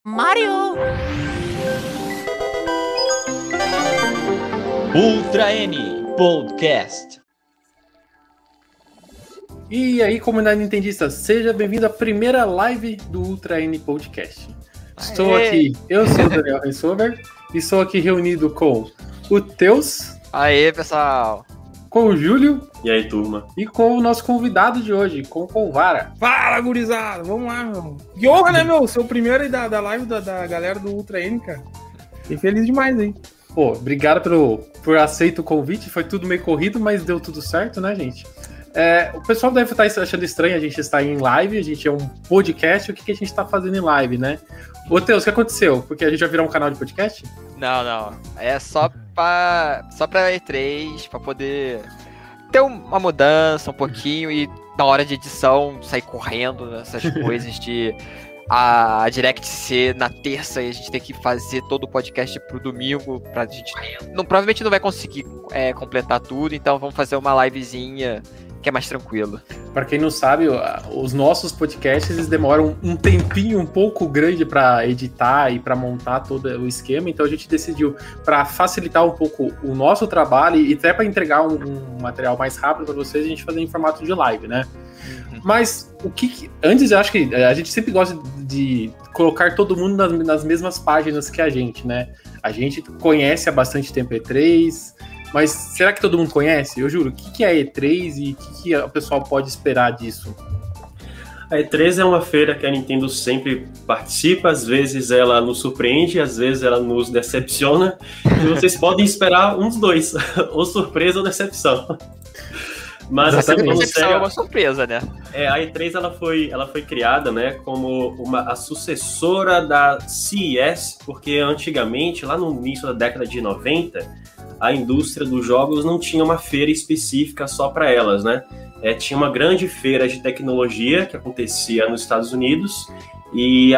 Mario! Ultra N Podcast. E aí, comunidade nintendista, seja bem-vindo à primeira live do Ultra N Podcast. Estou aqui, eu sou o Daniel Rensover e estou aqui reunido com o Teus. Aê, pessoal! Com o Júlio. E aí, turma? E com o nosso convidado de hoje, com o Colvara. Fala, gurizada! Vamos lá, meu. Que honra, né, meu? Ser o primeiro aí da live da galera do Ultra N, cara. Fiquei feliz demais, hein? Pô, obrigado por aceitar o convite. Foi tudo meio corrido, mas deu tudo certo, né, gente? O pessoal deve estar achando estranho a gente estar em live, a gente é um podcast, o que a gente está fazendo em live, né? Ô, Teus, o que aconteceu? Porque a gente vai virar um canal de podcast? Não. É só pra E3, pra poder ter uma mudança um pouquinho e na hora de edição sair correndo, essas coisas de a Direct ser na terça e a gente ter que fazer todo o podcast pro domingo pra gente... provavelmente não vai conseguir completar tudo, então vamos fazer uma livezinha que é mais tranquilo. Para quem não sabe, os nossos podcasts eles demoram um tempinho um pouco grande para editar e para montar todo o esquema, então a gente decidiu, para facilitar um pouco o nosso trabalho e até para entregar um material mais rápido para vocês, a gente fazer em formato de live, né? Mas antes eu acho que a gente sempre gosta de colocar todo mundo nas mesmas páginas que a gente, né? A gente conhece há bastante tempo E3, mas será que todo mundo conhece? Eu juro, o que é E3 e o que o pessoal pode esperar disso? A E3 é uma feira que a Nintendo sempre participa, às vezes ela nos surpreende, às vezes ela nos decepciona, e vocês podem esperar um dos dois, ou surpresa ou decepção. Mas essa decepção é uma surpresa, né? A E3 ela foi criada, né, como a sucessora da CES, porque antigamente, lá no início da década de 90, a indústria dos jogos não tinha uma feira específica só para elas, né? Tinha uma grande feira de tecnologia que acontecia nos Estados Unidos e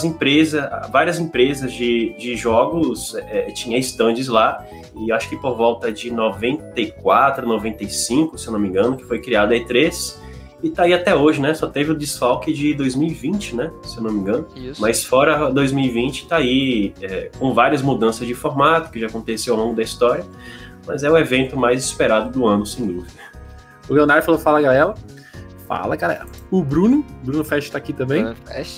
várias empresas de jogos tinham estandes lá, e acho que por volta de 94, 95, se eu não me engano, que foi criada a E3, e tá aí até hoje, né? Só teve o desfalque de 2020, né? Se eu não me engano. Isso. Mas fora 2020, tá aí com várias mudanças de formato, que já aconteceu ao longo da história, mas é o evento mais esperado do ano, sem dúvida. O Leonardo falou, fala, galera. Fala, galera. O Bruno Fest tá aqui também.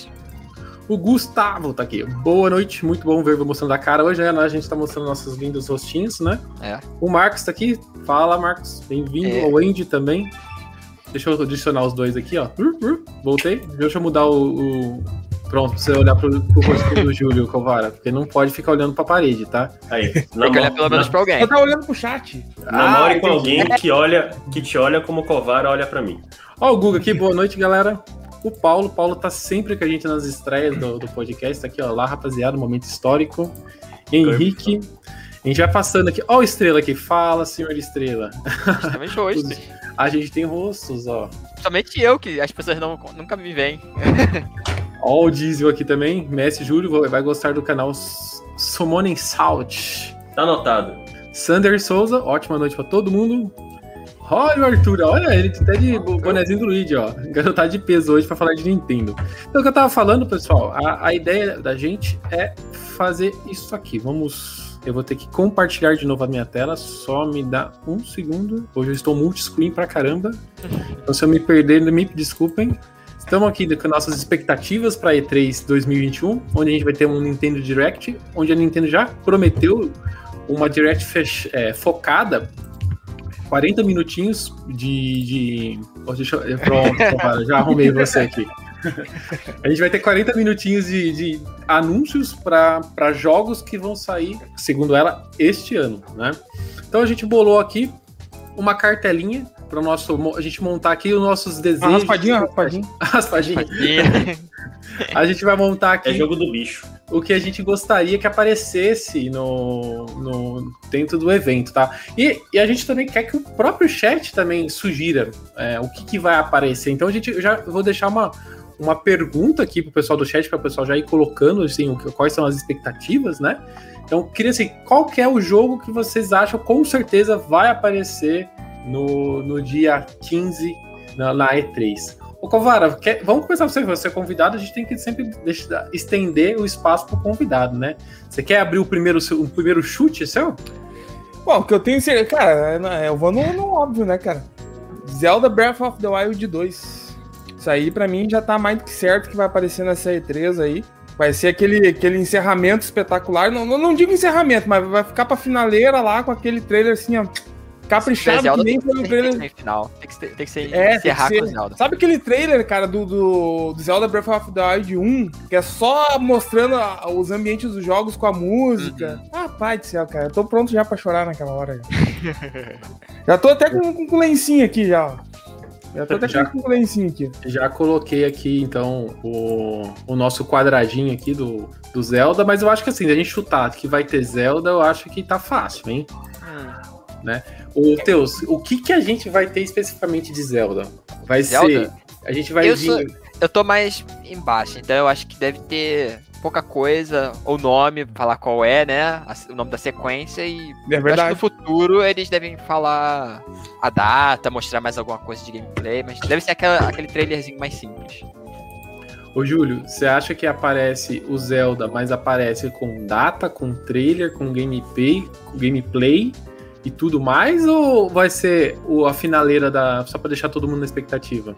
O Gustavo tá aqui. Boa noite, muito bom ver mostrando a cara. Hoje a gente tá mostrando nossos lindos rostinhos, né? O Marcos tá aqui. Fala, Marcos. Bem-vindo. O Andy também. Deixa eu adicionar os dois aqui, ó. Voltei. Deixa eu mudar Pronto, pra você olhar pro rosto do Júlio, Colvara, porque não pode ficar olhando pra parede, tá? Aí, tem que olhar pelo menos pra alguém. Você tá olhando pro chat. Namore com alguém que te olha como o Colvara olha pra mim. Ó o Guga aqui, boa noite, galera. O Paulo tá sempre com a gente nas estreias do podcast, tá aqui, ó, lá, rapaziada, momento histórico. Henrique, a gente vai passando aqui, ó o Estrela aqui, fala, senhor Estrela. Também hoje. A gente tem rostos, ó. Somente eu, que as pessoas nunca me veem. Ó o Diesel aqui também, Messi Júlio vai gostar do canal Summoning Salt. Tá anotado. Sander Souza, ótima noite pra todo mundo. Olha o Arthur, olha ele tá de bonezinho do Luigi, ó. Tá de peso hoje pra falar de Nintendo. Então o que eu tava falando, pessoal, a ideia da gente é fazer isso aqui. Eu vou ter que compartilhar de novo a minha tela, só me dá um segundo. Hoje eu estou multiscreen pra caramba. Então se eu me perder, me desculpem. Estamos aqui com nossas expectativas para E3 2021, onde a gente vai ter um Nintendo Direct, onde a Nintendo já prometeu uma Direct focada, 40 minutinhos Pronto, já arrumei você aqui. A gente vai ter 40 minutinhos de anúncios para jogos que vão sair, segundo ela, este ano, né? Então a gente bolou aqui uma cartelinha para a gente montar aqui os nossos desejos. Raspadinha. A gente vai montar aqui. É jogo do bicho. O que a gente gostaria que aparecesse dentro do evento, tá? E a gente também quer que o próprio chat também sugira o que vai aparecer. Então eu já vou deixar uma pergunta aqui pro pessoal do chat, para o pessoal já ir colocando assim, quais são as expectativas, né? Então, queria assim, qual que é o jogo que vocês acham com certeza vai aparecer no dia 15 na E3? Ô, Covara, vamos começar você é convidado, a gente tem que sempre estender o espaço pro convidado, né? Você quer abrir o primeiro chute seu? Bom, o que eu tenho certeza, cara, eu vou no óbvio, né, cara? Zelda Breath of the Wild 2. Isso aí, pra mim, já tá mais do que certo que vai aparecer nessa E3 aí. Vai ser aquele encerramento espetacular. Não digo encerramento, mas vai ficar pra finaleira lá com aquele trailer assim, ó. Caprichado que nem foi o trailer. Tem final. Tem que ser encerrar com o Zelda. Sabe aquele trailer, cara, do Zelda Breath of the Wild 1? Que é só mostrando os ambientes dos jogos com a música. Ah, pai do céu, cara. Eu tô pronto já pra chorar naquela hora. Já tô até com lencinho aqui já, ó. Já tô até com lencinho aqui. Já coloquei aqui, então, o nosso quadradinho aqui do Zelda, mas eu acho que assim, se a gente chutar que vai ter Zelda, eu acho que tá fácil, hein? Né? Teus, o que a gente vai ter especificamente de Zelda? Vai Zelda? ser... A gente vai vir... Eu tô mais embaixo, então eu acho que deve ter pouca coisa, o nome, falar qual é, né? O nome da sequência e... É verdade. Acho que no futuro eles devem falar a data, mostrar mais alguma coisa de gameplay, mas deve ser aquele trailerzinho mais simples. Ô, Júlio, você acha que aparece o Zelda, mas aparece com data, com trailer, com gameplay e tudo mais? Ou vai ser a finaleira só pra deixar todo mundo na expectativa?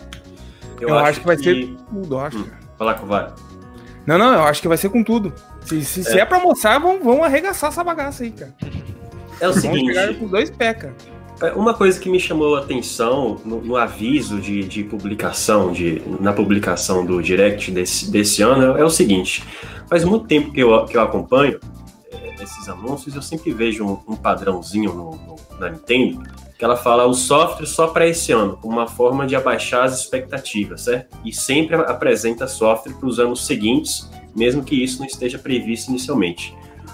Eu acho que vai ser tudo, eu acho. Falar com o VAR. Não, eu acho que vai ser com tudo. Se é pra mostrar, vão arregaçar essa bagaça aí, cara. É o seguinte... Vão pegar com 2 pés, cara. Uma coisa que me chamou a atenção no aviso de publicação, na publicação do Direct desse ano, é o seguinte. Faz muito tempo que eu acompanho esses anúncios, eu sempre vejo um padrãozinho na Nintendo, que ela fala o software só para esse ano, como uma forma de abaixar as expectativas, certo? E sempre apresenta software para os anos seguintes, mesmo que isso não esteja previsto inicialmente.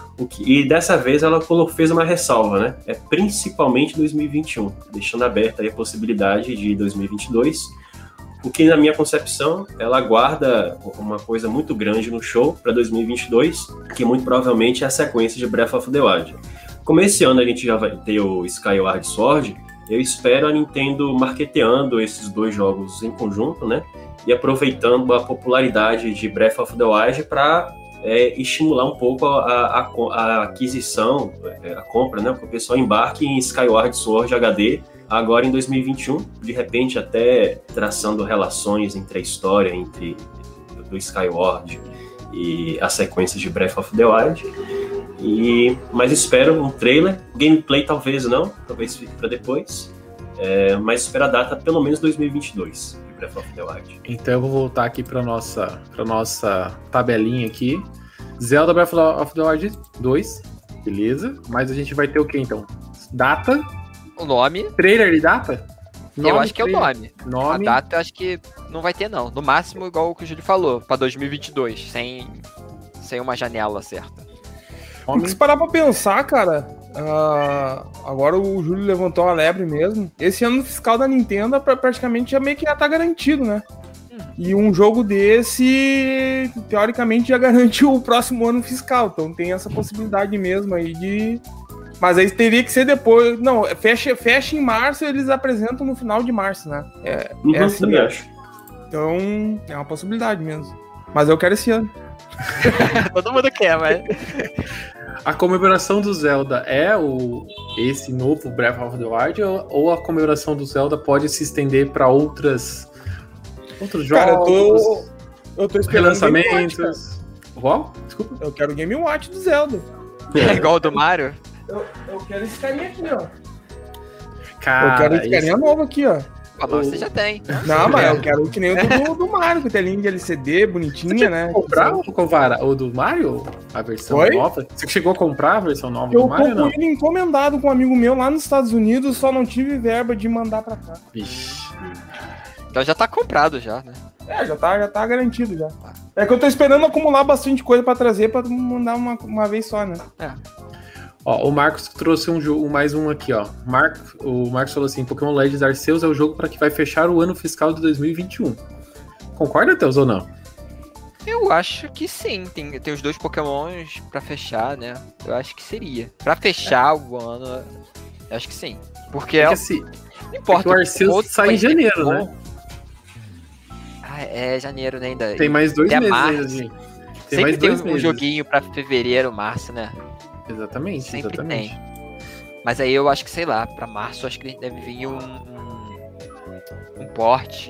E dessa vez ela fez uma ressalva, né? É principalmente 2021, deixando aberta aí a possibilidade de 2022, o que na minha concepção ela guarda uma coisa muito grande no show para 2022, que muito provavelmente é a sequência de Breath of the Wild. Como esse ano a gente já vai ter o Skyward Sword, eu espero a Nintendo marketeando esses 2 jogos em conjunto, né? E aproveitando a popularidade de Breath of the Wild para estimular um pouco a aquisição, a compra, né? Porque o pessoal embarque em Skyward Sword HD agora em 2021, de repente até traçando relações entre a história do Skyward e a sequência de Breath of the Wild. Mas espero um trailer, gameplay talvez não, talvez fique para depois, mas espero a data pelo menos 2022 de Breath of the Wild. Então eu vou voltar aqui para nossa tabelinha aqui. Zelda Breath of the Wild 2, beleza, mas a gente vai ter o que então? Data? O nome? Trailer de data? Eu acho que trailer. É o nome. A data eu acho que não vai ter não, no máximo igual o que o Júlio falou, para 2022, sem uma janela certa. Porque se parar pra pensar, cara, agora o Júlio levantou a lebre mesmo. Esse ano fiscal da Nintendo praticamente já meio que já tá garantido, né? E um jogo desse, teoricamente, já garantiu o próximo ano fiscal. Então tem essa possibilidade mesmo aí de... Mas aí teria que ser depois... Não, fecha em março e eles apresentam no final de março, né? É assim também mesmo. acho. Então é uma possibilidade mesmo. Mas eu quero esse ano. Todo mundo quer, mas... A comemoração do Zelda é esse novo Breath of the Wild ou a comemoração do Zelda pode se estender para outros jogos? Cara, eu tô esperando relançamentos. Qual? Desculpa. Eu quero o Game Watch do Zelda. É igual o do Mario? Eu quero esse carinha aqui, ó. Cara, eu quero esse carinha novo aqui, ó. Mas você já tem. Não, mas eu quero que nem o do Mario, com telinha de LCD, bonitinha, né? Comprar o do Mario? A versão nova? Você chegou a comprar a versão nova do Mario? Eu tô com ele encomendado com um amigo meu lá nos Estados Unidos, só não tive verba de mandar pra cá. Vixe. Então já tá comprado já, né? Já tá garantido já. É que eu tô esperando acumular bastante coisa pra trazer pra mandar uma vez só, né? Ó, o Marcos trouxe mais um aqui, ó. O Marcos falou assim, Pokémon Legends Arceus é o jogo para que vai fechar o ano fiscal de 2021. Concorda, Teus, ou não? Eu acho que sim. Tem os 2 Pokémons pra fechar, né? Eu acho que seria. Pra fechar o ano, eu acho que sim. Porque assim, não importa. o Arceus sai em janeiro, né? É janeiro, né, ainda. Tem mais 2 Até meses março. ainda, gente. Tem Sempre mais tem 2 um meses. joguinho pra fevereiro, março, né? Exatamente, Sempre exatamente. tem. Mas aí eu acho que, sei lá, pra março acho que deve vir um port,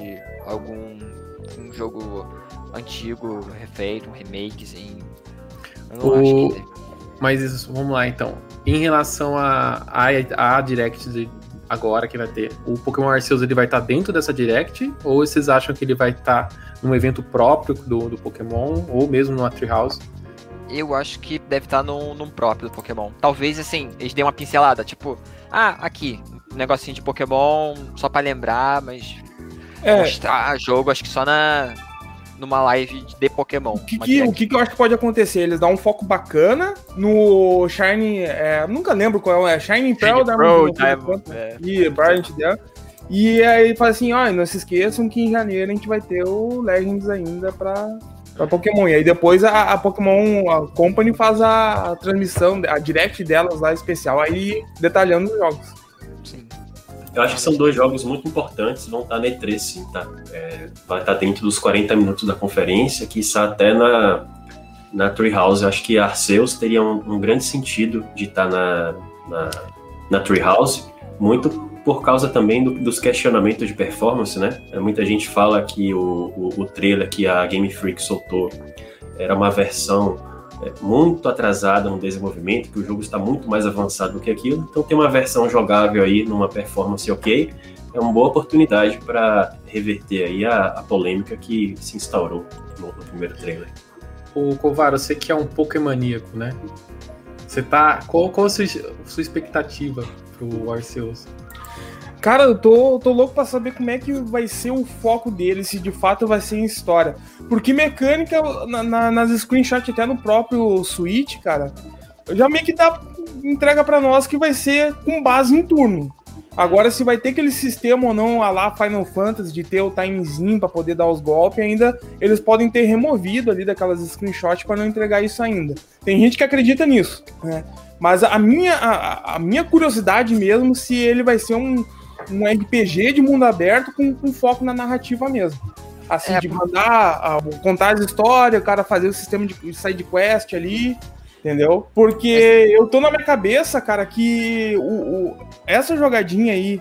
um jogo antigo, refeito, um remakezinho. Eu não acho que... Mas isso, vamos lá então. Em relação a Direct agora que vai ter, o Pokémon Arceus ele vai estar dentro dessa Direct? Ou vocês acham que ele vai estar num evento próprio do Pokémon, ou mesmo numa Treehouse? Eu acho que deve estar num próprio do Pokémon. Talvez, assim, eles dêem uma pincelada, tipo... aqui, um negocinho de Pokémon, só pra lembrar, mas... Mostrar jogo, acho que só numa live de Pokémon. O que eu acho que pode acontecer? Eles dão um foco bacana no Shiny... nunca lembro qual é. Shiny Pearl, Diamond. E Brilliant dela. E aí fala assim, não se esqueçam que em janeiro a gente vai ter o Legends ainda pra Pokémon. E aí depois a Pokémon a Company faz a transmissão, a Direct delas lá especial, aí detalhando os jogos. Sim. Eu acho que são 2 jogos muito importantes, vão estar na E3, sim, tá? Vai estar dentro dos 40 minutos da conferência, quiçá até na Treehouse. Eu acho que Arceus teria um grande sentido de estar na Treehouse, muito por causa também dos questionamentos de performance, né? Muita gente fala que o trailer que a Game Freak soltou era uma versão muito atrasada no desenvolvimento, que o jogo está muito mais avançado do que aquilo, então tem uma versão jogável aí numa performance ok, é uma boa oportunidade para reverter aí a polêmica que se instaurou no primeiro trailer. O Covaro, você que é um Pokémoníaco, né? Você tá... Qual a sua expectativa pro Arceus? Cara, eu tô louco pra saber como é que vai ser o foco dele, se de fato vai ser em história. Porque mecânica, nas screenshots até no próprio Switch, cara, já meio que entrega pra nós que vai ser com base em turno. Agora, se vai ter aquele sistema ou não, a lá Final Fantasy, de ter o timezinho pra poder dar os golpes, ainda eles podem ter removido ali daquelas screenshots pra não entregar isso ainda. Tem gente que acredita nisso, né? Mas a minha curiosidade mesmo, se ele vai ser um RPG de mundo aberto com foco na narrativa mesmo. Assim, de mandar, contar as histórias, o cara fazer o sistema de side quest ali, entendeu? Porque eu tô na minha cabeça, cara, que essa jogadinha aí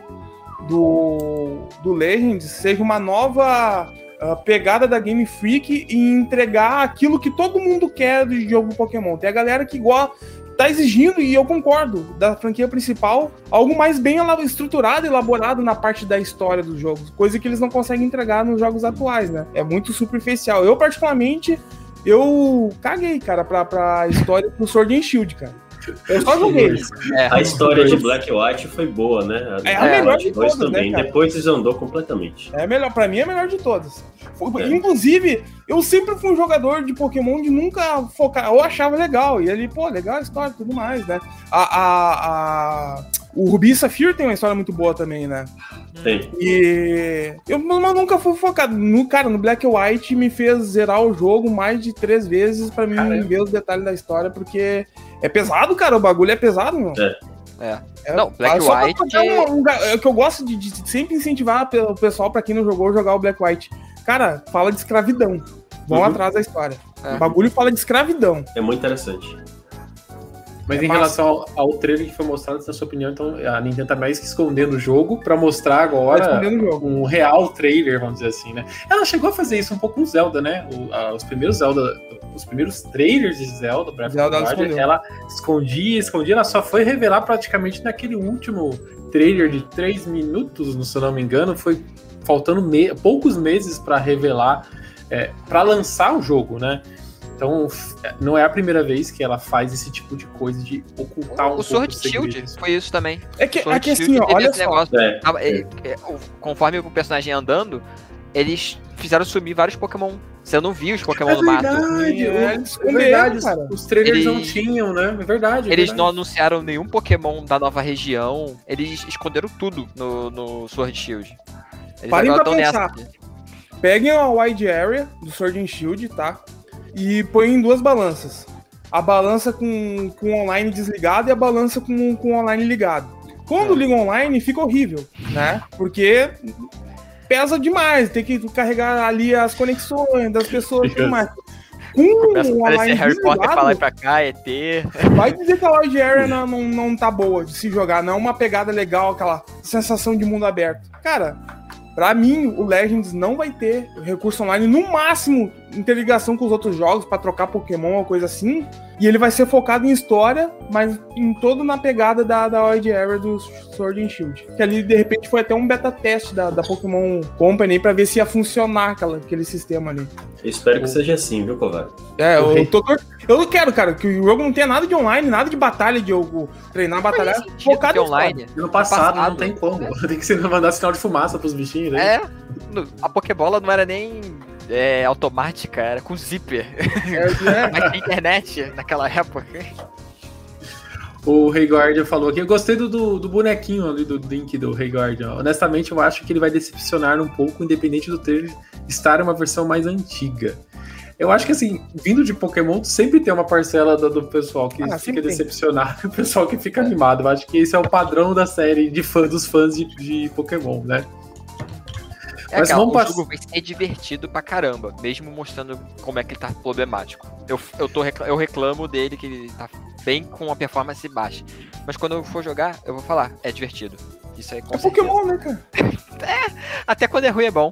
do Legends seja uma nova pegada da Game Freak e entregar aquilo que todo mundo quer do jogo Pokémon. Tem a galera que tá exigindo, e eu concordo, da franquia principal, algo mais bem estruturado e elaborado na parte da história dos jogos, coisa que eles não conseguem entregar nos jogos atuais, né? É muito superficial. Eu, particularmente, caguei, cara, pra história do Sword and Shield, cara. Eu só joguei. A história de Black White foi boa, né? É a melhor de todas, também. Né, cara? Depois desandou completamente. Pra mim é a melhor de todas. Inclusive, eu sempre fui um jogador de Pokémon de nunca focar. Eu achava legal. E ali, legal a história e tudo mais, né? O Ruby e Safira tem uma história muito boa também, né? Tem. E eu nunca fui focado. No Black White me fez zerar o jogo mais de 3 vezes pra mim ver os detalhes da história, porque é pesado, cara. O bagulho é pesado, meu. Não, Black White... É que eu gosto de sempre incentivar o pessoal, pra quem não jogou, jogar o Black White. Cara, fala de escravidão. Vão atrás da história. O bagulho fala de escravidão. É muito interessante. Mas em relação ao trailer que foi mostrado, na sua opinião, então a Nintendo tá mais que escondendo o jogo pra mostrar agora um real trailer, vamos dizer assim, né? Ela chegou a fazer isso um pouco com Zelda, né? Os primeiros trailers de Zelda, Breath of the Wild, ela escondia, ela só foi revelar praticamente naquele último trailer de 3 minutos, se eu não me engano, foi faltando poucos meses pra revelar, pra lançar o jogo, né? Então, não é a primeira vez que ela faz esse tipo de coisa de ocultar um pouco. O Sword Shield foi isso também. É que assim, ó, olha só. Conforme o personagem ia andando, eles fizeram sumir vários Pokémon. Você não viu os Pokémon no mato. É verdade, cara. Os trailers não tinham, né? É verdade. Eles não anunciaram nenhum Pokémon da nova região. Eles esconderam tudo no Sword Shield. Eles parem pra pensar. Peguem a Wide Area do Sword and Shield, tá? E põe em 2 balanças. A balança com o online desligado e a balança com o online ligado. Quando liga online, fica horrível, né? Porque pesa demais, tem que carregar ali as conexões das pessoas e tudo mais. Começa a aparecer Harry Potter pra lá e pra cá, ET. Vai dizer que a Lord Area não tá boa de se jogar, não é uma pegada legal, aquela sensação de mundo aberto. Cara, pra mim, o Legends não vai ter recurso online, no máximo interligação com os outros jogos pra trocar Pokémon ou coisa assim, e ele vai ser focado em história, mas em todo na pegada da Lord Area do Sword and Shield. Que ali, de repente, foi até um beta teste da Pokémon Company pra ver se ia funcionar aquele sistema ali. Eu espero que seja assim, viu, Kovário? Eu não quero, cara, que o jogo não tenha nada de online, nada de batalha, de jogo treinar, batalhar, focado em online. No passado não tem como. Tem que mandar sinal de fumaça pros bichinhos, né? A Pokébola não era nem automática, era com zíper. Mas tinha internet naquela época. O Rei Guardian falou aqui, eu gostei do bonequinho ali do Link do Rei Guardian. Honestamente, eu acho que ele vai decepcionar um pouco, independente do trailer estar uma versão mais antiga. Eu acho que, assim, vindo de Pokémon, sempre tem uma parcela do pessoal que fica decepcionado, o pessoal que fica animado. Eu acho que esse é o padrão da série dos fãs de Pokémon, né? Mas o jogo vai ser divertido pra caramba, mesmo mostrando como é que ele tá problemático. Eu reclamo dele que ele tá bem com a performance baixa. Mas quando eu for jogar, eu vou falar, é divertido. Isso aí é Pokémon, né, cara? Até quando é ruim é bom.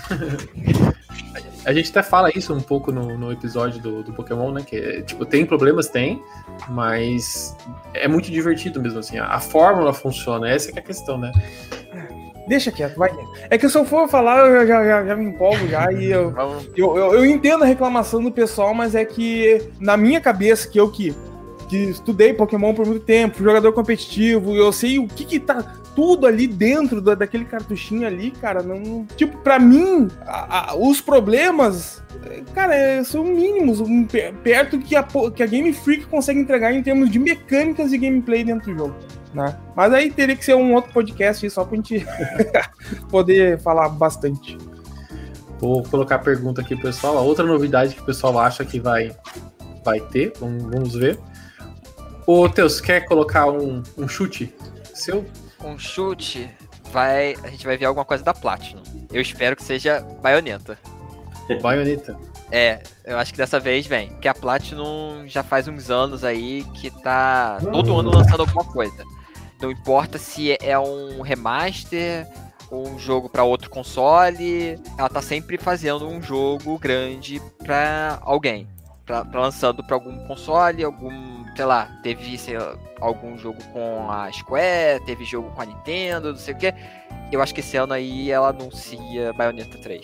A gente até fala isso um pouco no episódio do Pokémon, né? Que tipo, tem problemas, mas é muito divertido mesmo, assim. A fórmula funciona, essa que é a questão, né? Deixa quieto, vai. É que se eu for falar, eu já me empolgo já e eu entendo a reclamação do pessoal, mas é que na minha cabeça, que estudei Pokémon por muito tempo, jogador competitivo, eu sei o que tá tudo ali dentro daquele cartuchinho ali, cara, não... Tipo, pra mim, os problemas, cara, são mínimos, perto que a Game Freak consegue entregar em termos de mecânicas e gameplay dentro do jogo. Né? Mas aí teria que ser um outro podcast só pra gente poder falar bastante. Vou colocar a pergunta aqui, pessoal. A outra novidade que o pessoal acha que vai ter, vamos ver. Ô, Teus, quer colocar um chute seu? Um chute? A gente vai ver alguma coisa da Platinum. Eu espero que seja Bayonetta. Bayonetta? Eu acho que dessa vez vem. Porque a Platinum já faz uns anos aí que tá todo ano lançando alguma coisa. Não importa se é um remaster ou um jogo para outro console, ela tá sempre fazendo um jogo grande para alguém. Lançando para algum console, teve algum jogo com a Square, teve jogo com a Nintendo, não sei o que. Eu acho que esse ano aí ela anuncia Bayonetta 3.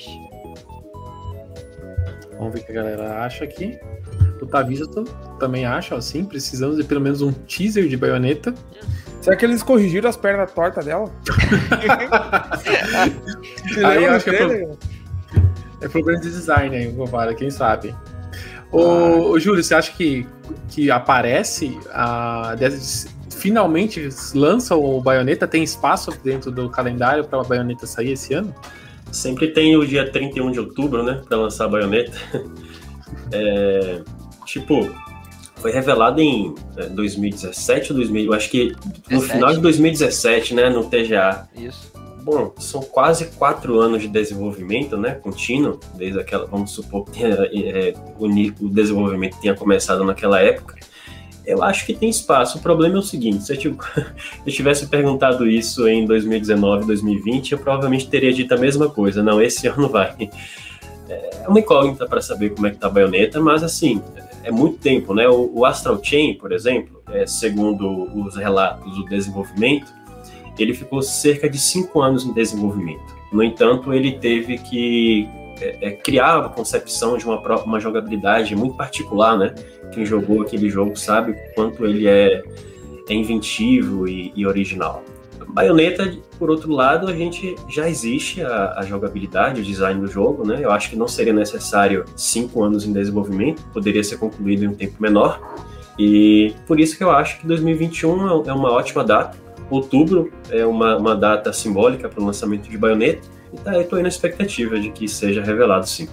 Vamos ver o que a galera acha aqui. O Tavisto também acha, assim, precisamos de pelo menos um teaser de Bayonetta. Será que eles corrigiram as pernas tortas dela? Aí eu acho que é problema de design aí, Govara, quem sabe. Ô, Júlio, você acha que aparece, finalmente lança o Bayonetta, tem espaço dentro do calendário para a Bayonetta sair esse ano? Sempre tem o dia 31 de outubro, né, para lançar a Bayonetta. Foi revelado em 2017 ou 2000, eu acho que no 17. Final de 2017, né, no TGA. Isso. Bom, são quase 4 anos de desenvolvimento, né, contínuo, desde aquela, vamos supor que o desenvolvimento tenha começado naquela época. Eu acho que tem espaço. O problema é o seguinte, se eu tivesse perguntado isso em 2019, 2020, eu provavelmente teria dito a mesma coisa. Não, esse ano vai. É uma incógnita para saber como é que tá a Bayonetta, mas assim, é muito tempo, né? O Astral Chain, por exemplo, segundo os relatos do desenvolvimento, ele ficou cerca de 5 anos em desenvolvimento. No entanto, ele teve que criar a concepção de uma jogabilidade muito particular, né? Quem jogou aquele jogo sabe o quanto ele é inventivo e original. Bayonetta, por outro lado, a gente já existe a jogabilidade, o design do jogo, né? Eu acho que não seria necessário 5 anos em desenvolvimento, poderia ser concluído em um tempo menor. E por isso que eu acho que 2021 é uma ótima data. Outubro é uma data simbólica para o lançamento de Bayonetta. E eu estou aí na expectativa de que seja revelado, sim.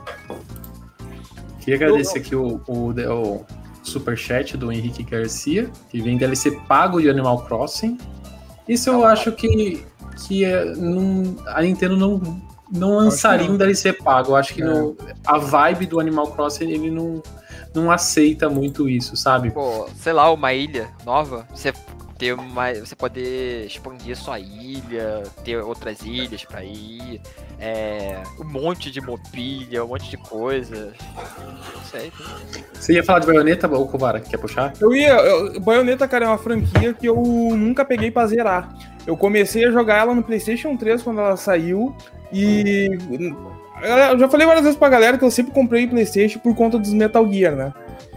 Queria agradecer aqui o superchat do Henrique Garcia, que vem DLC pago de Animal Crossing. Isso eu acho que que a Nintendo não lançaria um DLC pago. Eu acho que a vibe do Animal Crossing, ele não aceita muito isso, sabe? Pô, sei lá, uma ilha nova, você poder expandir sua ilha, ter outras ilhas pra ir, um monte de mobília, um monte de coisa. Não sei. Você ia falar de Bayonetta, ou Kobara, quer puxar? Bayonetta, cara, é uma franquia que eu nunca peguei pra zerar. Eu comecei a jogar ela no PlayStation 3 quando ela saiu, e eu já falei várias vezes pra galera que eu sempre comprei PlayStation por conta dos Metal Gear, né?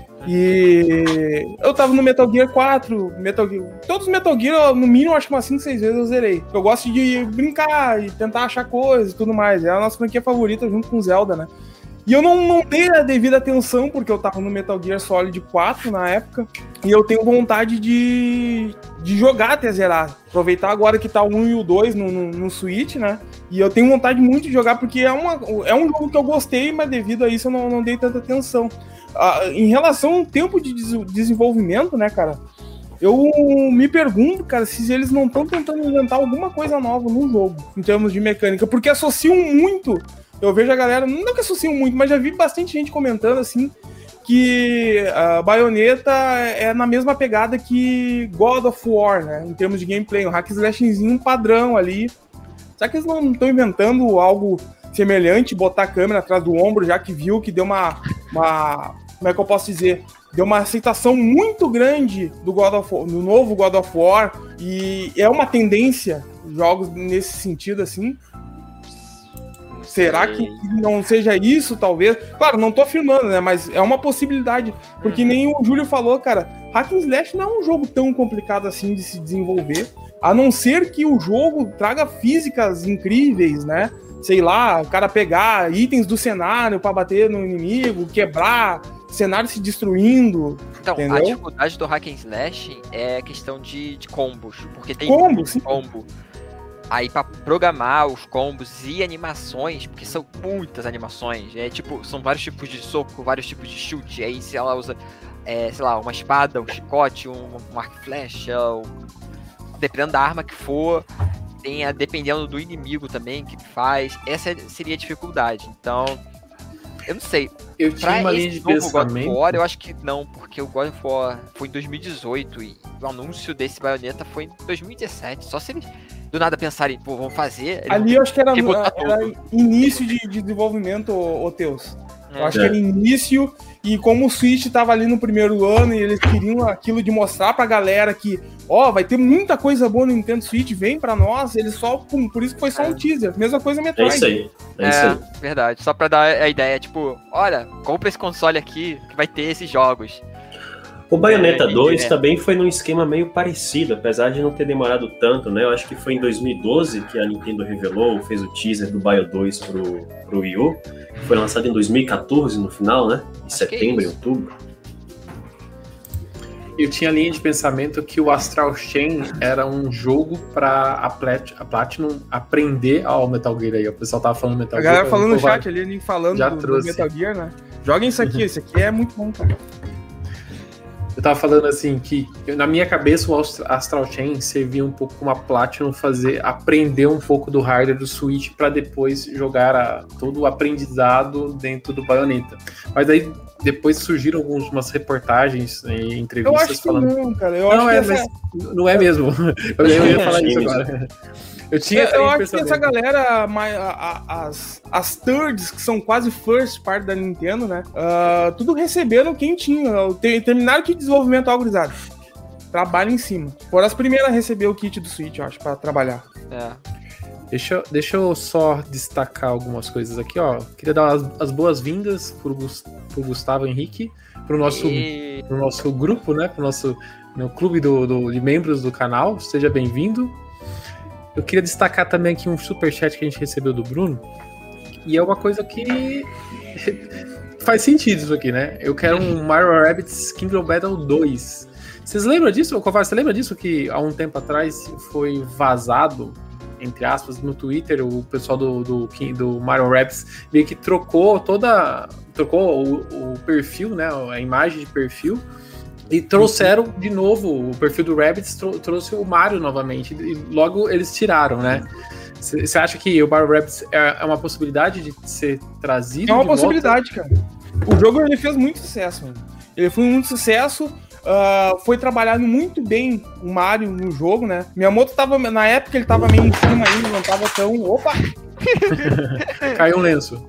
E eu tava no Metal Gear 4, todos os Metal Gear, no mínimo, acho que umas 5, 6 vezes eu zerei. Eu gosto de brincar e tentar achar coisas e tudo mais. É a nossa franquia favorita junto com Zelda, né? E eu não dei a devida atenção, porque eu tava no Metal Gear Solid 4 na época, e eu tenho vontade de jogar até zerar. Aproveitar agora que tá o 1 e o 2 no Switch, né? E eu tenho vontade muito de jogar, porque é um jogo que eu gostei, mas devido a isso eu não dei tanta atenção. Em relação ao tempo de desenvolvimento, né, cara, eu me pergunto, cara, se eles não estão tentando inventar alguma coisa nova no jogo, em termos de mecânica, porque associam muito. Eu vejo a galera, não que associam muito, mas já vi bastante gente comentando, assim, que a Bayonetta é na mesma pegada que God of War, né, em termos de gameplay, um hack slashzinho padrão ali. Será que eles não estão inventando algo semelhante, botar a câmera atrás do ombro, já que viu que deu uma como é que eu posso dizer? Deu uma aceitação muito grande do novo God of War, e é uma tendência jogos nesse sentido, assim. Será que não seja isso, talvez? Claro, não tô afirmando, né? Mas é uma possibilidade. Porque nem o Júlio falou, cara, Hack and Slash não é um jogo tão complicado assim de se desenvolver, a não ser que o jogo traga físicas incríveis, né? Sei lá, o cara pegar itens do cenário pra bater no inimigo, quebrar, cenário se destruindo. Então, entendeu? A dificuldade do Hack and Slash é a questão de combos, porque tem combo. Aí pra programar os combos e animações, porque são muitas animações, são vários tipos de soco, vários tipos de chute, aí se ela usa, sei lá, uma espada, um chicote, um arco e flecha, dependendo da arma que for, dependendo do inimigo também que faz, essa seria a dificuldade. Então, eu não sei. Eu tinha uma linha de pensamento. God of War, eu acho que não, porque o God of War foi em 2018 e o anúncio desse Bayonetta foi em 2017. Só se eles do nada pensarem, pô, vamos fazer. Ali eu acho que era início de desenvolvimento, Teus. Eu acho que era início, e como o Switch tava ali no primeiro ano e eles queriam aquilo de mostrar pra galera que, vai ter muita coisa boa no Nintendo Switch, vem pra nós, eles só, por isso que foi só um teaser. Mesma coisa Metroid. É isso aí. Verdade. Só pra dar a ideia, tipo, olha, compra esse console aqui que vai ter esses jogos. O Bayonetta 2 também foi num esquema meio parecido, apesar de não ter demorado tanto, né? Eu acho que foi em 2012 que a Nintendo revelou, fez o teaser do Bayo 2 pro Wii U. Foi lançado em 2014 no final, né? Em setembro, em outubro. Eu tinha a linha de pensamento que o Astral Chain era um jogo pra a Platinum aprender ao Metal Gear aí. O pessoal tava falando Metal Gear. A galera falando no chat ali, falando do Metal Gear, né? Joguem isso aqui, esse aqui é muito bom, cara. Eu tava falando assim, que na minha cabeça o Astral Chain servia um pouco como a Platinum aprender um pouco do hardware do Switch para depois jogar todo o aprendizado dentro do Bayonetta. Mas aí depois surgiram algumas reportagens e entrevistas eu acho que falando... não, cara. Não é mesmo. Eu ia falar isso agora. Eu acho que essa galera, as thirds, que são quase first part da Nintendo, né? Tudo receberam quem tinha. Terminaram o kit de desenvolvimento autorizado. Trabalho em cima. Foram as primeiras a receber o kit do Switch, eu acho, pra trabalhar. Deixa eu só destacar algumas coisas aqui, ó. Queria dar as boas-vindas pro Gustavo Henrique, pro nosso grupo, né? Pro nosso clube de membros do canal. Seja bem-vindo. Eu queria destacar também aqui um superchat que a gente recebeu do Bruno, e é uma coisa que faz sentido isso aqui, né? Eu quero um Mario Rabbids Kingdom Battle 2. Vocês lembram disso? Kovar, você lembra disso que há um tempo atrás foi vazado, entre aspas, no Twitter, o pessoal do Mario Rabbids meio que trocou o perfil, né? A imagem de perfil, E trouxeram de novo o perfil do Rabbids, trouxe o Mario novamente. E logo eles tiraram, né? Você acha que o Mario Rabbids é uma possibilidade de ser trazido? É uma possibilidade, cara. O jogo ele fez muito sucesso, mano. Ele foi muito sucesso. Foi trabalhado muito bem o Mario no jogo, né? Miyamoto tava, na época ele tava meio em cima ainda, não tava tão... Opa! Caiu um lenço.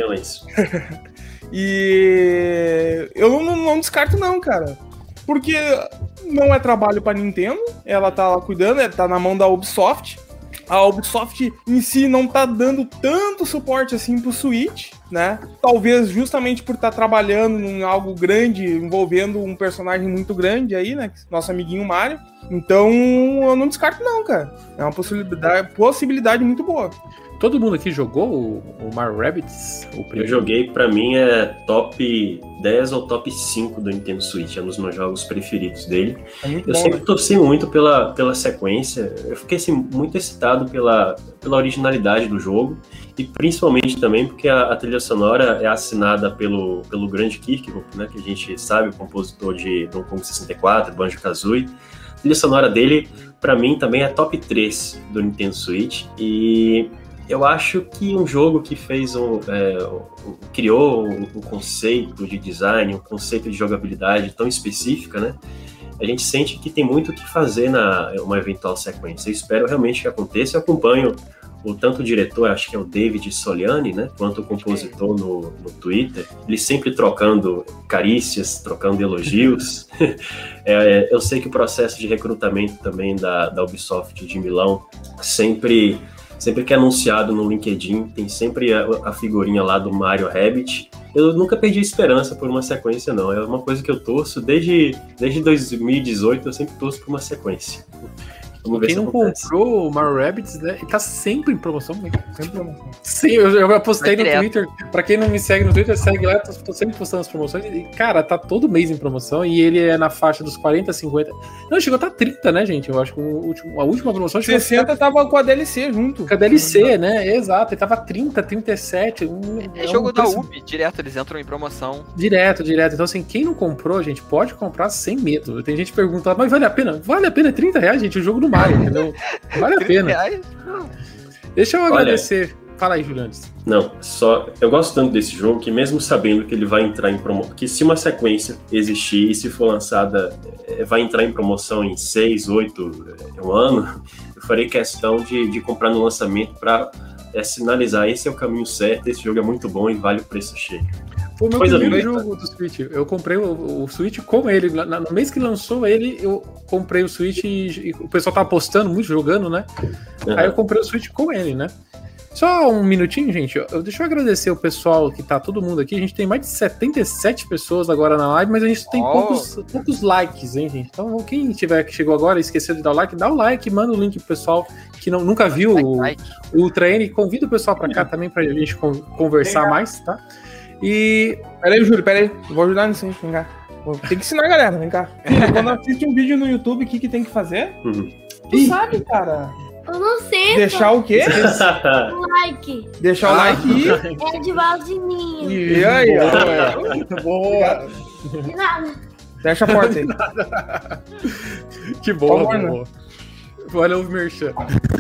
E eu não descarto não, cara. Porque não é trabalho pra Nintendo, ela tá lá cuidando, tá na mão da Ubisoft. A Ubisoft em si não tá dando tanto suporte assim pro Switch, né? Talvez justamente por estar trabalhando em algo grande, envolvendo um personagem muito grande aí, né? Nosso amiguinho Mario. Então, eu não descarto não, cara. É uma possibilidade muito boa. Todo mundo aqui jogou o Mario Rabbids? Eu joguei, pra mim é top 10 ou top 5 do Nintendo Switch, é um dos meus jogos preferidos dele. Eu sempre torci muito pela sequência, eu fiquei assim, muito excitado pela originalidade do jogo, e principalmente também porque a trilha sonora é assinada pelo grande Kirkhope, né, que a gente sabe, o compositor de Donkey Kong 64, Banjo-Kazooie. A trilha sonora dele, pra mim, também é top 3 do Nintendo Switch, e eu acho que um jogo que fez criou um conceito de design, um conceito de jogabilidade tão específica, né? A gente sente que tem muito o que fazer uma eventual sequência. Eu espero realmente que aconteça. Eu acompanho tanto o diretor, acho que é o David Soliani, né? Quanto o compositor no Twitter. Eles sempre trocando carícias, trocando elogios. Eu sei que o processo de recrutamento também da Ubisoft de Milão sempre que é anunciado no LinkedIn, tem sempre a figurinha lá do Mario Rabbids. Eu nunca perdi a esperança por uma sequência, não. É uma coisa que eu torço desde 2018, eu sempre torço por uma sequência. Vamos ver. Quem não comprou o Mario Rabbids, né, ele tá sempre em promoção. Sim, eu apostei no Twitter. Pra quem não me segue no Twitter, segue lá, tô sempre postando as promoções. E, cara, tá todo mês em promoção e ele é na faixa dos 40, 50. Não, chegou a tá 30, né, gente? Eu acho que a última promoção... 60 tava com a DLC junto. Com a DLC, né? Exato. Ele tava 30, 37. É jogo da Ubi, direto, eles entram em promoção. Direto. Então, assim, quem não comprou, gente, pode comprar sem medo. Tem gente perguntando, mas vale a pena? Vale a pena, R$30, gente, o jogo do Mario, entendeu? Vale a pena. Deixa eu agradecer. Fala aí, Juliano. Não, eu gosto tanto desse jogo que mesmo sabendo que ele vai entrar em promoção, que se uma sequência existir e se for lançada, vai entrar em promoção em 6, 8, um ano, eu farei questão de comprar no lançamento para sinalizar esse é o caminho certo, esse jogo é muito bom e vale o preço cheio. Foi o meu primeiro jogo do Switch. Eu comprei o Switch com ele. No mês que lançou ele, eu comprei o Switch e o pessoal tava postando muito, jogando, né? Uhum. Aí eu comprei o Switch com ele, né? Só um minutinho, gente. Deixa eu agradecer o pessoal que tá, todo mundo aqui. A gente tem mais de 77 pessoas agora na live, mas a gente tem poucos likes, hein, gente? Então, quem tiver que chegou agora e esqueceu de dar o like, manda o link pro pessoal que nunca viu o Ultra N. Convida o pessoal pra cá também pra gente conversar mais, tá? E... Peraí, Júlio, eu vou ajudar nisso aí, vem cá. Tem que ensinar a galera, vem cá. Quando assiste um vídeo no YouTube, o que tem que fazer? Tu sabe, cara. Eu não sei. Deixar o quê? O like. Deixar o like e... É ativar o sininho. E aí, ó. Boa. De nada. Fecha a porta aí. Que boa. Olha o merchan.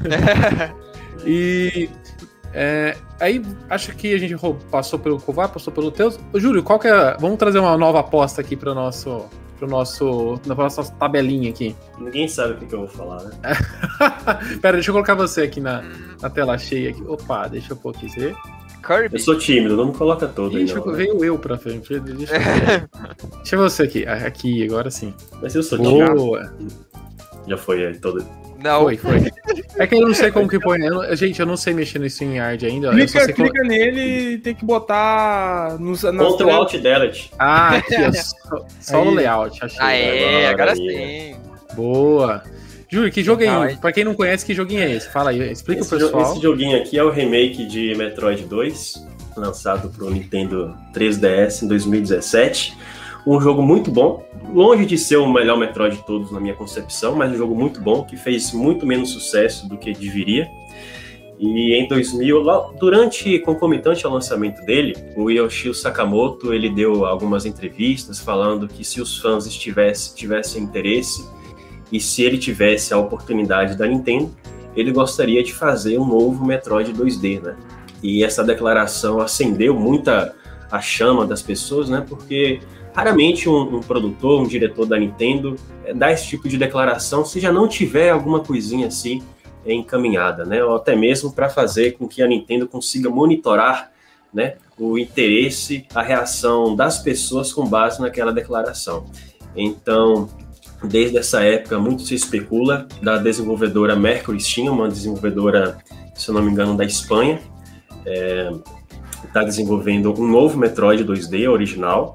E... aí, acho que a gente passou pelo Kovar, passou pelo Teus. Júlio, qual que é... Vamos trazer uma nova aposta aqui na nossa tabelinha aqui. Ninguém sabe o que eu vou falar, né? Pera, deixa eu colocar você aqui na tela cheia. Aqui. Opa, deixa eu pôr aqui, você vê? Kirby. Eu sou tímido, não me coloca todo aí, não. Veio eu pra frente. Deixa você aqui. Aqui, agora sim. Mas eu sou tímido. Boa. Já foi todo... Não. Foi. É que eu não sei como que põe. Gente, eu não sei mexer no StreamYard ainda. Clica nele e tem que botar Ctrl Alt Delete. Aqui, só o layout. Achei. Agora sim. Boa. Júlio, que joguinho? Pra quem não conhece, que joguinho é esse? Fala aí, explica pro pessoal. Esse joguinho aqui é o remake de Metroid 2, lançado pro Nintendo 3DS em 2017. Um jogo muito bom, longe de ser o melhor Metroid de todos na minha concepção, mas um jogo muito bom, que fez muito menos sucesso do que deveria. E em 2000, concomitante ao lançamento dele, o Yoshio Sakamoto, ele deu algumas entrevistas falando que se os fãs tivessem interesse e se ele tivesse a oportunidade da Nintendo, ele gostaria de fazer um novo Metroid 2D, né? E essa declaração acendeu muita a chama das pessoas, né? Porque raramente um produtor, um diretor da Nintendo dá esse tipo de declaração se já não tiver alguma coisinha assim encaminhada, né? Ou até mesmo para fazer com que a Nintendo consiga monitorar, né, o interesse, a reação das pessoas com base naquela declaração. Então, desde essa época, muito se especula da desenvolvedora Mercury Steam, uma desenvolvedora, se eu não me engano, da Espanha, está desenvolvendo um novo Metroid 2D original,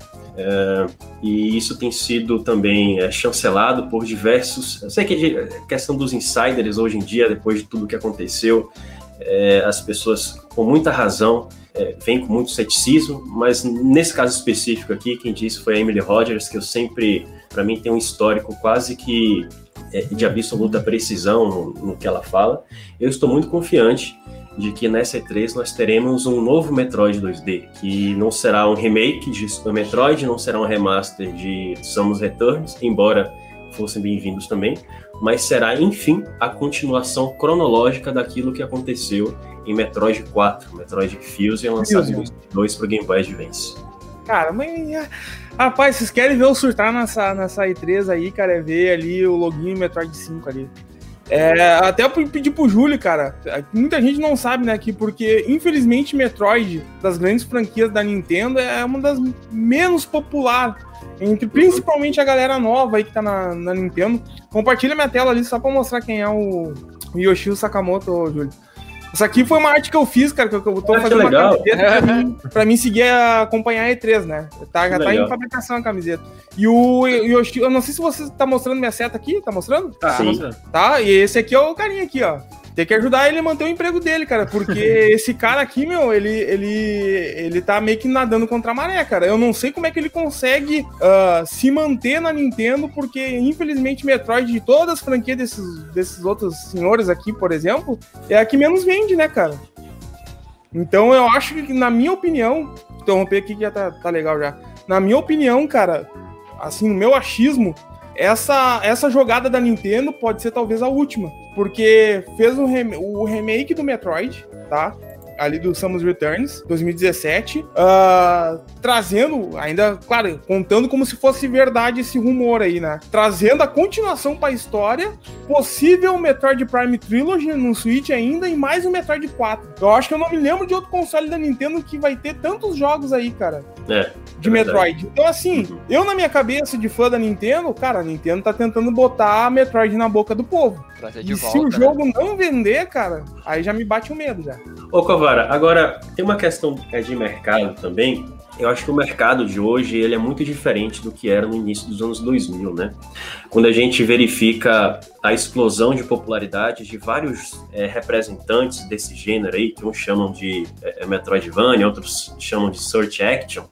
e isso tem sido também chancelado por diversos... Eu sei que a questão dos insiders hoje em dia, depois de tudo que aconteceu, as pessoas com muita razão vêm com muito ceticismo, mas nesse caso específico aqui, quem disse foi a Emily Rogers, que eu sempre, para mim, tem um histórico quase que de absoluta precisão no que ela fala. Eu estou muito confiante de que nessa E3 nós teremos um novo Metroid 2D, que não será um remake de Super Metroid, não será um remaster de Samus Returns, embora fossem bem-vindos também, mas será, enfim, a continuação cronológica daquilo que aconteceu em Metroid 4, Metroid Fusion, lançado em 2002 para o Game Boy Advance. Cara, mas... Rapaz, vocês querem ver eu surtar nessa E3 aí, cara, é ver ali o login Metroid 5 ali. Até eu pedi pro Júlio, cara, muita gente não sabe, né, porque infelizmente Metroid, das grandes franquias da Nintendo, é uma das menos populares, principalmente a galera nova aí que tá na Nintendo. Compartilha minha tela ali só pra mostrar quem é o Yoshio Sakamoto, Júlio. Essa aqui foi uma arte que eu fiz, cara, que eu tô fazendo uma camiseta pra mim seguir acompanhar a E3, né? Já tá em fabricação a camiseta. E o Yoshio, eu não sei se você tá mostrando minha seta aqui, tá mostrando? Tá, mostrando. Tá, e esse aqui é o carinha aqui, ó. Tem que ajudar ele a manter o emprego dele, cara, porque esse cara aqui, meu, ele tá meio que nadando contra a maré, cara. Eu não sei como é que ele consegue se manter na Nintendo, porque, infelizmente, Metroid, de todas as franquias desses outros senhores aqui, por exemplo, é a que menos vende, né, cara? Então, eu acho que, na minha opinião, interromper aqui que já tá legal já. Na minha opinião, cara, assim, no meu achismo, essa jogada da Nintendo pode ser talvez a última, porque fez o remake do Metroid, tá? Ali do Samus Returns, 2017, trazendo, ainda, claro, contando como se fosse verdade esse rumor aí, né? Trazendo a continuação pra história, possível Metroid Prime Trilogy no Switch ainda, e mais um Metroid 4. Eu acho que eu não me lembro de outro console da Nintendo que vai ter tantos jogos aí, cara. De Metroid. Então, assim, eu na minha cabeça de fã da Nintendo, cara, a Nintendo tá tentando botar a Metroid na boca do povo. E se o jogo não vender, cara, aí já me bate o medo já. Ô, Covara, agora, tem uma questão de mercado também. Eu acho que o mercado de hoje, ele é muito diferente do que era no início dos anos 2000, né? Quando a gente verifica a explosão de popularidade de vários representantes desse gênero aí, que uns chamam de Metroidvania, outros chamam de Search Action.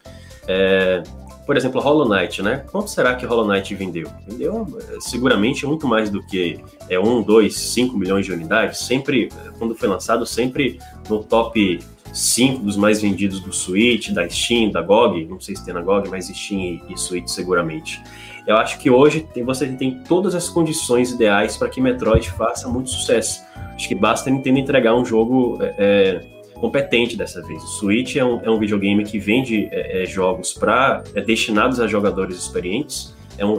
Por exemplo, Hollow Knight, né? Quanto será que Hollow Knight vendeu? Vendeu seguramente muito mais do que 1, 2, 5 milhões de unidades. Sempre, quando foi lançado, sempre no top 5 dos mais vendidos do Switch, da Steam, da GOG. Não sei se tem na GOG, mas Steam e Switch seguramente. Eu acho que hoje você tem todas as condições ideais para que Metroid faça muito sucesso. Acho que basta a Nintendo entregar um jogo competente dessa vez. O Switch é um videogame que vende jogos destinados a jogadores experientes.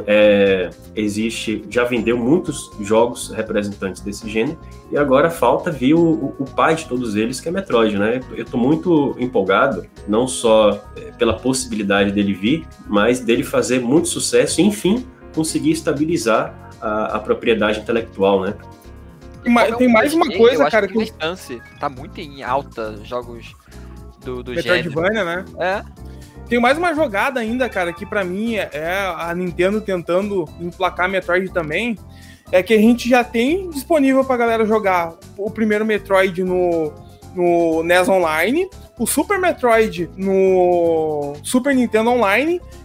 Já vendeu muitos jogos representantes desse gênero, e agora falta vir o pai de todos eles, que é Metroid, né? Eu tô muito empolgado, não só pela possibilidade dele vir, mas dele fazer muito sucesso e, enfim, conseguir estabilizar a propriedade intelectual, né? Tem mais uma coisa, cara, que a distância tá muito em alta, jogos do Metroidvania, né? Tem mais uma jogada ainda, cara, que pra mim é a Nintendo tentando emplacar Metroid também, é que a gente já tem disponível pra galera jogar o primeiro Metroid no NES Online, o Super Metroid no Super Nintendo Online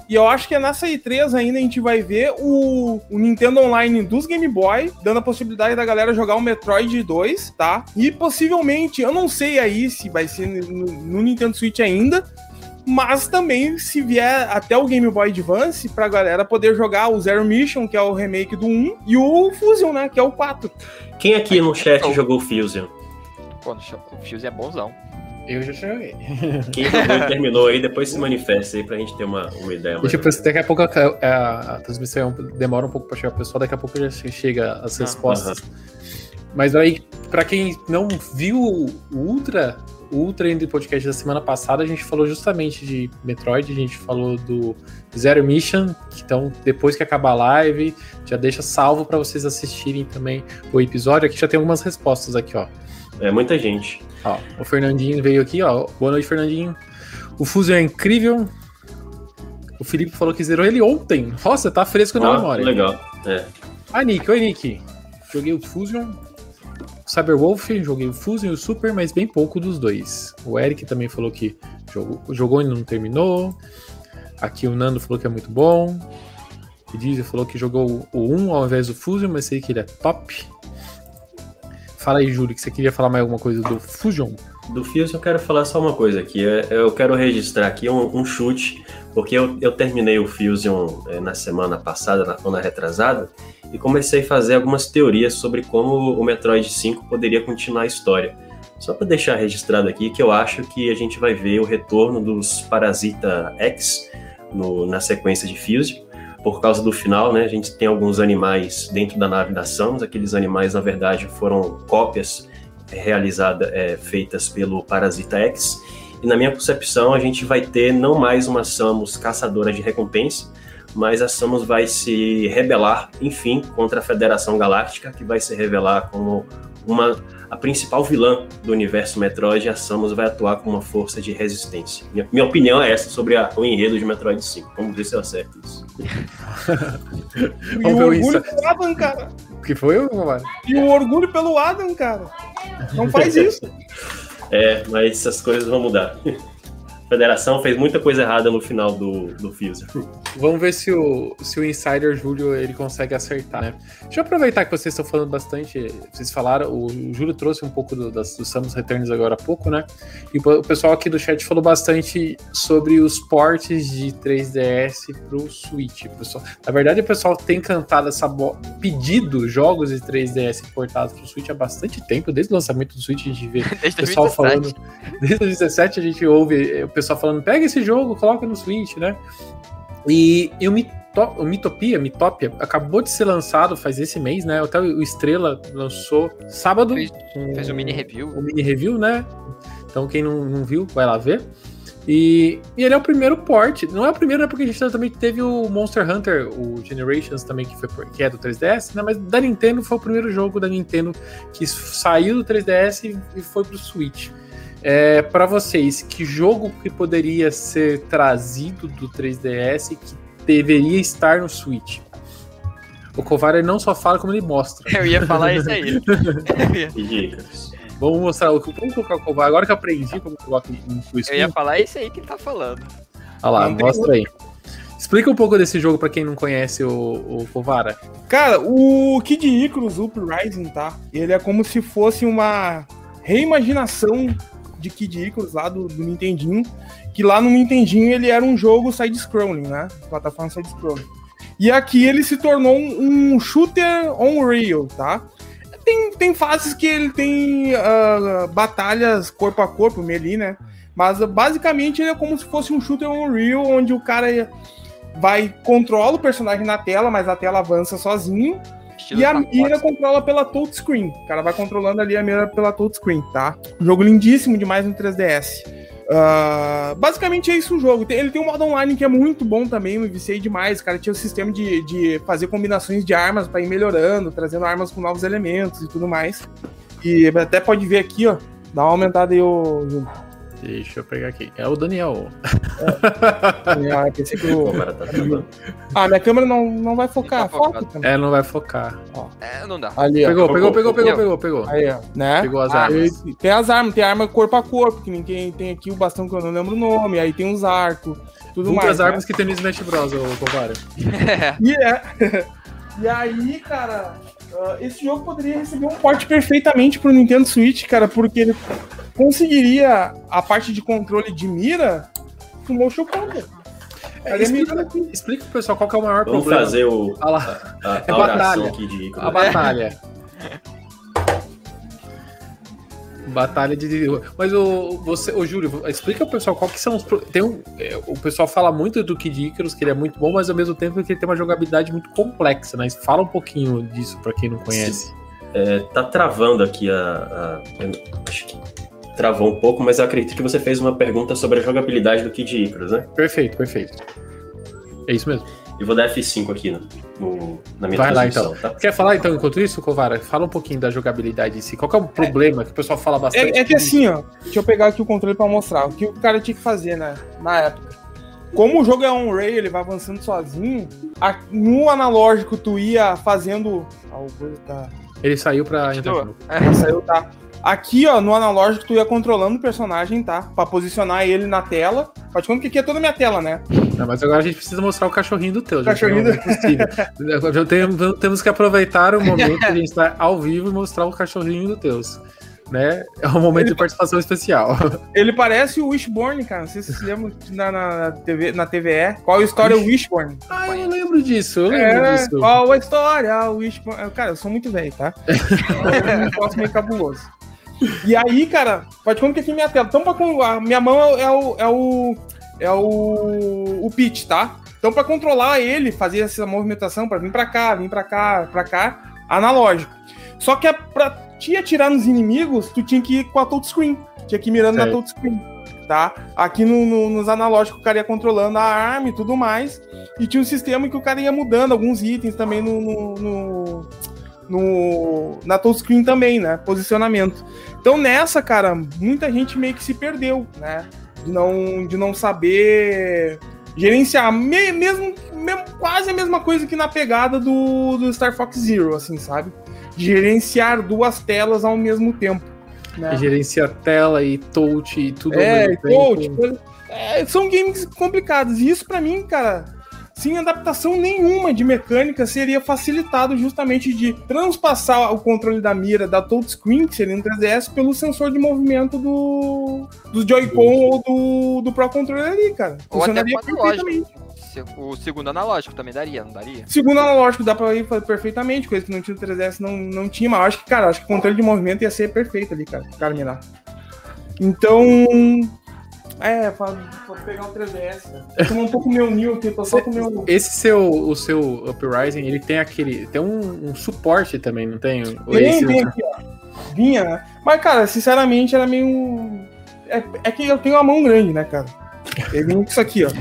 E eu acho que é nessa E3 ainda a gente vai ver o Nintendo Online dos Game Boy, dando a possibilidade da galera jogar o Metroid 2, tá? E possivelmente, eu não sei aí se vai ser no Nintendo Switch ainda, mas também se vier até o Game Boy Advance, pra galera poder jogar o Zero Mission, que é o remake do 1, e o Fusion, né, que é o 4. Quem aqui no chat jogou Fusion? Pô, o Fusion é bonzão. Eu já joguei. Quem jogou e terminou aí, depois se manifesta aí pra gente ter uma ideia. Deixa eu pensar, daqui a pouco a transmissão demora um pouco pra chegar o pessoal, daqui a pouco já chega as respostas. Mas aí, pra quem não viu o Ultra Indie Podcast da semana passada, a gente falou justamente de Metroid, a gente falou do Zero Mission, então depois que acabar a live, já deixa salvo pra vocês assistirem também o episódio. Aqui já tem algumas respostas aqui, ó. É muita gente. Ó, o Fernandinho veio aqui, ó. Boa noite, Fernandinho. O Fusion é incrível. O Felipe falou que zerou ele ontem. Nossa, tá fresco na memória. Legal. É. A Nick, oi Nick. Joguei o Fusion. O Cyberwolf, joguei o Fusion e o Super, mas bem pouco dos dois. O Eric também falou que jogou e não terminou. Aqui o Nando falou que é muito bom. O Dizzy falou que jogou o 1 ao invés do Fusion, mas sei que ele é top. Fala aí, Júlio, que você queria falar mais alguma coisa do Fusion? Do Fusion eu quero falar só uma coisa aqui. Eu quero registrar aqui um chute, porque eu terminei o Fusion na semana passada, na retrasada, e comecei a fazer algumas teorias sobre como o Metroid 5 poderia continuar a história. Só para deixar registrado aqui que eu acho que a gente vai ver o retorno dos Parasita X na sequência de Fusion. Por causa do final, né, a gente tem alguns animais dentro da nave da Samus. Aqueles animais, na verdade, foram cópias feitas pelo Parasita X. E na minha concepção, a gente vai ter não mais uma Samus caçadora de recompensa, mas a Samus vai se rebelar, enfim, contra a Federação Galáctica, que vai se revelar como a principal vilã do universo Metroid. A Samus vai atuar como uma força de resistência. Minha opinião é essa sobre o enredo de Metroid 5. Vamos ver se eu acerto isso. E o orgulho pelo Adam, cara. O que foi, mano? E o orgulho pelo Adam, cara. Não faz isso. Mas essas coisas vão mudar. A Federação fez muita coisa errada no final do Fusion. Vamos ver se o Insider Júlio ele consegue acertar, né? Deixa eu aproveitar que vocês estão falando bastante, vocês falaram, o Júlio trouxe um pouco do Samus Returns agora há pouco, né? E o pessoal aqui do chat falou bastante sobre os ports de 3DS pro Switch. Pessoal, na verdade, o pessoal tem cantado pedido jogos de 3DS portados pro Switch há bastante tempo, desde o lançamento do Switch a gente vê o pessoal falando. Desde 2017 a gente ouve o pessoal falando, pega esse jogo, coloca no Switch, né? E o Miitopia acabou de ser lançado faz esse mês, né? Até o Estrela lançou sábado. Fez um mini review. Um mini review, né? Então quem não viu, vai lá ver. E ele é o primeiro port. Não é o primeiro, né? Porque a gente também teve o Monster Hunter, o Generations também, que é do 3DS, né? Mas da Nintendo foi o primeiro jogo da Nintendo que saiu do 3DS e foi pro Switch. Para vocês, que jogo que poderia ser trazido do 3DS e que deveria estar no Switch? O Kovar não só fala, como ele mostra. Eu ia falar isso aí. Vamos mostrar. Vamos colocar o Kovar. Agora que eu aprendi como coloca o screen. Eu ia falar isso aí que ele tá falando. Olha lá, mostra aí. Explica um pouco desse jogo pra quem não conhece o Kovara. Cara, o Kid Icarus Uprising, tá? Ele é como se fosse uma reimaginação de Kid Icarus lá do Nintendinho, que lá no Nintendinho ele era um jogo side-scrolling, né? Plataforma side-scrolling. E aqui ele se tornou um shooter on rail, tá? Tem fases que ele tem batalhas corpo a corpo, melee, né? Mas basicamente ele é como se fosse um shooter on rail, onde o cara controla o personagem na tela, mas a tela avança sozinho. E a mira controla pela touchscreen. O cara vai controlando ali a mira pela touchscreen, tá? Um jogo lindíssimo demais no 3DS. Basicamente é isso o jogo. Ele tem um modo online que é muito bom também, me viciei demais. O cara tinha o sistema de fazer combinações de armas pra ir melhorando, trazendo armas com novos elementos e tudo mais. E até pode ver aqui, ó. Dá uma aumentada aí, Júlio. Deixa eu pegar aqui. É o Daniel. Pensei que minha câmera não vai focar. Foca, não vai focar. Ó. Não dá. Ali, pegou. Aí, ó, né? Pegou as armas. Tem as armas, tem arma corpo a corpo, que ninguém tem aqui o bastão que eu não lembro o nome, aí tem os arcos, tudo mais. As armas que tem no Smash Bros, ô Covara. E aí, cara, esse jogo poderia receber um porte perfeitamente pro Nintendo Switch, cara, porque ele conseguiria a parte de controle de mira com Motion Control. Explica pro pessoal qual que é o maior Vamos problema. Fazer a batalha aqui de Ícaro. A batalha. Batalha de... Mas ô Júlio, explica pro pessoal qual que são os... o pessoal fala muito do Kid Icarus, que ele é muito bom, mas ao mesmo tempo que ele tem uma jogabilidade muito complexa, né? Fala um pouquinho disso pra quem não conhece. Tá travando aqui acho que travou um pouco, mas eu acredito que você fez uma pergunta sobre a jogabilidade do Kid Icarus, né? Perfeito. É isso mesmo. E vou dar F5 aqui na minha Vai transmissão, lá, então. tá? Quer falar, então, enquanto isso, Covara? Fala um pouquinho da jogabilidade em si. Qual que é o problema que o pessoal fala bastante? É que assim, ó, deixa eu pegar aqui o controle pra mostrar. O que o cara tinha que fazer, né, na época. Como o jogo é on-ray, ele vai avançando sozinho, no analógico tu ia fazendo... Ele saiu pra entrar. Saiu, tá. Aqui, ó, no analógico, tu ia controlando o personagem, tá? Pra posicionar ele na tela. Pode contar que aqui é toda a minha tela, né? Não, mas agora a gente precisa mostrar o cachorrinho do teu. Cachorrinho é possível. Temos que aproveitar o momento que a gente tá ao vivo e mostrar o cachorrinho do teus. Né? É um momento de participação especial. Ele parece o Wishbone, cara. Não sei se vocês lembram na TVE. Qual a história é o Wishbone? Eu lembro disso. Qual a história? O Wishbone. Cara, eu sou muito velho, tá? Eu não posso meio cabuloso. E aí, cara, pode contar que aqui minha tela. Então, a minha mão é o pitch, tá? Então, pra controlar ele, fazer essa movimentação, pra vir pra cá, analógico. Só que pra te atirar nos inimigos, tu tinha que ir com a touchscreen. Tinha que ir mirando na touchscreen, tá? Aqui nos analógicos o cara ia controlando a arma e tudo mais. E tinha um sistema que o cara ia mudando alguns itens também na touchscreen também, né? Posicionamento. Então nessa, cara, muita gente meio que se perdeu, né? De não saber gerenciar. Mesmo quase a mesma coisa que na pegada do Star Fox Zero, assim, sabe? Gerenciar duas telas ao mesmo tempo. Né? Gerenciar tela e touch e tudo ao mesmo tempo. São games complicados. E isso pra mim, cara, sem adaptação nenhuma de mecânica, seria facilitado justamente de transpassar o controle da mira da touchscreen, que seria no 3DS, pelo sensor de movimento do Joy-Con ou do Pro Controller ali, cara. Ou até com perfeitamente. O segundo analógico também daria, não daria? Segundo analógico dá pra ir perfeitamente, coisa que no 3DS não tinha, mas acho que o controle de movimento ia ser perfeito ali, cara, mirar. Então... pra pegar o 3DS, eu tomar um pouco meu New aqui, tô só com o meu... O seu Uprising, ele tem tem um suporte também, não tem? Tem aqui, ó. Vinha, né? Mas, cara, sinceramente, era meio... É que eu tenho uma mão grande, né, cara? Ele vinha com isso aqui, ó.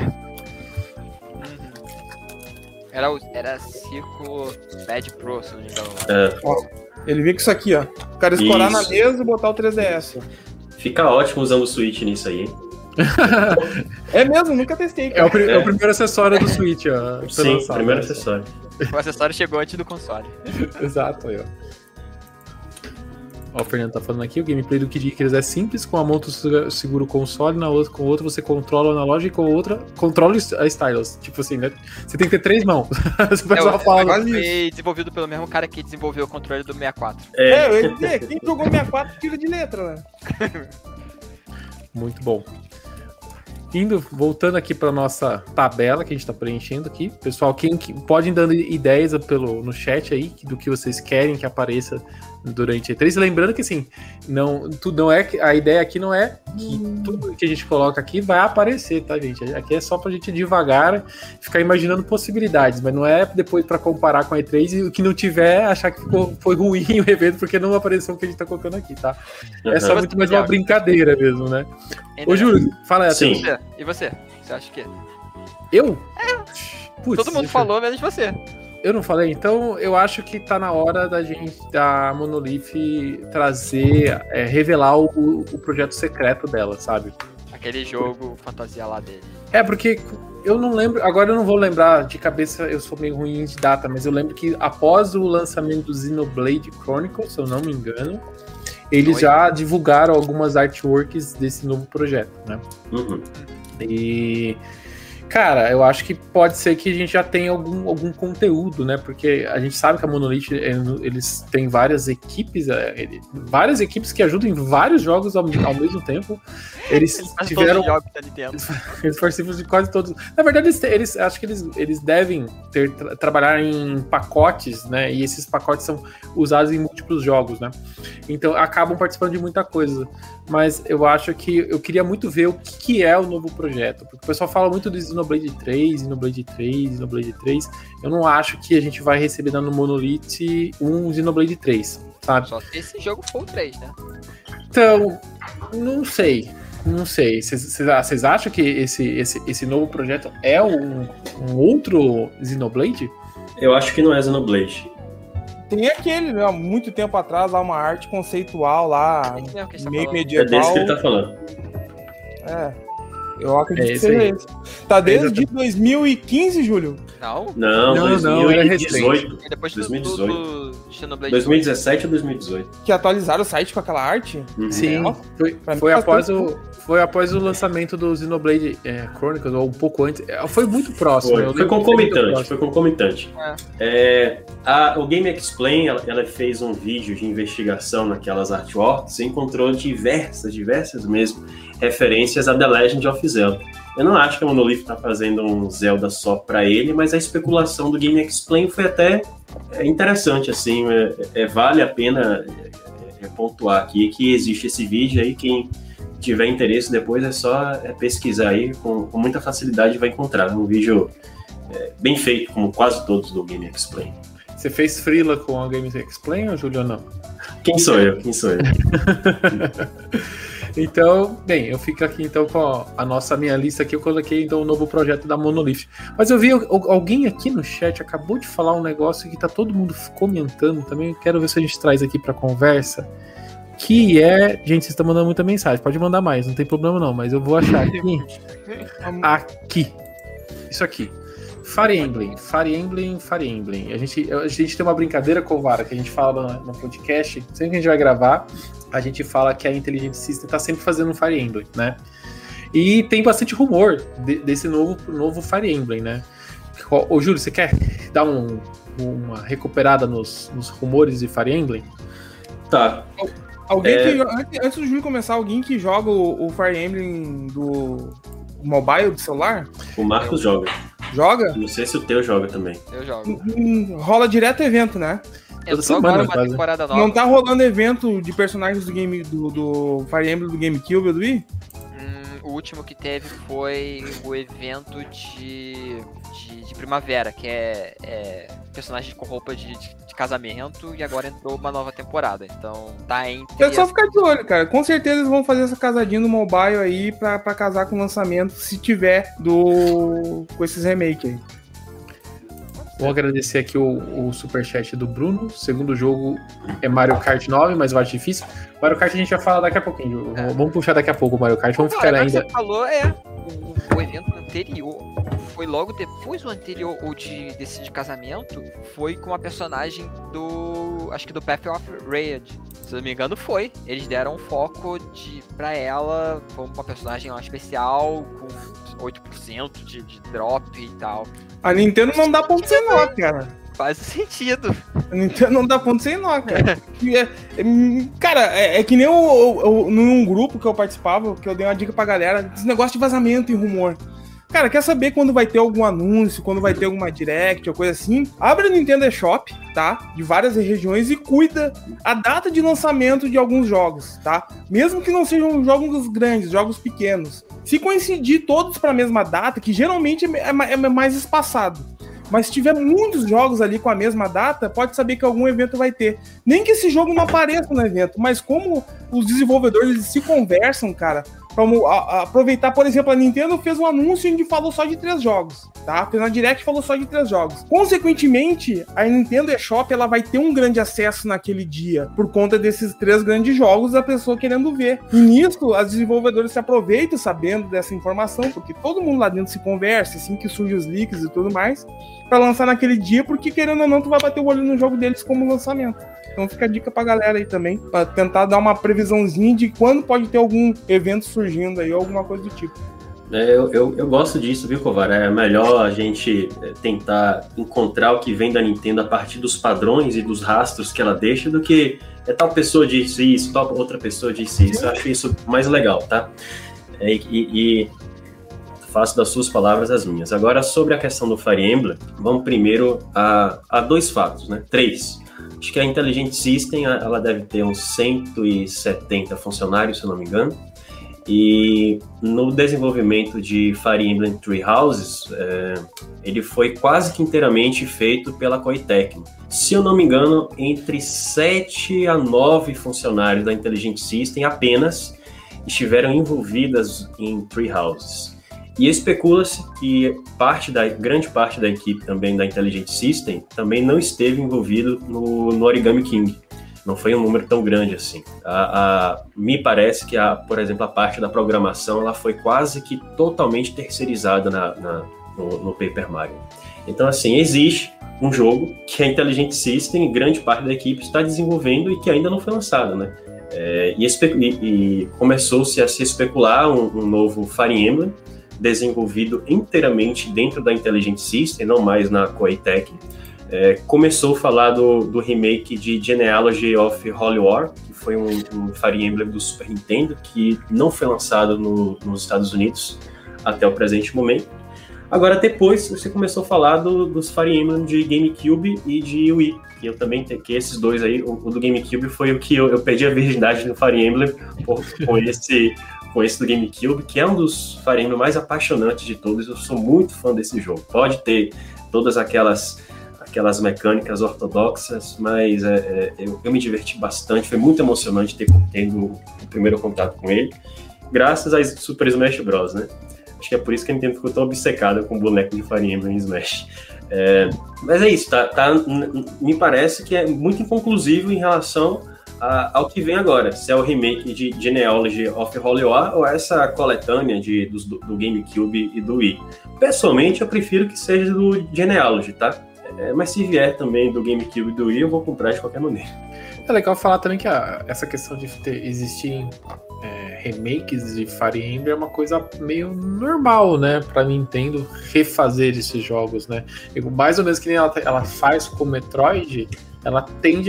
Era Circo Bad Pro, se não me engano. Ó, ele vem com isso aqui, ó. O cara escorar na mesa e botar o 3DS. Fica ótimo usando o Switch nisso aí, hein? É mesmo, nunca testei. É o primeiro acessório do Switch, ó. Sim, o primeiro acessório. O acessório chegou antes do console. Exato, aí, ó. Ó, o Fernando tá falando aqui, o gameplay do Kid Icarus é simples, com a mão tu segura o console, com o outro você controla o analógico e com a outra controla a stylus. Tipo assim, né? Você tem que ter 3 mãos. O pessoal fala. Foi desenvolvido pelo mesmo cara que desenvolveu o controle do 64. Quem jogou 64 tira de letra, né? Muito bom. Voltando aqui para nossa tabela que a gente está preenchendo aqui. Pessoal, quem pode dando ideias no chat aí do que vocês querem que apareça durante a E3. Lembrando que assim, a ideia aqui não é que tudo que a gente coloca aqui vai aparecer, tá, gente? Aqui é só pra gente devagar ficar imaginando possibilidades, mas não é depois para comparar com a E3 e o que não tiver achar que foi ruim o evento porque não apareceu o que a gente tá colocando aqui, tá? É só muito mais uma brincadeira mesmo, né? Ô, Júlio, fala essa. Sim. E você? Você acha que? Eu? Todo mundo falou, menos você. Eu não falei? Então eu acho que tá na hora da Monolith trazer, revelar o projeto secreto dela, sabe? Aquele jogo fantasia lá dele. Porque eu não lembro, agora eu não vou lembrar de cabeça, eu sou meio ruim de data, mas eu lembro que após o lançamento do Xenoblade Chronicles, se eu não me engano, eles já divulgaram algumas artworks desse novo projeto, né? Uhum. E, cara, eu acho que pode ser que a gente já tenha algum conteúdo, né? Porque a gente sabe que a Monolith, eles têm várias equipes que ajudam em vários jogos ao mesmo tempo. Eles tiveram... Todos os jogos da Nintendo. Eles participam de quase todos. Na verdade, acho que eles devem trabalhar em pacotes, né? E esses pacotes são usados em múltiplos jogos, né? Então, acabam participando de muita coisa. Mas eu acho que eu queria muito ver o que é o novo projeto. Porque o pessoal fala muito do Xenoblade 3. Eu não acho que a gente vai receber no Monolith um Xenoblade 3, sabe? Só se esse jogo for o 3, né? Então, não sei. Vocês acham que esse novo projeto é um outro Xenoblade? Eu acho que não é Xenoblade. Tem aquele, né, há muito tempo atrás, lá uma arte conceitual lá, meio medieval. É desse que ele tá falando. Eu acredito que seja esse. Tá desde 2015, Júlio? Não, 2018. Depois 2018. do Xenoblade 2017 ou 2018. Que atualizaram o site com aquela arte? Uhum. Sim, foi após o lançamento do Xenoblade Chronicles, ou um pouco antes. Foi muito próximo. Foi concomitante. O Game Explain, ela fez um vídeo de investigação naquelas artworks e encontrou diversas mesmo, referências a The Legend of Zelda. Eu não acho que a Monolith tá fazendo um Zelda só pra ele, mas a especulação do Game Explain foi até interessante, assim, vale a pena pontuar aqui que existe esse vídeo aí, quem tiver interesse depois é só pesquisar aí, com muita facilidade vai encontrar, um vídeo bem feito, como quase todos do Game Explain. Você fez freela com a Game Explain ou Júlio não? Quem sou eu? Então, bem, eu fico aqui então com a minha lista aqui, eu coloquei então o novo projeto da Monolith. Mas eu vi alguém aqui no chat acabou de falar um negócio que tá todo mundo comentando também, eu quero ver se a gente traz aqui pra conversa, que é... Gente, vocês estão mandando muita mensagem, pode mandar mais, não tem problema não, mas eu vou achar aqui. Isso aqui. Fire Emblem. A gente tem uma brincadeira, Covara, que a gente fala no podcast, sempre que a gente vai gravar, a gente fala que a Intelligent System tá sempre fazendo um Fire Emblem, né? E tem bastante rumor desse novo Fire Emblem, né? Ô, Júlio, você quer dar uma recuperada nos rumores de Fire Emblem? Tá. Antes do Júlio começar, alguém que joga o Fire Emblem do mobile, do celular? O Marcos joga. Joga? Não sei se o teu joga também. Eu jogo. Rola direto evento, né? Eu tô agora uma temporada nova. Não tá rolando evento de personagens do Fire Emblem do GameCube ou do Wii? O último que teve foi o evento de primavera, que é personagens com roupa de casamento, e agora entrou uma nova temporada. Então tá entre... É só ficar de olho, cara. Com certeza eles vão fazer essa casadinha no mobile aí pra casar com o lançamento, se tiver com esses remakes aí. Vou agradecer aqui o superchat do Bruno. O segundo jogo é Mario Kart 9, mas eu acho difícil. Mario Kart a gente vai falar daqui a pouquinho. Vamos puxar daqui a pouco o Mario Kart. Vamos ficar ainda... Você falou, o evento anterior, foi logo depois do anterior, ou desse de casamento, foi com a personagem acho que do Path of Rage. Se não me engano, foi. Eles deram um foco pra ela como uma personagem lá especial, com 8% de drop e tal. A Nintendo não dá ponto sem nó, cara. Faz sentido. A Nintendo não dá ponto sem nó, cara. Cara, é que nem num grupo que eu participava, que eu dei uma dica pra galera, esse negócio de vazamento e rumor. Cara, quer saber quando vai ter algum anúncio, quando vai ter alguma direct ou coisa assim? Abre a Nintendo eShop, tá? De várias regiões e cuida a data de lançamento de alguns jogos, tá? Mesmo que não sejam jogos grandes, jogos pequenos. Se coincidir todos para a mesma data, que geralmente é mais espaçado. Mas se tiver muitos jogos ali com a mesma data, pode saber que algum evento vai ter. Nem que esse jogo não apareça no evento, mas como os desenvolvedores eles se conversam, cara, aproveitar, por exemplo, a Nintendo fez um anúncio onde falou só de 3 jogos, tá? Fez na Direct falou só de 3 jogos. Consequentemente, a Nintendo eShop, ela vai ter um grande acesso naquele dia, por conta desses 3 grandes jogos, da pessoa querendo ver. E nisso, as desenvolvedoras se aproveitam sabendo dessa informação, porque todo mundo lá dentro se conversa, assim que surgem os leaks e tudo mais, pra lançar naquele dia, porque querendo ou não, tu vai bater o olho no jogo deles como lançamento. Então fica a dica pra galera aí também, pra tentar dar uma previsãozinha de quando pode ter algum evento surgindo aí, ou alguma coisa do tipo. Eu gosto disso, viu, Kovar? É melhor a gente tentar encontrar o que vem da Nintendo a partir dos padrões e dos rastros que ela deixa, do que tal pessoa disse isso, tal outra pessoa disse isso. Eu acho isso mais legal, tá? E faço das suas palavras as minhas. Agora, sobre a questão do Fire Emblem, vamos primeiro a 2 fatos, né? 3. Acho que a Intelligent System, ela deve ter uns 170 funcionários, se eu não me engano. E no desenvolvimento de Fire Emblem Three Houses, ele foi quase que inteiramente feito pela Koei Tecmo. Se eu não me engano, entre 7 a 9 funcionários da Intelligent System apenas estiveram envolvidas em Three Houses. E especula-se que grande parte da equipe também da Intelligent System também não esteve envolvido no Origami King. Não foi um número tão grande assim. Me parece que, por exemplo, a parte da programação ela foi quase que totalmente terceirizada no Paper Mario. Então, assim, existe um jogo que a Intelligent System, grande parte da equipe, está desenvolvendo e que ainda não foi lançado, né? E começou-se a se especular um novo Fire Emblem, desenvolvido inteiramente dentro da Intelligent System, não mais na Koei Tecmo. Começou a falar do remake de Genealogy of Holy War, que foi um Fire Emblem do Super Nintendo, que não foi lançado nos Estados Unidos até o presente momento. Agora, depois, você começou a falar dos Fire Emblem de GameCube e de Wii, que eu também tenho, que esses dois aí, o do GameCube foi o que eu perdi a virgindade no Fire Emblem com esse do GameCube, que é um dos Fire Emblem mais apaixonantes de todos. Eu sou muito fã desse jogo. Pode ter todas aquelas mecânicas ortodoxas, mas eu me diverti bastante. Foi muito emocionante ter o primeiro contato com ele, graças a Super Smash Bros, né? Acho que é por isso que a Nintendo ficou tão obcecada com o boneco de Fire Emblem em Smash. Mas é isso, me parece que é muito inconclusivo em relação ao que vem agora, se é o remake de Genealogy of Holy War ou essa coletânea do GameCube e do Wii. Pessoalmente, eu prefiro que seja do Genealogy, tá? Mas se vier também do GameCube e do Wii, eu vou comprar de qualquer maneira. É legal falar também que essa questão de existir remakes de Fire Emblem é uma coisa meio normal, né, pra Nintendo refazer esses jogos, né? Mais ou menos que nem ela faz com o Metroid, ela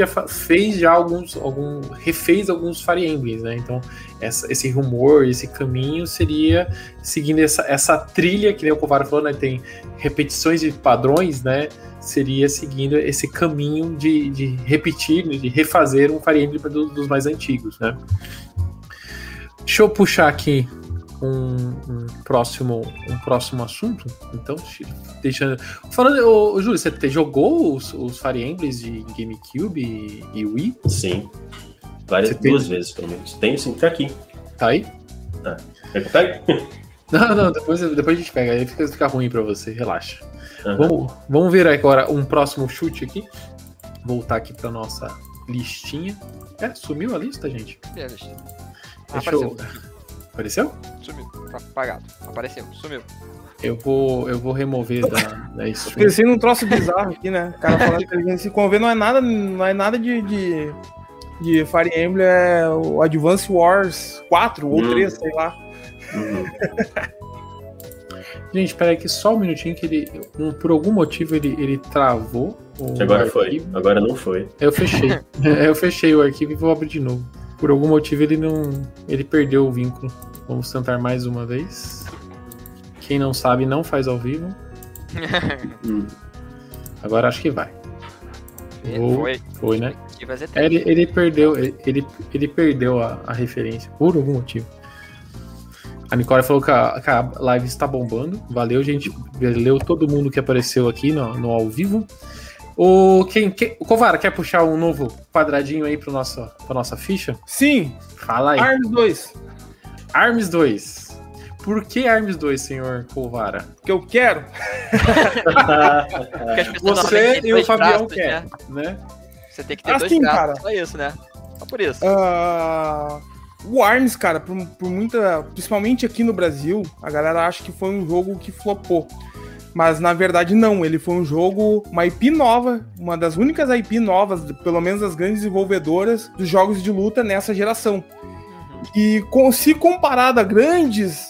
refez alguns Fire Emblems, né? Então, esse rumor, esse caminho seria seguindo essa trilha, que nem o Kovar falou, né? Tem repetições de padrões, né? Seria seguindo esse caminho de repetir, de refazer um Fire Emblem dos mais antigos, né? Deixa eu puxar aqui um próximo assunto. Então, deixando. Falando, Júlio, você jogou os Fire Emblems de GameCube e Wii? Sim. Duas vezes, pelo menos. Tenho sim, tá aqui. Tá aí? Tá. Quer que Não, depois a gente pega. Aí fica ruim pra você, relaxa. Uhum. Vamos ver agora um próximo chute aqui. Voltar aqui pra nossa listinha. Sumiu a lista, gente? Apareceu? Sumiu. Tá apagado. Apareceu. Sumiu. Eu vou remover da stream. Pensei num troço bizarro aqui, né? O cara falando que ele se convê, não é nada de Fire Emblem, é o Advance Wars 4 ou 3, sei lá. Gente, espera aí que só um minutinho que ele, por algum motivo, ele travou. Agora arquivo. Foi, agora não foi. Eu fechei. Eu fechei o arquivo e vou abrir de novo. Por algum motivo ele perdeu o vínculo. Vamos tentar mais uma vez. Quem não sabe, não faz ao vivo. Agora acho que vai. Foi, né? Ele perdeu a referência por algum motivo. A Nicole falou que a live está bombando. Valeu, gente. Valeu todo mundo que apareceu aqui no ao vivo. O Kovar, quer puxar um novo quadradinho aí pra nossa ficha? Sim. Fala aí. ARMS 2. Arms 2. Por que Arms 2, senhor Polvara? Que eu quero. Porque as pessoas Você normalmente têm e o dois Fabião braços, quer, né? Você tem que ter Assim, dois braços, cara. só isso, né? Só por isso. O Arms, cara, por muita... Principalmente aqui no Brasil, a galera acha que foi um jogo que flopou. Mas, na verdade, não. Ele foi um jogo, uma IP nova, uma das únicas IP novas, pelo menos das grandes desenvolvedoras, dos jogos de luta nessa geração. E se comparado a grandes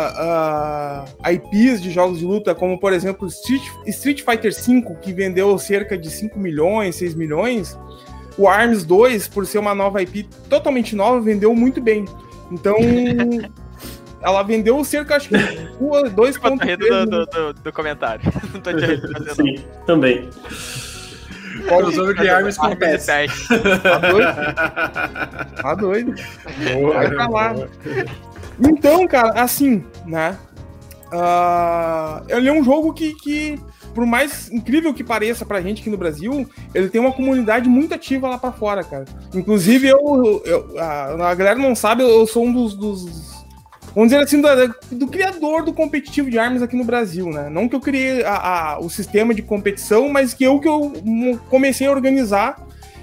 IPs de jogos de luta, como, por exemplo, Street Fighter V, que vendeu cerca de 5 milhões, 6 milhões, o Arms 2, por ser uma nova IP totalmente nova, vendeu muito bem. Então... Ela vendeu cerca, acho que 2,3 do comentário. Não tô te respondendo. Sim, também. Qual o jogo de Arms acontece? Tá doido. Vai pra lá. Então, cara, assim, né? Ele é um jogo que, por mais incrível que pareça pra gente aqui no Brasil, ele tem uma comunidade muito ativa lá pra fora, cara. Inclusive, a galera não sabe, eu sou um dos vamos dizer assim, do criador do competitivo de Arms aqui no Brasil, né? Não que eu criei o sistema de competição, mas que eu comecei a organizar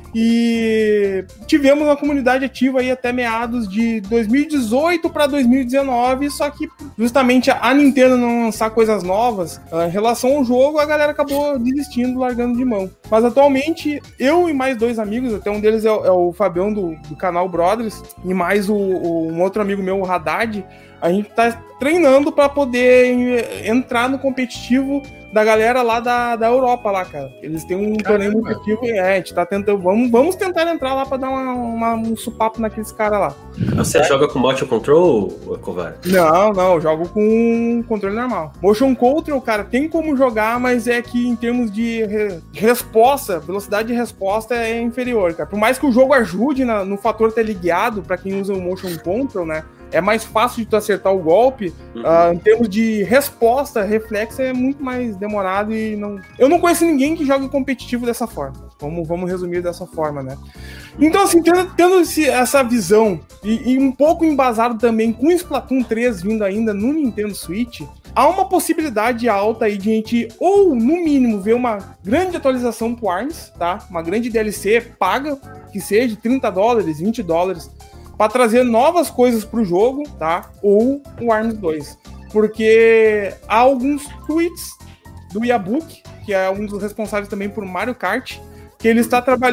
e tivemos uma comunidade ativa aí até meados de 2018 para 2019, só que justamente a Nintendo não lançar coisas novas em relação ao jogo, a galera acabou desistindo, largando de mão. Mas atualmente, eu e mais 2 amigos, até um deles é o Fabião do canal Brothers, e mais um outro amigo meu, o Haddad, a gente tá treinando para poder entrar no competitivo da galera lá da Europa lá, cara. Eles têm um torneio muito ativo e a gente tá tentando... Vamos tentar entrar lá pra dar um supapo naqueles caras lá. Você joga com Motion Control, Kovar? Não, eu jogo com controle normal. Motion Control, cara, tem como jogar, mas é que em termos de resposta, velocidade de resposta é inferior, cara. Por mais que o jogo ajude no fator teleguiado, pra quem usa o Motion Control, né? É mais fácil de tu acertar o golpe. Em termos de resposta, reflexo é muito mais demorado e não... Eu não conheço ninguém que jogue competitivo dessa forma. Vamos resumir dessa forma, né? Então, assim, tendo essa visão e um pouco embasado também com o Splatoon 3 vindo ainda no Nintendo Switch, há uma possibilidade alta aí de a gente, ou no mínimo, ver uma grande atualização pro ARMS, tá? Uma grande DLC paga, que seja $30, $20, para trazer novas coisas pro jogo, tá? Ou o ARMS 2. Porque há alguns tweets do Yabuki, que é um dos responsáveis também por Mario Kart, que ele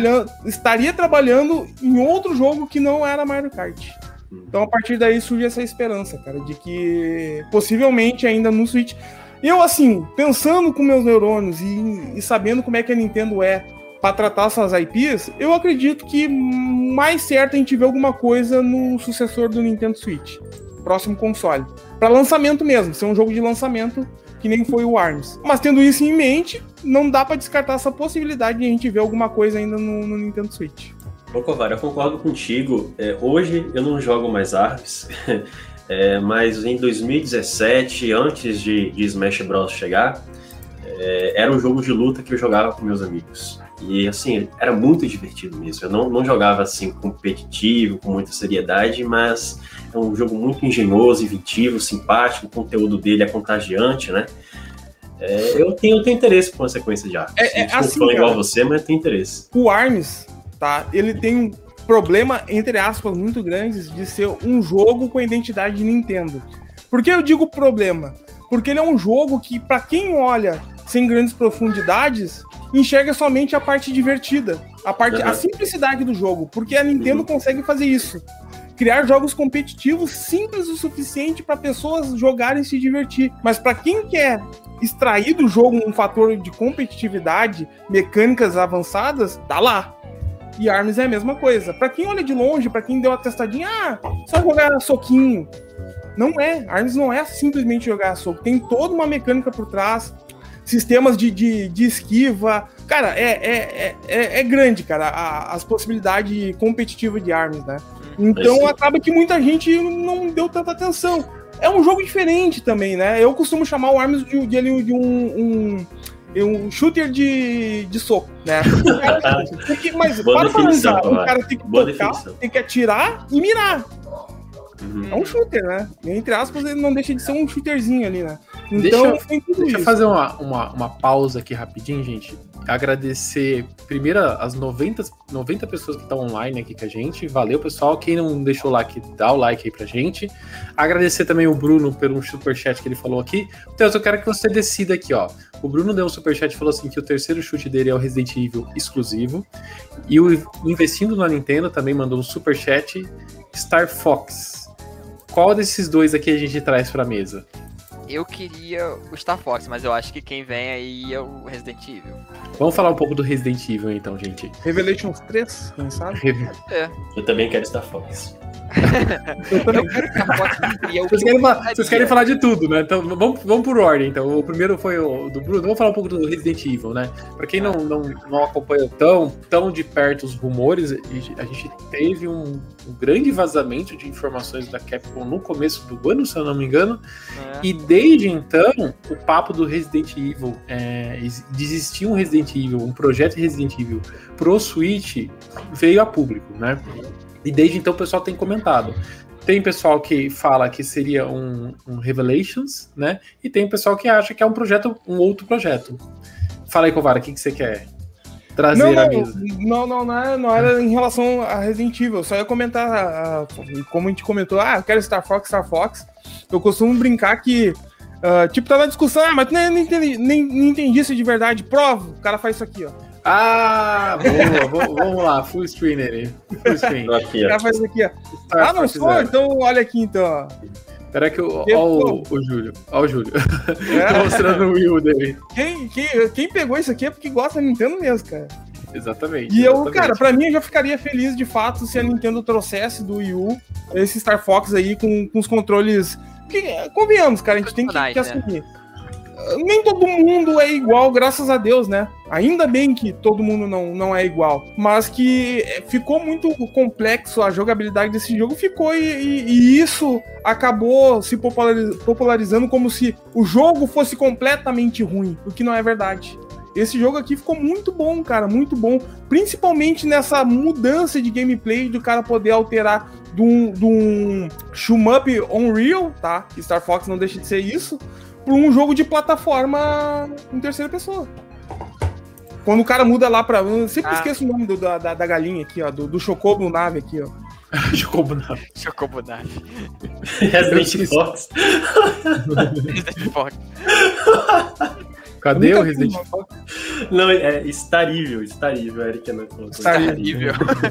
estaria trabalhando em outro jogo que não era Mario Kart. Então, a partir daí, surge essa esperança, cara, de que possivelmente ainda no Switch... Eu, assim, pensando com meus neurônios e sabendo como é que a Nintendo é para tratar suas IPs, eu acredito que mais certo a gente ver alguma coisa no sucessor do Nintendo Switch, próximo console. Para lançamento mesmo, ser um jogo de lançamento que nem foi o ARMS. Mas tendo isso em mente, não dá para descartar essa possibilidade de a gente ver alguma coisa ainda no Nintendo Switch. Ô, Kovar, eu concordo contigo. Hoje eu não jogo mais ARMS, mas em 2017, antes de Smash Bros. Chegar, era um jogo de luta que eu jogava com meus amigos. E, assim, era muito divertido mesmo. Eu não jogava, assim, competitivo, com muita seriedade, mas é um jogo muito engenhoso, inventivo, simpático, o conteúdo dele é contagiante, né? Eu tenho interesse por uma sequência de ARMS. Não assim, sou igual a você, mas tenho interesse. O ARMS, tá? Ele tem um problema, entre aspas, muito grande de ser um jogo com a identidade de Nintendo. Por que eu digo problema? Porque ele é um jogo que, pra quem olha sem grandes profundidades, enxerga somente a parte divertida, a simplicidade do jogo, porque a Nintendo consegue fazer isso. Criar jogos competitivos simples o suficiente para pessoas jogarem e se divertir. Mas para quem quer extrair do jogo um fator de competitividade, mecânicas avançadas, tá lá. E ARMS é a mesma coisa. Para quem olha de longe, para quem deu a testadinha, só jogar soquinho. Não é. ARMS não é simplesmente jogar soco. Tem toda uma mecânica por trás, sistemas de esquiva. Cara, é grande, cara, as possibilidades competitivas de ARMS, né? Então acaba que muita gente não deu tanta atenção. É um jogo diferente também, né? Eu costumo chamar o ARMS de um shooter de soco, né? Mas para analisar, o cara tem que tocar, tem que atirar e mirar. É um shooter, né? Entre aspas, ele não deixa de ser um shooterzinho ali, né? Então, deixa eu fazer uma pausa aqui rapidinho, gente. Agradecer primeiro as 90 pessoas que estão online aqui com a gente. Valeu, pessoal. Quem não deixou o like, dá o like aí pra gente. Agradecer também o Bruno pelo superchat que ele falou aqui. Então, eu quero que você decida aqui, ó. O Bruno deu um superchat e falou assim que o terceiro chute dele é o Resident Evil exclusivo. E o Investindo na Nintendo também mandou um superchat Star Fox. Qual desses dois aqui a gente traz pra mesa? Eu queria o Star Fox, mas eu acho que quem vem aí é o Resident Evil. Vamos falar um pouco do Resident Evil então, gente. Revelations 3, quem sabe? Eu também quero Star Fox. Eu quero Star Fox. Vocês querem falar de tudo, né? Então vamos por ordem. Então, o primeiro foi o do Bruno. Vamos falar um pouco do Resident Evil, né? Pra quem não acompanhou tão de perto os rumores, a gente teve um grande vazamento de informações da Capcom no começo do ano, se eu não me engano. E desde então, o papo do Resident Evil, de existir um Resident Evil, um projeto Resident Evil pro Switch, veio a público, né? E desde então o pessoal tem comentado. Tem pessoal que fala que seria um Revelations, né? E tem pessoal que acha que é um outro projeto. Fala aí, Covara, o que você quer trazer à mesa? Não era em relação a Resident Evil. Eu só ia comentar, como a gente comentou, eu quero Star Fox. Eu costumo brincar que, tá na discussão, mas tu nem entendi isso de verdade. Prova, o cara faz isso aqui, ó. Boa, vamos lá, full screen aí. Full screen. Aqui, o cara faz isso aqui, ó. Não sou? Então olha aqui, então, ó. Espera que Olha o Júlio. Olha o Júlio. Tô mostrando o Wii dele. Quem pegou isso aqui é porque gosta da Nintendo mesmo, cara. Exatamente. E eu, cara, pra mim eu já ficaria feliz de fato se a Nintendo trouxesse do Wii U esse Star Fox aí com os controles. Que, convenhamos, cara, a gente tem que assumir. Nem todo mundo é igual, graças a Deus, né? Ainda bem que todo mundo não é igual. Mas que ficou muito complexo a jogabilidade desse jogo, ficou, e isso acabou se popularizando como se o jogo fosse completamente ruim, o que não é verdade. Esse jogo aqui ficou muito bom, cara, muito bom. Principalmente nessa mudança de gameplay, do cara poder alterar de um shoot-up Unreal, tá? Star Fox não deixa de ser isso, para um jogo de plataforma em terceira pessoa. Quando o cara muda lá pra... Eu sempre esqueço o nome da galinha aqui, ó. Do Chocobo Nave aqui, ó. Chocobo Nave. Resident Fox. Resident Fox. Cadê o Resident Fox? Não, é Starível, Eric não colocou. Starível.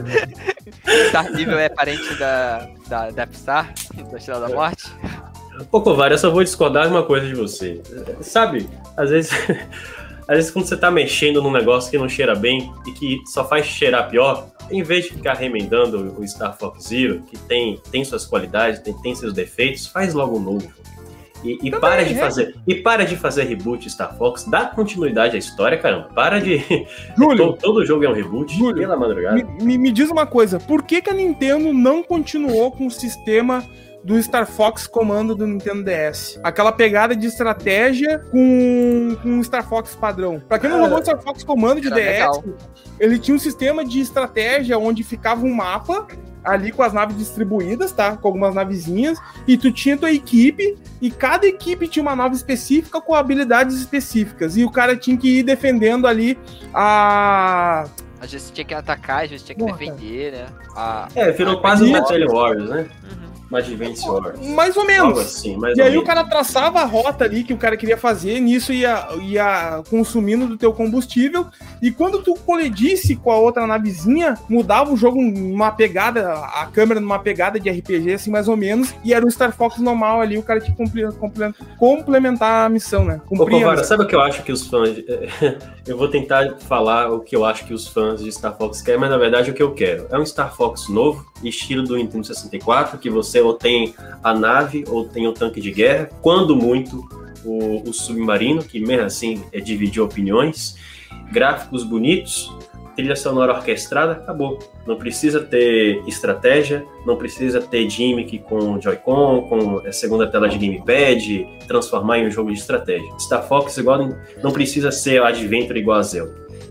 Starível é parente da Death Star, da Estrela da Morte? Ô, Kovar, eu só vou discordar de uma coisa de você. Sabe, às vezes quando você tá mexendo num negócio que não cheira bem e que só faz cheirar pior, em vez de ficar remendando o Star Fox Zero, que tem suas qualidades, tem seus defeitos, faz logo um novo. E para de fazer reboot Star Fox, dá continuidade à história, caramba. Para de... Júlio, todo jogo é um reboot, Júlio, pela madrugada. Me diz uma coisa, por que a Nintendo não continuou com o sistema do Star Fox Comando do Nintendo DS? Aquela pegada de estratégia com Star Fox padrão. Pra quem não jogou Star Fox Comando de DS, legal. Ele tinha um sistema de estratégia onde ficava um mapa ali com as naves distribuídas, tá? Com algumas navezinhas, e tu tinha tua equipe, e cada equipe tinha uma nave específica com habilidades específicas, e o cara tinha que ir defendendo ali a... Às vezes tinha que atacar, às vezes tinha que defender, né? Virou quase um Battle Warriors, né? Advance Wars. Mais ou menos. Assim, o cara traçava a rota ali que o cara queria fazer, nisso ia consumindo do teu combustível, e quando tu colidisse com a outra navezinha, mudava o jogo numa pegada, a câmera numa pegada de RPG, assim, mais ou menos, e era o Star Fox normal ali, o cara tinha que complementar a missão, né? Ô, Covara, sabe o que eu acho que os fãs... Eu vou tentar falar o que eu acho que os fãs de Star Fox querem, mas na verdade o que eu quero é um Star Fox novo, estilo do Nintendo 64, que você ou tem a nave ou tem o tanque de guerra, quando muito o submarino, que mesmo assim dividiu opiniões, gráficos bonitos, trilha sonora orquestrada, acabou. Não precisa ter estratégia, não precisa ter gimmick com Joy-Con, com a segunda tela de gamepad, transformar em um jogo de estratégia. Star Fox igual, não precisa ser Adventure igual a Zelda.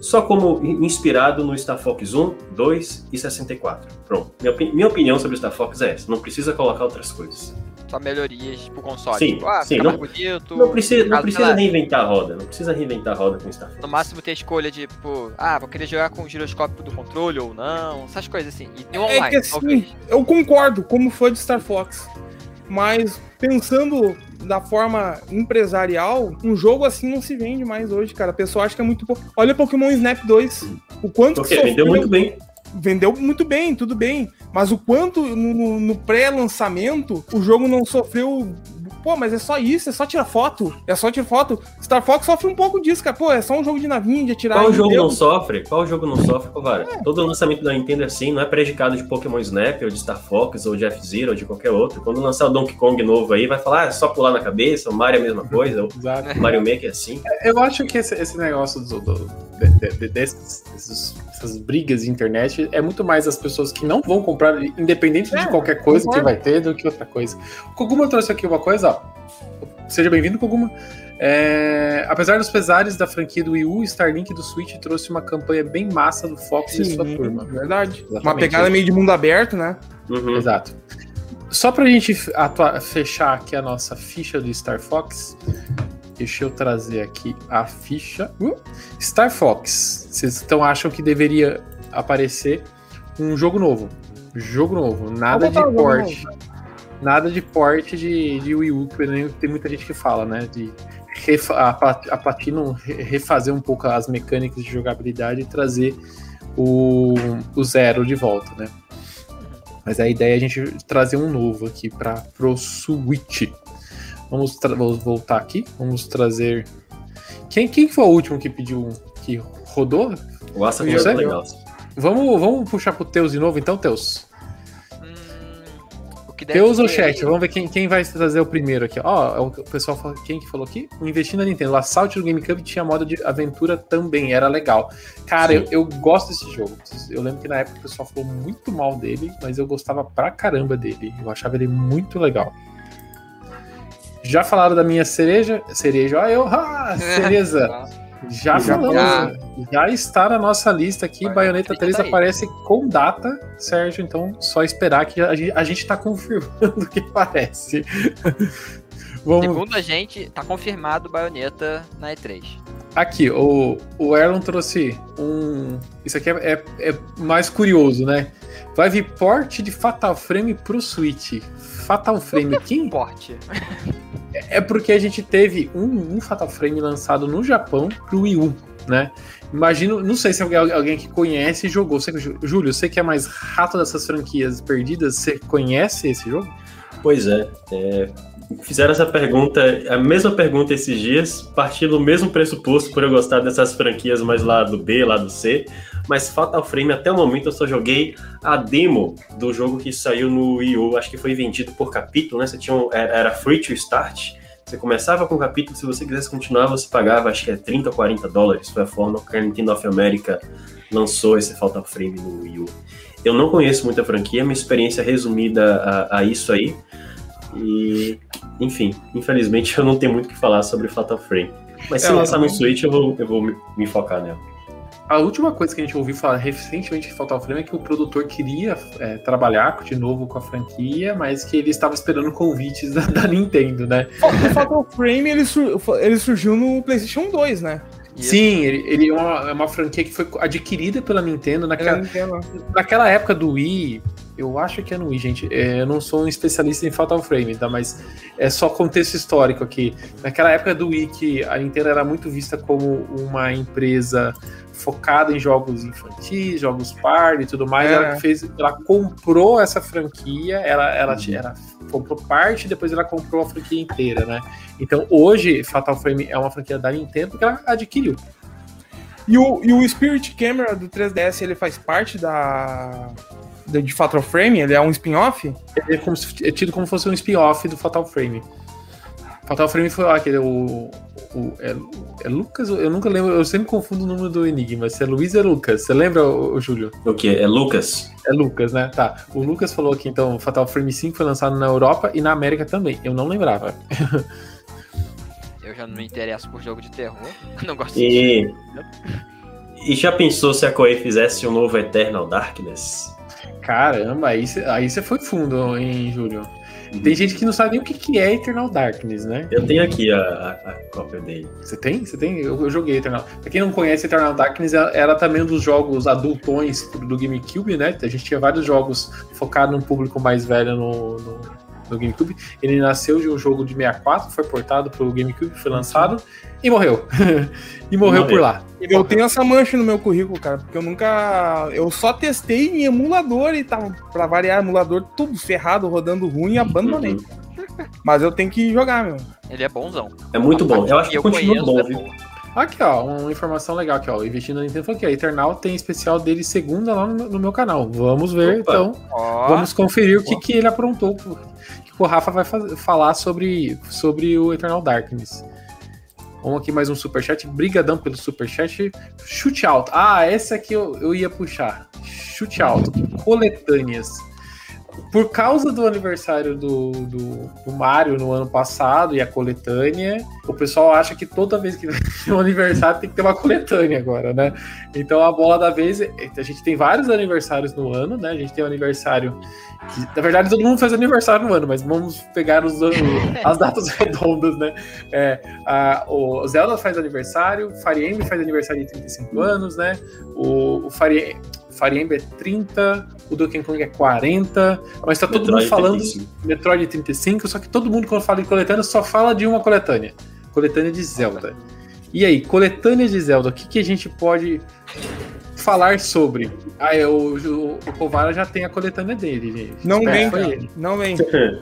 só como inspirado no Star Fox 1, 2 e 64. Pronto. Minha opinião sobre o Star Fox é essa. Não precisa colocar outras coisas. Só melhorias pro console. Sim, tipo, sim, fica não, mais bonito. não precisa lá, reinventar a roda. Não precisa reinventar a roda com o Star Fox. no máximo ter a escolha de, tipo, vou querer jogar com o giroscópio do controle ou não. Essas coisas assim. E tem online, É que assim, talvez. eu concordo como fã de Star Fox, mas pensando da forma empresarial, um jogo assim não se vende mais hoje, cara. A pessoa acha que é muito pouco. Olha Pokémon Snap 2. O quanto Porque que vendeu muito bem. Vendeu muito bem, tudo bem. Mas o quanto no pré-lançamento o jogo não sofreu. Pô, mas é só isso, é só tirar foto. É só tirar foto. Star Fox sofre um pouco disso, cara. Pô, é só um jogo de navinha, de atirar. Qual jogo não sofre? Covara? Todo lançamento da Nintendo é assim, não é predicado de Pokémon Snap, ou de Star Fox, ou de F-Zero, ou de qualquer outro. Quando lançar o Donkey Kong novo aí, vai falar, é só pular na cabeça, o Mario é a mesma coisa, Exato. o Mario Maker é assim. Eu acho que esse negócio dessas brigas de internet é muito mais as pessoas que não vão comprar, independente de qualquer coisa que vai ter, do que outra coisa. O Koguma trouxe aqui uma coisa, ó. Seja bem-vindo, Koguma. Apesar dos pesares da franquia do Wii U, Starlink do Switch trouxe uma campanha bem massa do Fox e sua turma. Verdade. Exatamente. Uma pegada meio de mundo aberto, né? Uhum. Exato. Só pra gente fechar aqui a nossa ficha do Star Fox, deixa eu trazer aqui a ficha. Star Fox. Vocês acham que deveria aparecer um jogo novo? Jogo novo. Nada de porte. Nada de porte de Wii U, que tem muita gente que fala, né? De a Platinum refazer um pouco as mecânicas de jogabilidade e trazer o Zero de volta, né? Mas a ideia é a gente trazer um novo aqui pro Switch. Vamos voltar aqui. Vamos trazer... Quem foi o último que pediu, que rodou? O Asa foi legal. Vamos puxar pro Teus de novo, então, Teus? O que deve Teus ou ter- chat? Vamos ver quem vai trazer o primeiro aqui. Ó, o pessoal falou, quem que falou aqui? O Investir na Nintendo. O Assault do GameCube tinha modo de aventura também, era legal. Cara, eu gosto desse jogo. Eu lembro que na época o pessoal falou muito mal dele, mas eu gostava pra caramba dele. Eu achava ele muito legal. Já falaram da minha cereja? Cereja, ó, cereza. Já falamos. Já está na nossa lista aqui. Bayonetta 3 tá aí. aparece com data, Sérgio. Então, só esperar que a gente tá confirmando que parece. Vamos. Segundo a gente, tá confirmado o Bayonetta na E3. Aqui, o Erlon trouxe um... Isso aqui é mais curioso, né? Vai vir port de Fatal Frame pro Switch. Fatal Frame aqui? Porte. É porque a gente teve um Fatal Frame lançado no Japão pro Wii U, né? Imagino, não sei se alguém que conhece jogou. Júlio, você que é mais rato dessas franquias perdidas, você conhece esse jogo? Pois é. Fizeram essa pergunta, a mesma pergunta esses dias, partindo do mesmo pressuposto por eu gostar dessas franquias mais lá do B, lá do C, mas Fatal Frame até o momento eu só joguei a demo do jogo que saiu no Wii U, acho que foi vendido por capítulo, né? Você tinha era free to start, você começava com um capítulo, se você quisesse continuar você pagava acho que $30 ou $40, foi a forma que a Nintendo of America lançou esse Fatal Frame no Wii U. Eu não conheço muita franquia, minha experiência resumida a isso aí. E, enfim, infelizmente eu não tenho muito o que falar sobre Fatal Frame. Mas se lançar no Switch, eu vou me focar nela. A última coisa que a gente ouviu falar recentemente de Fatal Frame é que o produtor queria trabalhar de novo com a franquia, mas que ele estava esperando convites da Nintendo, né? O Fatal Frame ele surgiu no PlayStation 2, né? Sim, ele é uma franquia que foi adquirida pela Nintendo naquela época do Wii. Eu acho que é no Wii, gente. Eu não sou um especialista em Fatal Frame, tá? Mas é só contexto histórico aqui. Naquela época do Wii, que a Nintendo era muito vista como uma empresa focada em jogos infantis, jogos party e tudo mais, ela comprou essa franquia, ela comprou parte e depois ela comprou a franquia inteira, né? Então hoje Fatal Frame é uma franquia da Nintendo porque ela adquiriu. E o Spirit Camera do 3DS, ele faz parte de Fatal Frame? Ele é um spin-off? Ele é tido como se fosse um spin-off do Fatal Frame. Fatal Frame foi aquele é Lucas? Eu nunca lembro, eu sempre confundo o número do Enigma. Se é Luiz ou é Lucas? Você lembra, Júlio? O que? É Lucas? É Lucas, né? Tá. O Lucas falou que então Fatal Frame 5 foi lançado na Europa e na América também. Eu não lembrava. Eu já não me interesso por jogo de terror. Não gosto de E já pensou se a Koei fizesse um novo Eternal Darkness? Caramba, aí você foi fundo, hein, Júlio? Tem gente que não sabe nem o que é Eternal Darkness, né? Eu tenho aqui a cópia dele. Você tem? Você tem? Eu joguei Eternal. Pra quem não conhece, Eternal Darkness era também um dos jogos adultões do GameCube, né? A gente tinha vários jogos focados num público mais velho no GameCube. Ele nasceu de um jogo de 64, foi portado pro GameCube, foi lançado e morreu. E morreu por lá. Eu tenho essa mancha no meu currículo, cara, porque eu só testei em emulador e tava, pra variar, emulador tudo ferrado, rodando ruim e abandonei. Mas eu tenho que jogar, meu. Ele é bonzão. É muito bom. Eu acho que continua bom, viu? Aqui, ó, uma informação legal aqui, ó. Investindo na Nintendo falou que a Eternal tem especial dele segunda lá no meu canal. Vamos ver, então. Vamos conferir o que ele aprontou. Que o Rafa vai falar sobre o Eternal Darkness. Vamos aqui mais um superchat. Brigadão pelo superchat. Chute alto. Essa aqui eu ia puxar. Chute alto. Coletâneas. Por causa do aniversário do Mario no ano passado e a coletânea, o pessoal acha que toda vez que tem um aniversário tem que ter uma coletânea agora, né? Então a bola da vez, a gente tem vários aniversários no ano, né? A gente tem um aniversário que, na verdade, todo mundo faz aniversário no ano, mas vamos pegar as datas redondas, né? O Zelda faz aniversário, o Fire Emblem faz aniversário de 35 anos, né? O Fire Emblem é 30, o Donkey Kong é 40, mas tá todo mundo falando 35. Metroid 35, só que todo mundo quando fala em coletânea só fala de uma coletânea de Zelda. E aí, coletânea de Zelda, o que a gente pode falar sobre? O Povara já tem a coletânea dele, gente. Não vem, cara. Não vem.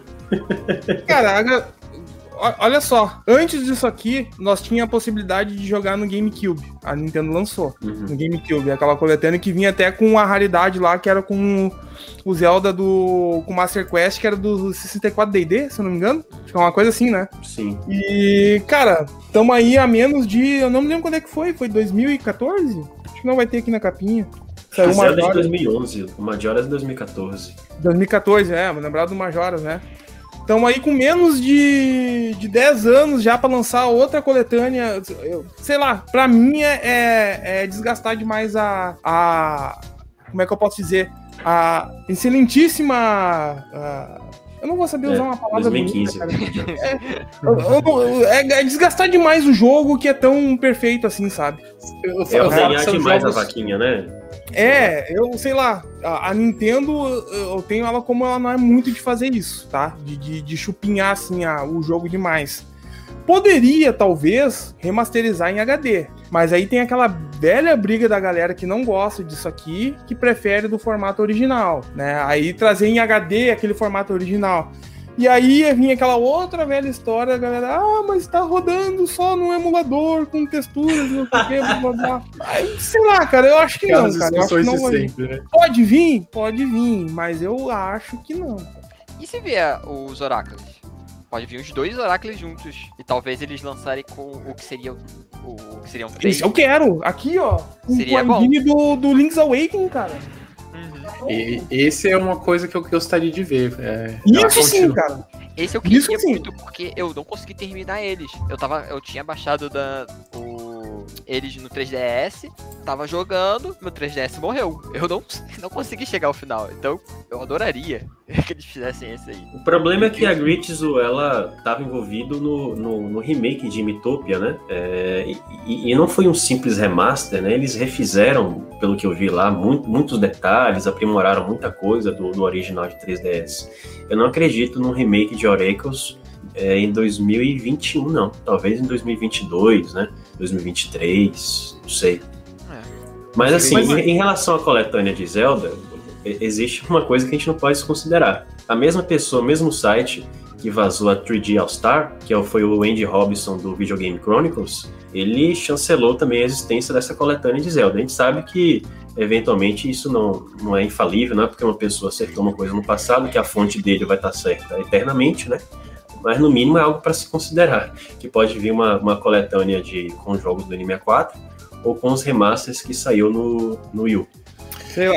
Caraca, olha só, antes disso aqui, nós tínhamos a possibilidade de jogar no GameCube. A Nintendo lançou no GameCube, aquela coletânea que vinha até com a raridade lá, que era com o Zelda com o Master Quest, que era do 64 D&D, se eu não me engano. Acho que é uma coisa assim, né? Sim. E, cara, tamo aí a menos de... Eu não me lembro quando é que foi 2014? Acho que não vai ter aqui na capinha. Saiu uma Zelda de 2011, o Majora's de 2014. 2014, me lembrar do Majora's, né? Estamos aí com menos de 10 anos já para lançar outra coletânea. Sei lá, pra mim é desgastar demais como é que eu posso dizer? A excelentíssima... eu não vou saber usar uma palavra 2015. bonita, cara. É desgastar demais o jogo que é tão perfeito assim, sabe? Eu desenhar demais a vaquinha, né? Eu sei lá, a Nintendo, eu tenho ela como ela não é muito de fazer isso, tá? De chupinhar, assim, o jogo demais. Poderia, talvez, remasterizar em HD, mas aí tem aquela velha briga da galera que não gosta disso aqui, que prefere do formato original, né? Aí trazer em HD aquele formato original. E aí vinha aquela outra velha história, a galera, mas tá rodando só no emulador, com texturas, não sei o que, blá, blá. Aí, sei lá, cara, eu acho que não, cara. Eu acho que não sempre, né? Pode vir, mas eu acho que não. E se vier os Oráculos? Pode vir os dois Oráculos juntos. E talvez eles lançarem com o que seriam 3. Isso eu quero! Aqui, ó. Seria com a engine do Link's Awakening, cara. Esse é uma coisa que eu gostaria de ver. Isso sim, cara. Esse eu queria muito, porque eu não consegui terminar eles. Eu tinha baixado eles no 3DS, tava jogando, meu 3DS morreu. Eu não consegui chegar ao final. Então, eu adoraria que eles fizessem esse aí. O problema é que a Gritsu, ela tava envolvida no remake de Miitopia, né? E não foi um simples remaster, né? Eles refizeram, pelo que eu vi lá, muitos detalhes, aprimoraram muita coisa do original de 3DS. Eu não acredito num remake de Oracles em 2021, não. Talvez em 2022, né? 2023, não sei. Mas assim, em relação à coletânea de Zelda, existe uma coisa que a gente não pode considerar. A mesma pessoa, o mesmo site que vazou a 3D All-Star, que foi o Andy Robinson do Video Game Chronicles, ele chancelou também a existência dessa coletânea de Zelda. A gente sabe que, eventualmente, isso não é infalível, não é porque uma pessoa acertou uma coisa no passado que a fonte dele vai estar certa eternamente, né? Mas no mínimo é algo para se considerar, que pode vir uma coletânea com jogos do N64 ou com os remasters que saiu no Wii U. Sei lá,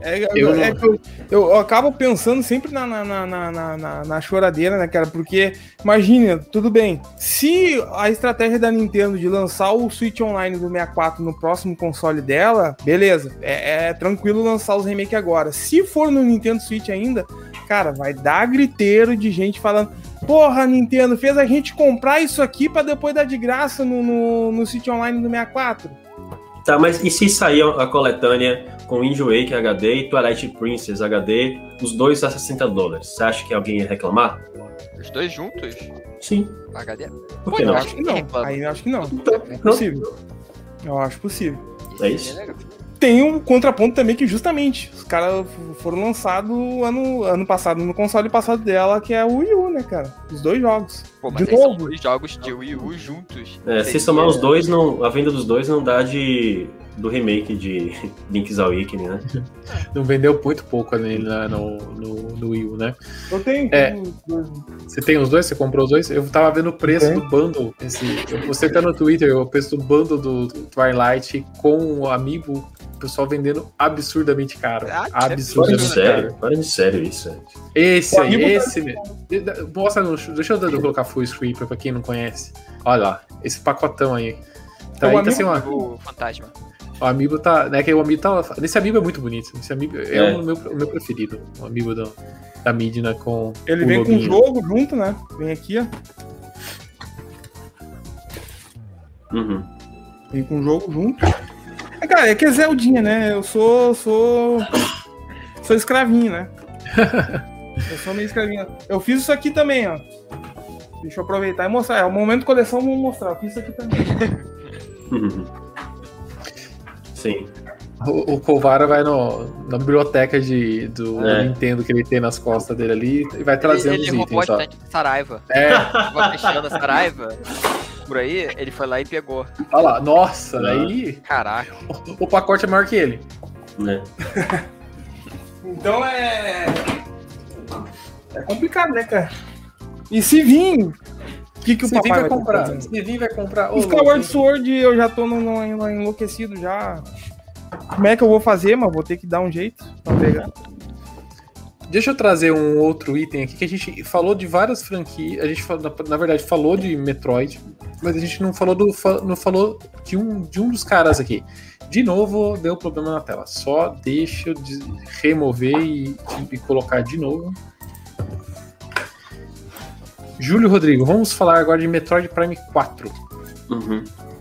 Eu acabo pensando sempre na choradeira, né, cara? Porque, imagina, tudo bem, se a estratégia da Nintendo de lançar o Switch Online do 64 no próximo console dela, beleza, é tranquilo lançar os remakes agora. Se for no Nintendo Switch ainda, cara, vai dar griteiro de gente falando: porra, Nintendo, fez a gente comprar isso aqui pra depois dar de graça no Switch Online do 64. Tá, mas e se sair a coletânea com Wind Waker HD e Twilight Princess HD, os dois a $60? Você acha que alguém ia reclamar? Os dois juntos? Sim. HD? Por que não? Eu acho que não. Aí eu acho que não. É possível. Eu acho possível. É isso? Tem um contraponto também que justamente os caras foram lançados ano passado no console passado dela, que é o Wii U, né, cara? Os dois jogos. Pô, mas de aí novo. são dois jogos de Wii U juntos. Se somar os dois, a venda dos dois não dá do remake de Link's Awakening, né? Não vendeu muito pouco nele no Wii U, né? Eu tenho. Você tem os dois? Você comprou os dois? Eu tava vendo o preço do bundle. Você tá no Twitter, o preço do bundle do Twilight com o Amiibo. O pessoal vendendo absurdamente caro. Absurdamente caro. Para de sério isso. Esse mesmo. Mostra deixa eu colocar full screen pra quem não conhece. Olha lá, esse pacotão aí. Tá aí, tá sem o fantasma. O Amiibo tá. Né, que o Amiibo tá. Esse Amiibo é muito bonito. Esse Amiibo é o meu preferido. O Amiibo da Midna com. Ele vem com o jogo junto, né? Vem aqui, ó. Uhum. Vem com o jogo junto. Cara, é que é Zeldinha, né? Eu sou escravinho, né? Eu sou meio escravinho. Eu fiz isso aqui também, ó. Deixa eu aproveitar e mostrar. É o momento de coleção, vamos mostrar. Eu fiz isso aqui também. Sim. O Kovara vai na biblioteca do Nintendo que ele tem nas costas dele ali e vai trazendo os itens. Ele roubou a estante de Saraiva. Tava fechando a Saraiva. Por aí, ele foi lá e pegou. Olha lá, nossa, aí. Caraca. O pacote é maior que ele. Então é complicado, né, cara? E se vir, o que o papai vai comprar? Se vir, vai comprar. O Skyward Sword, eu já tô enlouquecido já. Como é que eu vou fazer? Mas vou ter que dar um jeito pra pegar. Deixa eu trazer um outro item aqui, que a gente falou de várias franquias, a gente, na verdade, falou de Metroid, mas a gente não falou de um dos caras aqui. De novo, deu problema na tela. Só deixa eu remover e colocar de novo. Júlio Rodrigo, vamos falar agora de Metroid Prime 4. Uhum.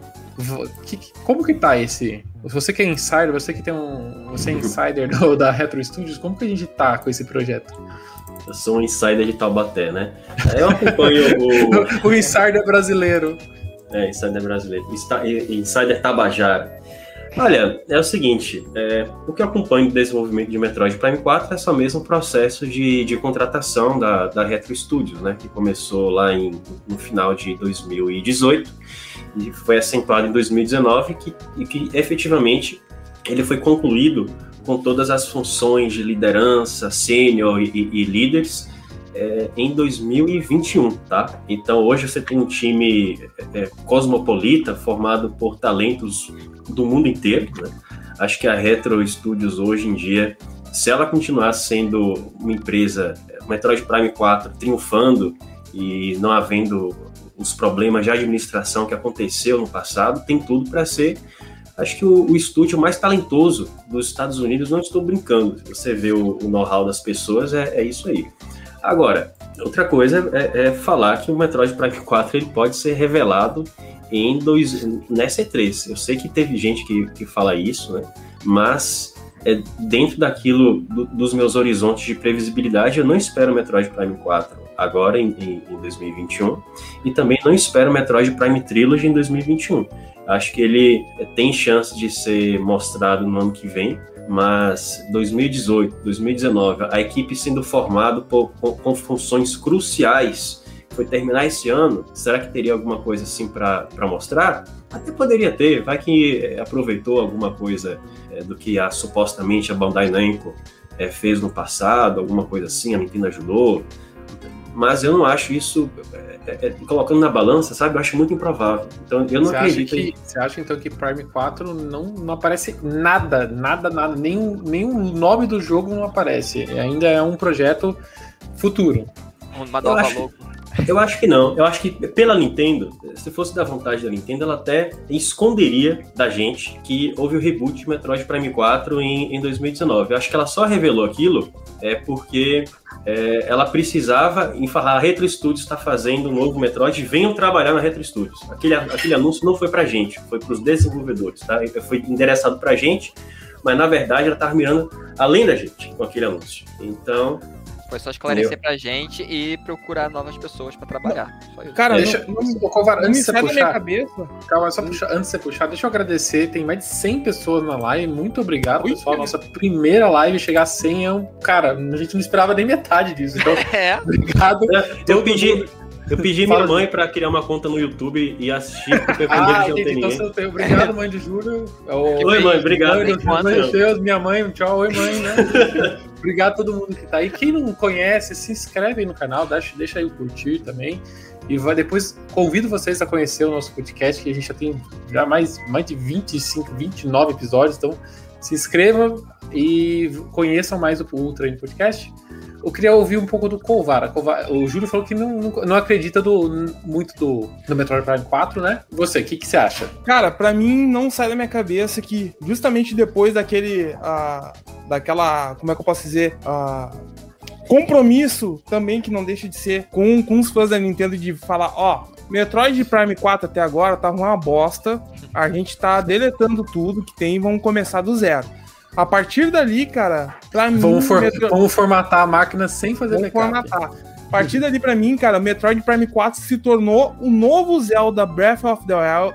Como que tá esse... Você que é insider, você é insider da Retro Studios, como que a gente tá com esse projeto? Eu sou um insider de Taubaté, né? Eu acompanho o insider brasileiro. Insider brasileiro. Insider Tabajara. Olha, é o seguinte, o que eu acompanho do desenvolvimento de Metroid Prime 4 é só mesmo o processo de contratação da Retro Studios, né? Que começou lá no final de 2018 e foi acentuado em 2019 e que efetivamente ele foi concluído com todas as funções de liderança, sênior e líderes em 2021, tá? Então hoje você tem um time cosmopolita formado por talentos do mundo inteiro, né? Acho que a Retro Studios hoje em dia, se ela continuar sendo uma empresa, Metroid Prime 4 triunfando e não havendo os problemas de administração que aconteceu no passado, tem tudo para ser, acho que o estúdio mais talentoso dos Estados Unidos, não estou brincando. Você vê o know-how das pessoas, é isso aí. Agora, outra coisa é falar que o Metroid Prime 4 ele pode ser revelado nessa E3. Eu sei que teve gente que fala isso, né? Mas dentro daquilo dos meus horizontes de previsibilidade, eu não espero o Metroid Prime 4 agora em 2021 e também não espero o Metroid Prime Trilogy em 2021. Acho que ele tem chance de ser mostrado no ano que vem, mas 2018, 2019, a equipe sendo formada com funções cruciais, foi terminar esse ano, será que teria alguma coisa assim para mostrar? Até poderia ter, vai que aproveitou alguma coisa do que supostamente a Bandai Namco fez no passado, alguma coisa assim, a Nintendo ajudou, mas eu não acho isso colocando na balança, sabe, eu acho muito improvável. Então eu não acredito. Você acha então que Prime 4 não aparece nada, nem o nome do jogo não aparece, ainda é um projeto futuro? Uma nova logo. Eu acho que não. Eu acho que pela Nintendo, se fosse da vontade da Nintendo, ela até esconderia da gente que houve o reboot de Metroid Prime 4 em 2019. Eu acho que ela só revelou aquilo porque ela precisava falar: a Retro Studios está fazendo um novo Metroid, venham trabalhar na Retro Studios. Aquele anúncio não foi pra gente, foi pros desenvolvedores, tá? Foi endereçado pra gente, mas na verdade ela estava mirando além da gente com aquele anúncio. Então... Foi só esclarecer pra gente e procurar novas pessoas pra trabalhar. Só isso. Cara, antes de você puxar, cabeça. Calma, antes de você puxar, deixa eu agradecer. Tem mais de 100 pessoas na live. Muito obrigado, pessoal. Nossa primeira live chegar a 100 cara, a gente não esperava nem metade disso. Então, obrigado. Eu pedi minha mãe pra criar uma conta no YouTube e assistir, porque eu aprendi que não tem ninguém. Obrigado, mãe de Júlio. Oi, mãe, obrigado. Deus, minha mãe, tchau, oi, mãe, né? Obrigado a todo mundo que tá aí. Quem não conhece, se inscreve aí no canal, deixa aí o curtir também. E depois convido vocês a conhecer o nosso podcast, que a gente já tem mais de 25, 29 episódios. Então, se inscrevam e conheçam mais o Ultra em podcast. Eu queria ouvir um pouco do Colvara. O Júlio falou que não acredita muito do Metroid Prime 4, né? Você, o que você acha? Cara, pra mim não sai da minha cabeça que justamente depois daquela, como é que eu posso dizer, compromisso também que não deixa de ser com os fãs da Nintendo de falar, Metroid Prime 4 até agora tava uma bosta, a gente tá deletando tudo que tem e vamos começar do zero. A partir dali, cara, pra mim... Vamos formatar a máquina sem fazer backup. Formatar. A partir dali, pra mim, cara, Metroid Prime 4 se tornou o novo Zelda Breath of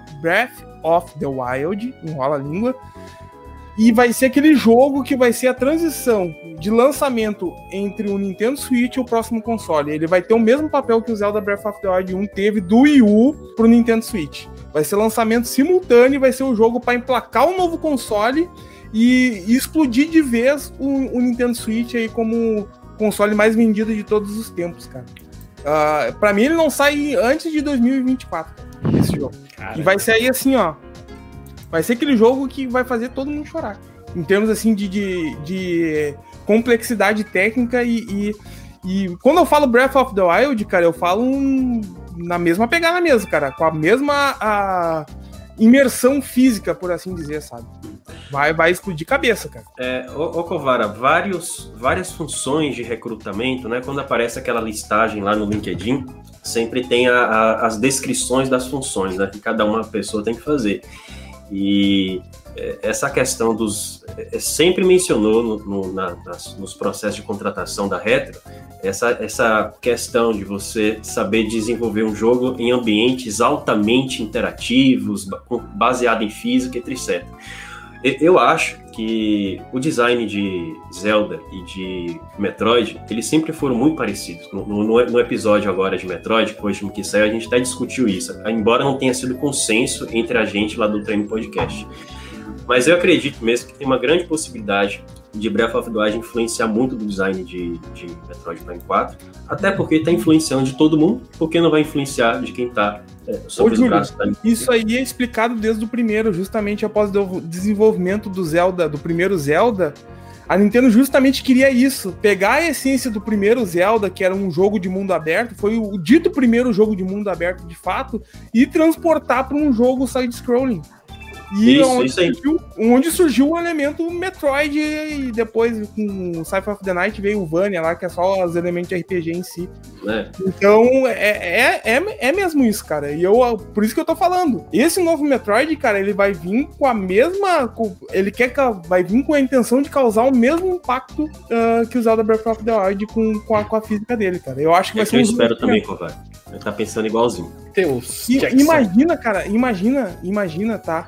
the Wild, enrola a língua, e vai ser aquele jogo que vai ser a transição de lançamento entre o Nintendo Switch e o próximo console. Ele vai ter o mesmo papel que o Zelda Breath of the Wild 1 teve do Wii U pro Nintendo Switch. Vai ser lançamento simultâneo, vai ser o jogo pra emplacar um novo console e explodir de vez o Nintendo Switch aí como o console mais vendido de todos os tempos, cara. Pra mim ele não sai antes de 2024, esse jogo. Caramba. E vai sair assim, vai ser aquele jogo que vai fazer todo mundo chorar. Em termos assim de complexidade técnica e quando eu falo Breath of the Wild, cara, eu falo na mesma pegada mesmo, cara, com a mesma imersão física, por assim dizer, sabe? Vai explodir cabeça, cara. Colvara, várias funções de recrutamento, né? Quando aparece aquela listagem lá no LinkedIn, sempre tem as descrições das funções, né? Que cada uma pessoa tem que fazer. E essa questão sempre mencionou nos processos de contratação da Retro, essa questão de você saber desenvolver um jogo em ambientes altamente interativos, baseado em física, etc. Eu acho que o design de Zelda e de Metroid, eles sempre foram muito parecidos. No episódio agora de Metroid, que hoje que saiu, a gente até discutiu isso, embora não tenha sido consenso entre a gente lá do Treino Podcast. Mas eu acredito mesmo que tem uma grande possibilidade de Breath of the Wild influenciar muito do design de Metroid Prime 4, até porque está influenciando de todo mundo, porque não vai influenciar de quem está sobre os braços da Nintendo. Isso aí é explicado desde o primeiro, justamente após o desenvolvimento do primeiro Zelda. A Nintendo justamente queria isso, pegar a essência do primeiro Zelda, que era um jogo de mundo aberto, foi o dito primeiro jogo de mundo aberto de fato, e transportar para um jogo side-scrolling. E onde surgiu o elemento Metroid, e depois com o Symphony of the Night veio o Vania lá, que é só os elementos de RPG em si. Então é mesmo isso, cara. E por isso que eu tô falando. Esse novo Metroid, cara, ele vai vir com a mesma. Vai vir com a intenção de causar o mesmo impacto que o Zelda Breath of the Wild com a física dele, cara. Eu acho que vai ser. Eu espero também, Kovar. Ele tá pensando igualzinho. Imagina, cara, tá?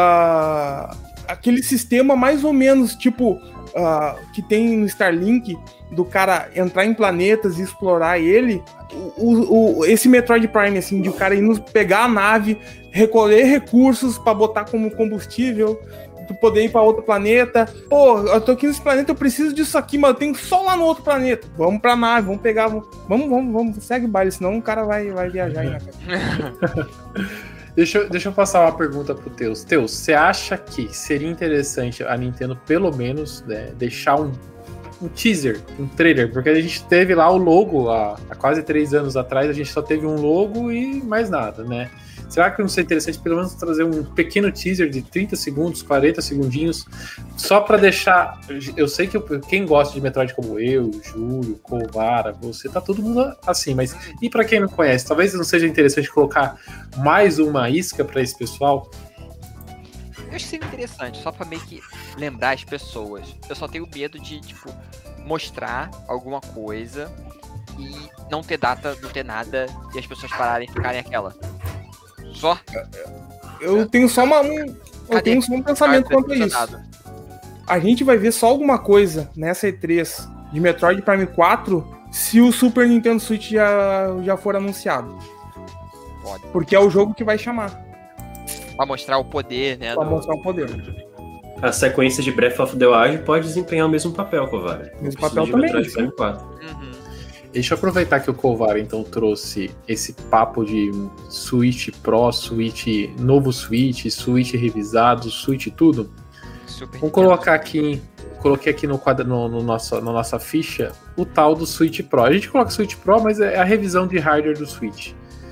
Aquele sistema mais ou menos, tipo, que tem no Starlink, do cara entrar em planetas e explorar ele. Esse Metroid Prime, assim, de o cara indo pegar a nave, recolher recursos pra botar como combustível, tu poder ir pra outro planeta. Pô, eu tô aqui nesse planeta, eu preciso disso aqui, mas eu tenho só lá no outro planeta. Vamos pra nave, vamos pegar. Vamos, segue o baile, senão o cara vai viajar aí, né, cara? Deixa eu passar uma pergunta pro Teus. Teus, você acha que seria interessante a Nintendo, pelo menos, né, deixar um teaser, um trailer? Porque a gente teve lá o logo há quase 3 anos atrás, a gente só teve um logo e mais nada, né? Será que não seria interessante pelo menos trazer um pequeno teaser de 30 segundos, 40 segundinhos, só para deixar... Eu sei que quem gosta de Metroid como eu, Júlio, Covara, você, tá todo mundo assim, mas e para quem não conhece, talvez não seja interessante colocar mais uma isca para esse pessoal? Eu acho que seria interessante, só pra meio que lembrar as pessoas. Eu só tenho medo de, tipo, mostrar alguma coisa e não ter data, não ter nada, e as pessoas pararem e ficarem aquela. Só? Eu tenho só um pensamento quanto a isso. A gente vai ver só alguma coisa nessa E3 de Metroid Prime 4 se o Super Nintendo Switch já for anunciado. Pode. Porque é o jogo que vai chamar. Pra mostrar o poder, né? Pra mostrar o poder. A sequência de Breath of the Wild pode desempenhar o mesmo papel, Kovar. Mesmo papel também. Metroid Prime 4. Uhum. Deixa eu aproveitar que o Kovar então trouxe esse papo de Switch Pro, Switch, novo Switch, Switch revisado, Switch tudo. Vamos colocar aqui, coloquei aqui no quadro, na nossa ficha, o tal do Switch Pro. A gente coloca Switch Pro, mas é a revisão de hardware do Switch.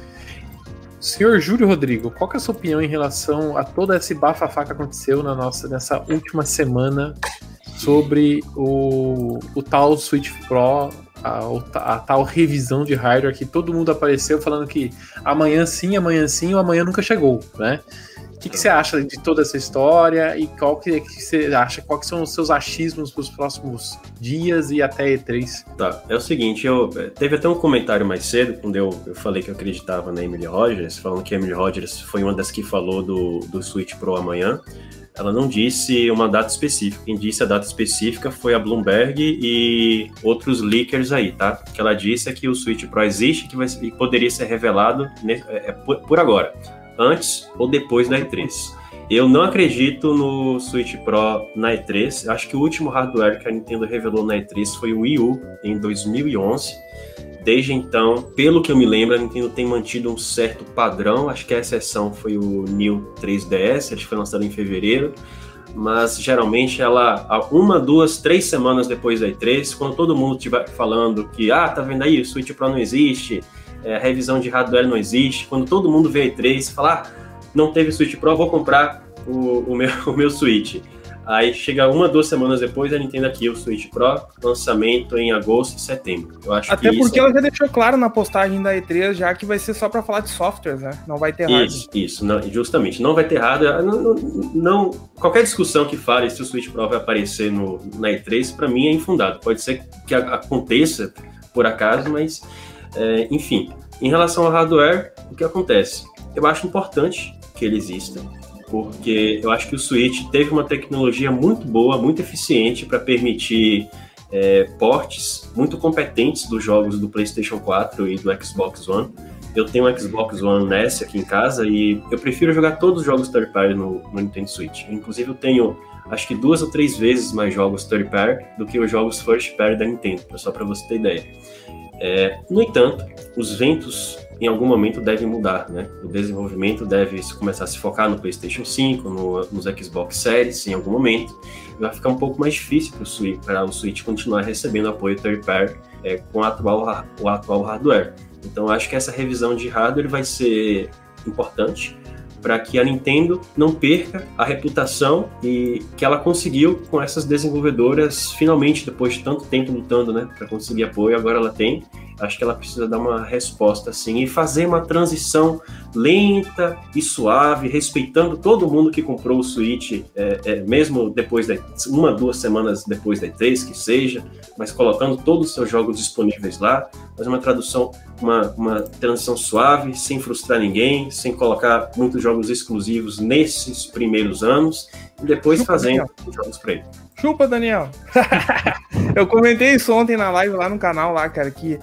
Senhor Júlio Rodrigo, qual que é a sua opinião em relação a todo esse bafafá que aconteceu nessa última semana sobre o tal Switch Pro, a tal revisão de hardware que todo mundo apareceu falando que amanhã sim, o amanhã nunca chegou, né? O que você acha de toda essa história e qual que você acha, quais são os seus achismos para os próximos dias e até E3? Tá, é o seguinte, teve até um comentário mais cedo, quando eu falei que eu acreditava na Emily Rogers, falando que a Emily Rogers foi uma das que falou do Switch Pro amanhã. Ela não disse uma data específica. Quem disse a data específica foi a Bloomberg e outros leakers aí, tá? O que ela disse é que o Switch Pro existe e poderia ser revelado por agora, antes ou depois da E3. Eu não acredito no Switch Pro na E3. Acho que o último hardware que a Nintendo revelou na E3 foi o Wii U, em 2011. Desde então, pelo que eu me lembro, a Nintendo tem mantido um certo padrão. Acho que a exceção foi o New 3DS, acho que foi lançado em fevereiro. Mas, geralmente, ela, 1, 2, 3 semanas depois da E3, quando todo mundo estiver falando que, tá vendo aí, o Switch Pro não existe, a revisão de hardware não existe, quando todo mundo vê a E3 e fala, não teve Switch Pro, vou comprar o meu Switch. Aí chega 1, 2 semanas depois, a Nintendo aqui, o Switch Pro, lançamento em agosto e setembro. Eu acho até que porque ela já deixou claro na postagem da E3 já que vai ser só para falar de softwares, né? Não vai ter hardware. Isso, não, justamente. Não vai ter hardware. Não, qualquer discussão que fale se o Switch Pro vai aparecer na E3, para mim é infundado. Pode ser que aconteça por acaso, mas enfim. Em relação ao hardware, o que acontece? Eu acho importante que ele exista, porque eu acho que o Switch teve uma tecnologia muito boa, muito eficiente para permitir portes muito competentes dos jogos do PlayStation 4 e do Xbox One. Eu tenho um Xbox One S aqui em casa e eu prefiro jogar todos os jogos third party no Nintendo Switch. Inclusive eu tenho, acho que 2 ou 3 vezes mais jogos third party do que os jogos first party da Nintendo, só para você ter ideia. No entanto, os ventos em algum momento devem mudar, né? O desenvolvimento deve começar a se focar no PlayStation 5, nos Xbox Series em algum momento. Vai ficar um pouco mais difícil para o Switch continuar recebendo apoio third party com o atual hardware. Então, acho que essa revisão de hardware vai ser importante para que a Nintendo não perca a reputação e que ela conseguiu com essas desenvolvedoras, finalmente, depois de tanto tempo lutando, né, para conseguir apoio, agora ela tem. Acho que ela precisa dar uma resposta assim e fazer uma transição lenta e suave, respeitando todo mundo que comprou o Switch, mesmo depois 1, 2 semanas depois da E3, que seja, mas colocando todos os seus jogos disponíveis lá, fazer uma transição suave, sem frustrar ninguém, sem colocar muitos jogos exclusivos nesses primeiros anos e depois fazendo jogos para ele. Chupa, Daniel! Eu comentei isso ontem na live lá no canal, lá, cara, que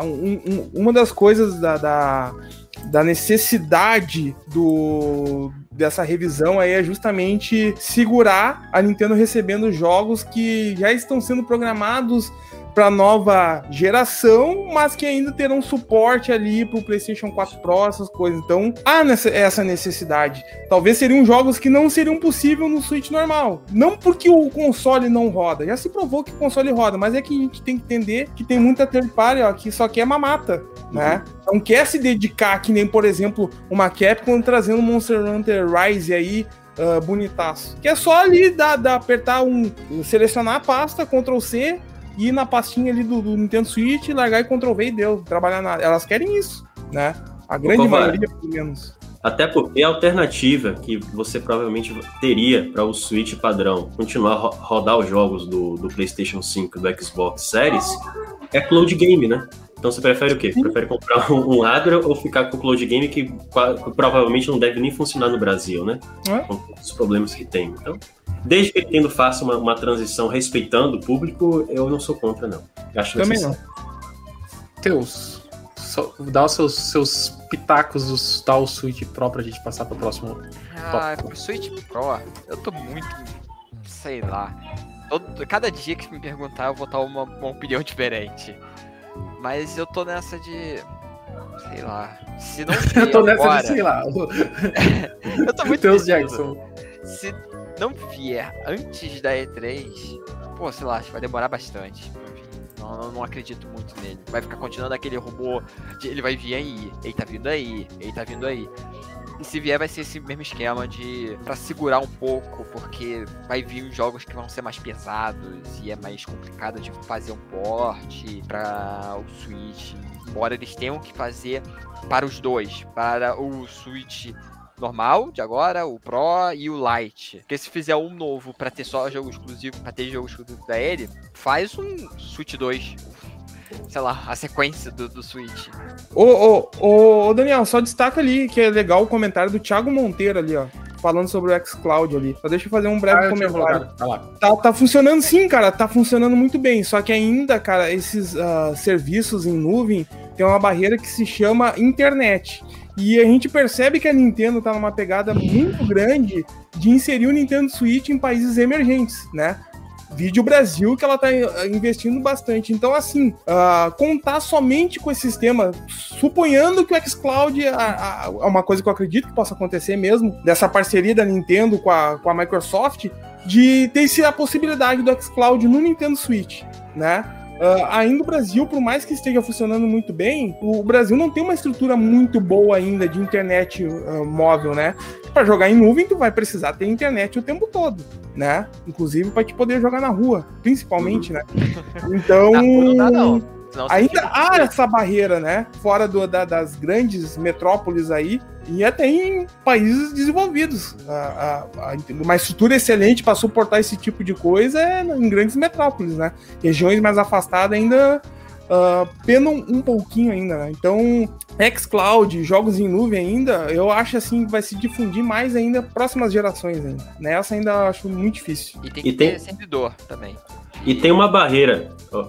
uma das coisas da necessidade dessa revisão aí é justamente segurar a Nintendo recebendo jogos que já estão sendo programados para nova geração, mas que ainda terão suporte ali para o PlayStation 4 Pro, essas coisas. Então, há essa necessidade. Talvez seriam jogos que não seriam possíveis no Switch normal. Não porque o console não roda. Já se provou que o console roda, mas é que a gente tem que entender que tem muita third party, ó, que só quer mamata, né? Não quer se dedicar, que nem, por exemplo, uma Capcom trazendo Monster Hunter Rise aí, bonitaço. Que é só ali apertar selecionar a pasta, Ctrl+C, ir na pastinha ali do Nintendo Switch, largar e Ctrl+V e deu, trabalhar na... Elas querem isso, né? A grande maioria, pelo menos. Até porque a alternativa que você provavelmente teria para o Switch padrão continuar a rodar os jogos do PlayStation 5 e do Xbox Series é Cloud Game, né? Então você prefere o quê? Prefere comprar um hardware ou ficar com o Cloud Game que provavelmente não deve nem funcionar no Brasil, né? Com os problemas que tem. Então, desde que ele tendo faça uma transição respeitando o público, eu não sou contra, não. Acho também não. Dá os seus pitacos do tal Switch Pro pra gente passar pro próximo. Pro Switch Pro, eu tô muito, sei lá. Cada dia que me perguntar, eu vou dar uma opinião diferente. Mas eu tô nessa de... sei lá. Se não eu tô nessa agora, de, sei lá. eu tô muito Deus Jackson. Se não vier antes da E3, pô, sei lá, acho que vai demorar bastante. Não acredito muito nele. Vai ficar continuando aquele robô de ele vai vir aí, ele tá vindo aí, ele tá vindo aí. E se vier vai ser esse mesmo esquema pra segurar um pouco, porque vai vir os jogos que vão ser mais pesados e é mais complicado de fazer um port pra o Switch. Embora eles tenham que fazer para os dois, para o Switch normal de agora, o Pro e o Lite. Porque se fizer um novo pra ter só jogo exclusivo, pra ter jogo exclusivo da ele, faz um Switch 2. Sei lá, a sequência do Switch. Ô, Daniel, só destaca ali que é legal o comentário do Thiago Monteiro ali, ó. Falando sobre o xCloud ali. Só deixa eu fazer um breve comentário. Tá funcionando sim, cara. Tá funcionando muito bem. Só que ainda, cara, esses serviços em nuvem tem uma barreira que se chama internet. E a gente percebe que a Nintendo tá numa pegada muito grande de inserir o Nintendo Switch em países emergentes, né? Vídeo Brasil, que ela tá investindo bastante. Então, assim, contar somente com esse sistema, suponhando que o xCloud é uma coisa que eu acredito que possa acontecer mesmo, dessa parceria da Nintendo com a Microsoft, de ter a possibilidade do xCloud no Nintendo Switch, né? Ainda o Brasil, por mais que esteja funcionando muito bem, o Brasil não tem uma estrutura muito boa ainda de internet móvel, né? Para jogar em nuvem, tu vai precisar ter internet o tempo todo, né? Inclusive para te poder jogar na rua, principalmente, né? Então, não dá, não. Ainda há essa barreira, né? Fora das grandes metrópoles aí, e até em países desenvolvidos. Uma estrutura excelente para suportar esse tipo de coisa é em grandes metrópoles, né? Regiões mais afastadas ainda penam um pouquinho ainda, né? Então, xCloud, jogos em nuvem ainda, eu acho assim que vai se difundir mais ainda próximas gerações ainda. Nessa ainda eu acho muito difícil. E tem que ter servidor também. E tem uma barreira,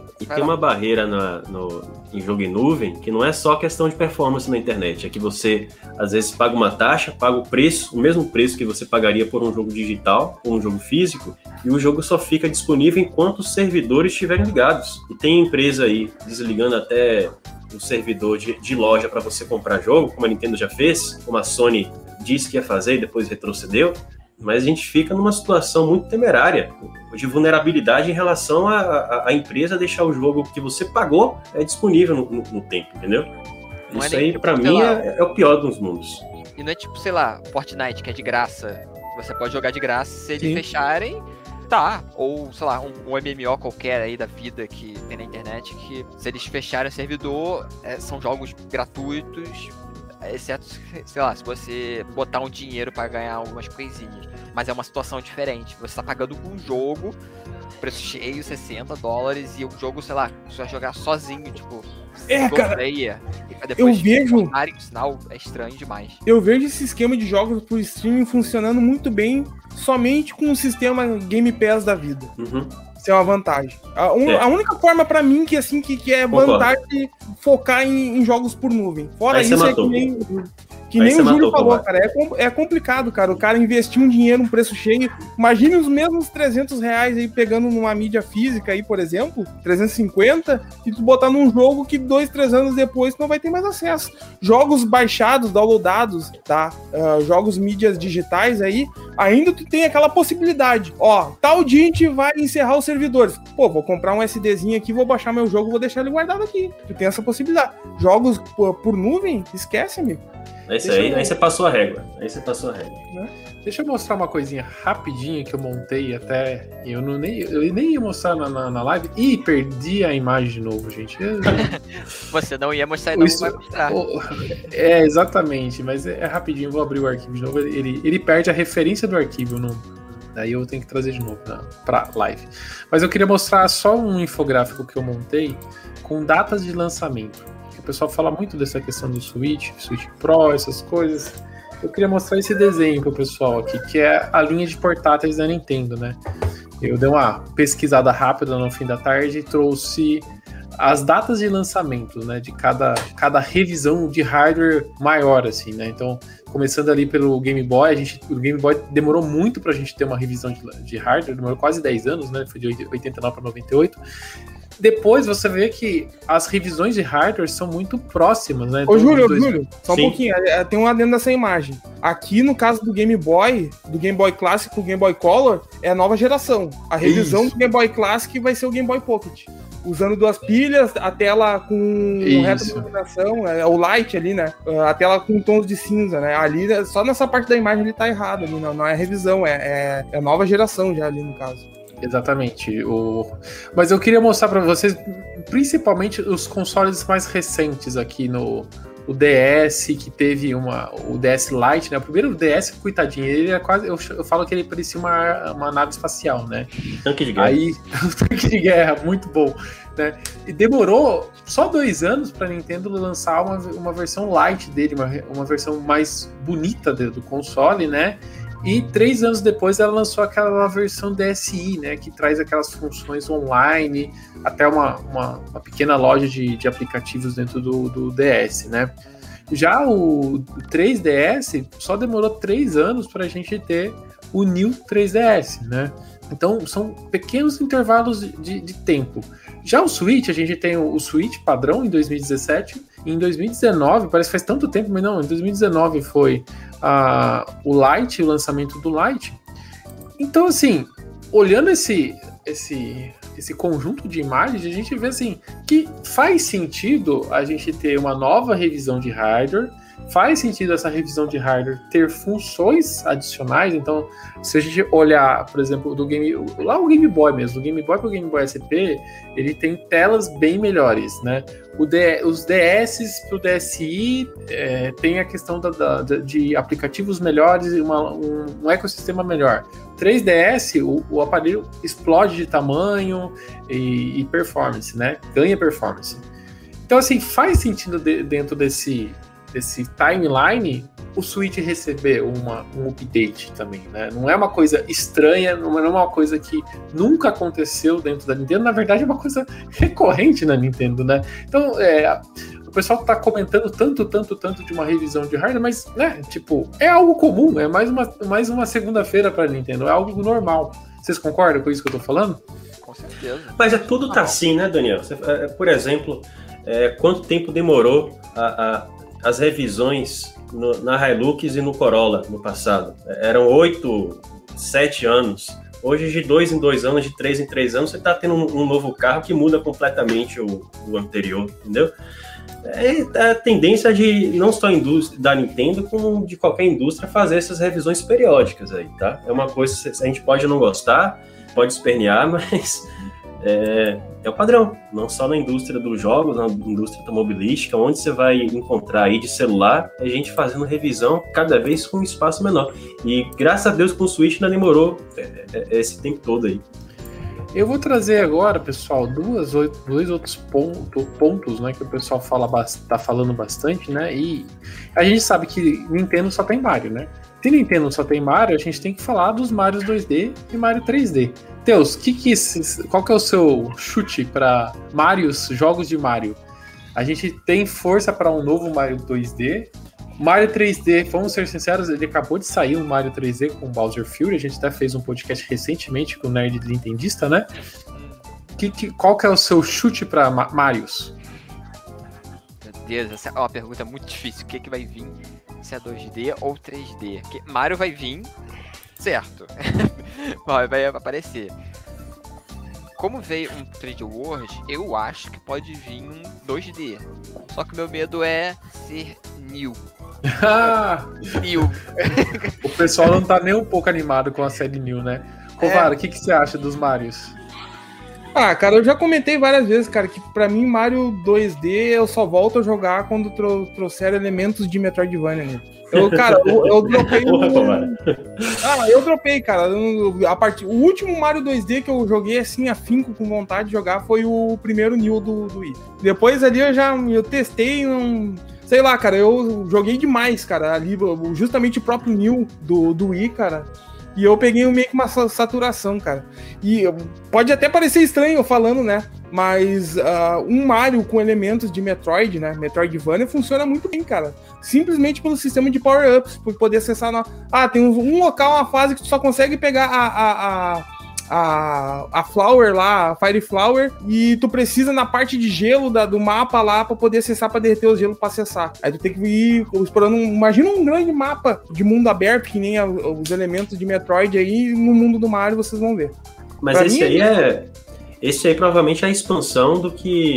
em jogo em nuvem, que não é só questão de performance na internet, é que você, às vezes, paga uma taxa, paga o mesmo preço que você pagaria por um jogo digital, ou um jogo físico, e o jogo só fica disponível enquanto os servidores estiverem ligados. E tem empresa aí desligando até o servidor de loja para você comprar jogo, como a Nintendo já fez, como a Sony disse que ia fazer e depois retrocedeu. Mas a gente fica numa situação muito temerária de vulnerabilidade em relação à empresa deixar o jogo que você pagou disponível no tempo, entendeu? Não isso aí, pra mim, é o pior dos mundos. E não é tipo, sei lá, Fortnite, que é de graça. Você pode jogar de graça, se eles fecharem, tá. Ou, sei lá, um MMO qualquer aí da vida que tem na internet, que se eles fecharem o servidor, são jogos gratuitos, exceto, sei lá, se você botar um dinheiro pra ganhar algumas coisinhas. Mas é uma situação diferente. Você tá pagando um jogo, preço cheio, $60, e um jogo, sei lá, você vai jogar sozinho, tipo... cara, player, e depois eu vejo... o sinal é estranho demais. Eu vejo esse esquema de jogos por streaming funcionando muito bem somente com o sistema Game Pass da vida. Uhum. Isso é uma vantagem. A única forma pra mim que é vantagem focar em jogos por nuvem. Fora isso, Que nem o Júlio falou, cara, é complicado, cara, o cara investir um dinheiro, um preço cheio, imagine os mesmos R$300 aí pegando numa mídia física aí, por exemplo, 350, e tu botar num jogo que 2, 3 anos depois tu não vai ter mais acesso. Jogos baixados, downloadados, tá? Jogos mídias digitais aí, ainda tu tem aquela possibilidade, ó, tal dia a gente vai encerrar os servidores, pô, vou comprar um SDzinho aqui, vou baixar meu jogo, vou deixar ele guardado aqui, tu tem essa possibilidade. Jogos por nuvem, esquece, amigo. Aí você passou a régua. Deixa eu mostrar uma coisinha rapidinha que eu montei até. Eu nem ia mostrar na live. Ih, perdi a imagem de novo, gente. Você não ia mostrar e não vai mostrar. Exatamente, mas é rapidinho. Vou abrir o arquivo de novo. Ele perde a referência do arquivo. Daí eu tenho que trazer de novo pra live. Mas eu queria mostrar só um infográfico que eu montei com datas de lançamento. O pessoal fala muito dessa questão do Switch Pro, essas coisas. Eu queria mostrar esse desenho pro pessoal aqui, que é a linha de portáteis da Nintendo, né? Eu dei uma pesquisada rápida no fim da tarde e trouxe as datas de lançamento, né? De cada revisão de hardware maior, assim, né? Então, começando ali pelo Game Boy, o Game Boy demorou muito pra gente ter uma revisão de hardware, demorou quase 10 anos, né? Foi de 89 para 98. Depois você vê que as revisões de hardware são muito próximas, né? Ô, Júlio, só um pouquinho, tem um adendo dessa imagem. Aqui, no caso do Game Boy Classic pro Game Boy Color, é a nova geração. A revisão do Game Boy Classic vai ser o Game Boy Pocket. Usando 2 pilhas, a tela com retroiluminação, o light ali, né? A tela com tons de cinza, né? Ali, só nessa parte da imagem ele tá errado, ali, não é revisão, é a nova geração já ali no caso. Exatamente. Mas eu queria mostrar para vocês, principalmente os consoles mais recentes aqui o DS, que teve o DS Lite, né? O primeiro DS, coitadinho, ele era quase. Eu falo que ele parecia uma nave espacial, né? Tanque de guerra. Aí, tanque de guerra, muito bom. Né? E demorou só 2 anos para a Nintendo lançar uma versão Lite dele, uma versão mais bonita do console, né? E 3 anos depois ela lançou aquela versão DSi, né, que traz aquelas funções online, até uma pequena loja de aplicativos dentro do DS, né. Já o 3DS só demorou 3 anos para a gente ter o New 3DS, né. Então são pequenos intervalos de tempo. Já o Switch, a gente tem o Switch padrão em 2017, e em 2019, parece que faz tanto tempo, mas não, em 2019 foi o Lite, o lançamento do Lite. Então, assim, olhando esse conjunto de imagens, a gente vê assim que faz sentido a gente ter uma nova revisão de hardware, faz sentido essa revisão de hardware ter funções adicionais. Então, se a gente olhar, por exemplo, o Game Boy mesmo, do Game Boy para o Game Boy SP, ele tem telas bem melhores, né? Os DS para o DSi tem a questão de aplicativos melhores e um ecossistema melhor. 3DS, o aparelho explode de tamanho e performance, né? Ganha performance. Então, assim, faz sentido dentro desse timeline o Switch receber um update também, né? Não é uma coisa estranha, não é uma coisa que nunca aconteceu dentro da Nintendo, na verdade é uma coisa recorrente na Nintendo, né? Então, o pessoal tá comentando tanto de uma revisão de hardware, mas, né, tipo, é algo comum, é mais uma segunda-feira pra Nintendo, é algo normal. Vocês concordam com isso que eu tô falando? Com certeza. Mas tudo tá assim, né, Daniel? Por exemplo, quanto tempo demorou as revisões na Hilux e no Corolla no passado? Eram 8, 7 anos. Hoje, de 2 em 2 anos, de 3 em 3 anos, você está tendo um novo carro que muda completamente o anterior, entendeu? É a tendência de não só a indústria da Nintendo, como de qualquer indústria, fazer essas revisões periódicas aí, tá? É uma coisa que a gente pode não gostar, pode espernear, mas é o padrão, não só na indústria dos jogos, na indústria automobilística, onde você vai encontrar aí de celular, a gente fazendo revisão cada vez com um espaço menor. E graças a Deus com o Switch não demorou esse tempo todo aí. Eu vou trazer agora, pessoal, dois outros pontos, né, que o pessoal tá falando bastante, né, e a gente sabe que Nintendo só tem Mario, né? Se Nintendo só tem Mario, a gente tem que falar dos Marios 2D e Mario 3D. Teus, qual que é o seu chute para jogos de Mario? A gente tem força para um novo Mario 2D Mario 3D, vamos ser sinceros, ele acabou de sair um Mario 3D com Bowser Fury, a gente até fez um podcast recentemente com o Nerd Nintendista, né? Qual que é o seu chute pra Marios? Meu Deus, essa é uma pergunta muito difícil. O que vai vir? Se é 2D ou 3D? Porque Mario vai vir, certo. Vai aparecer. Como veio um 3D World, eu acho que pode vir um 2D. Só que meu medo é ser New. New. O pessoal não tá nem um pouco animado com a série New, né? Covara, o que você acha dos Marios? Ah, cara, eu já comentei várias vezes, cara, que pra mim Mario 2D eu só volto a jogar quando trouxer elementos de Metroidvania, né? Eu dropei eu dropei, cara. O último Mario 2D que eu joguei assim, afinco, com vontade de jogar, foi o primeiro New do Wii. Depois ali eu testei, sei lá, cara, eu joguei demais, cara, ali, justamente o próprio New do Wii, cara. E eu peguei meio que uma saturação, cara. E pode até parecer estranho eu falando, né? Mas um Mario com elementos de Metroid, né? Metroidvania funciona muito bem, cara. Simplesmente pelo sistema de power-ups, por poder acessar... tem um local, uma fase que tu só consegue pegar a Flower lá, a Fire Flower, e tu precisa na parte de gelo do mapa lá pra poder acessar, pra derreter o gelo pra acessar. Aí tu tem que ir explorando, imagina um grande mapa de mundo aberto, que nem os elementos de Metroid aí, no mundo do Mario vocês vão ver. Mas pra esse aí provavelmente é a expansão como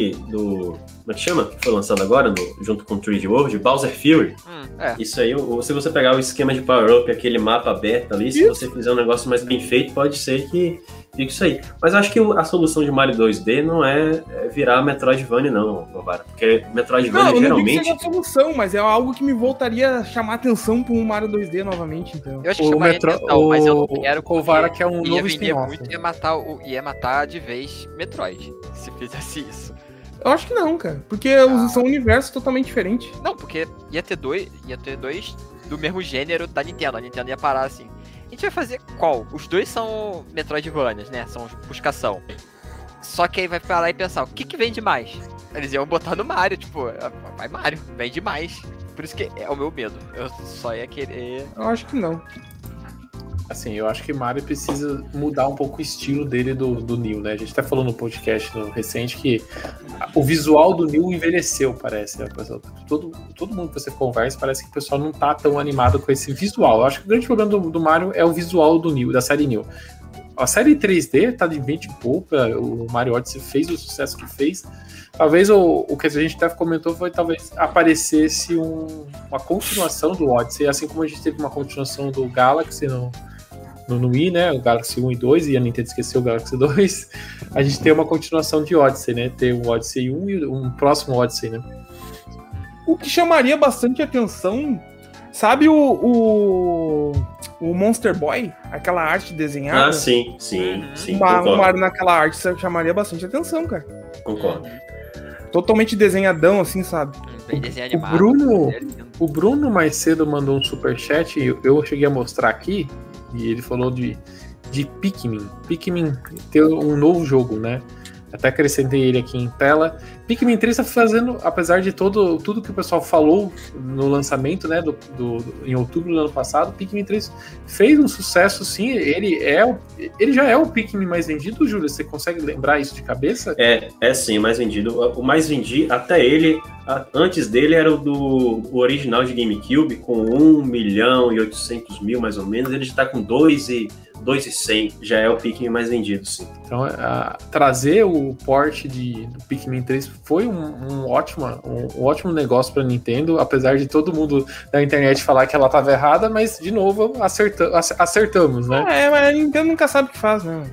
é que chama? Que foi lançado agora, junto com o 3D World, Bowser Fury. Isso aí, se você pegar o esquema de power-up, aquele mapa aberto ali, se você fizer um negócio mais bem feito, pode ser que fique isso aí. Mas eu acho que a solução de Mario 2D não é virar Metroidvania, não, Bobara. Porque Metroidvania geralmente... Não, não seja a solução, mas é algo que me voltaria a chamar atenção para um Mario 2D novamente, então. Eu acho que chamaria atenção, mas eu não quero... Covara que é um novo spin-off. Ia matar de vez Metroid, se fizesse isso. Eu acho que não, cara. Porque são universos totalmente diferentes. Não, porque ia ter dois do mesmo gênero da Nintendo. A Nintendo ia parar assim. A gente vai fazer qual? Os dois são Metroidvanias, né? São buscação. Só que aí vai parar e pensar, o que vende mais? Eles iam botar no Mario, tipo, vai Mario, vende mais. Por isso que é o meu medo. Eu só ia querer... Eu acho que não. Assim, eu acho que Mario precisa mudar um pouco o estilo dele do New, né? A gente até falou no podcast recente que o visual do New envelheceu, parece. Né? Todo mundo que você conversa parece que o pessoal não tá tão animado com esse visual. Eu acho que o grande problema do Mario é o visual do New, da série New. A série 3D tá de vento e pouca, o Mario Odyssey fez o sucesso que fez. Talvez o que a gente até comentou foi talvez aparecesse uma continuação do Odyssey, assim como a gente teve uma continuação do Galaxy no Wii, né? O Galaxy 1 e 2, e a Nintendo esqueceu o Galaxy 2. A gente tem uma continuação de Odyssey, né? Tem o Odyssey 1 e um próximo Odyssey, né? O que chamaria bastante atenção, sabe o Monster Boy? Aquela arte desenhada? Ah, sim. Naquela arte, isso chamaria bastante atenção, cara. Concordo. Totalmente desenhadão, assim, sabe? Bem desenho animado. O Bruno mais cedo mandou um superchat, eu cheguei a mostrar aqui, e ele falou de Pikmin. Pikmin ter um novo jogo, né? Até acrescentei ele aqui em tela. Pikmin 3 está fazendo, apesar de tudo que o pessoal falou no lançamento, né, em outubro do ano passado, Pikmin 3 fez um sucesso, sim. Ele já é o Pikmin mais vendido, Júlio? Você consegue lembrar isso de cabeça? É sim, o mais vendido. O mais vendido, até ele, antes dele era o original de GameCube, com 1.800.000 mais ou menos. Ele já está com 2.100, já é o Pikmin mais vendido, sim. Então, trazer o port do Pikmin 3 foi um ótimo negócio para a Nintendo, apesar de todo mundo da internet falar que ela estava errada, mas, de novo, acertamos, né? Mas a Nintendo nunca sabe o que faz, né?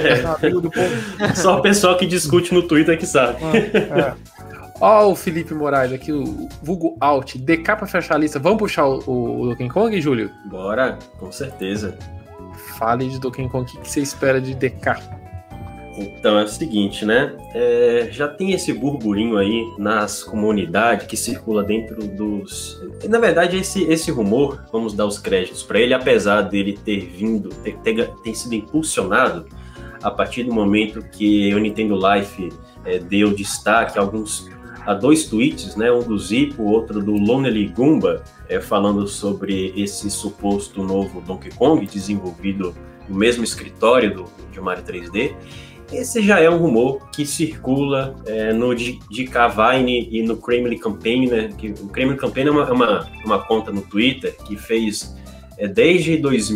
Só o pessoal que discute no Twitter que sabe. Ó, o Felipe Moraes aqui, o vulgo Alt, DK para fechar a lista. Vamos puxar o Donkey Kong, Júlio? Bora, com certeza. Fale de Donkey Kong, o que você espera de DK? Então é o seguinte, né? Já tem esse burburinho aí nas comunidades que circula dentro dos... Na verdade, esse rumor, vamos dar os créditos para ele, apesar dele ter sido impulsionado a partir do momento que o Nintendo Life deu destaque a a 2 tweets, né, um do Zipo, outro do Lonely Goomba, falando sobre esse suposto novo Donkey Kong, desenvolvido no mesmo escritório de Mario 3D. Esse já é um rumor que circula no DK Vine e no Kremlin Campaign, né? Que o Kremlin Campaign é uma conta no Twitter que fez desde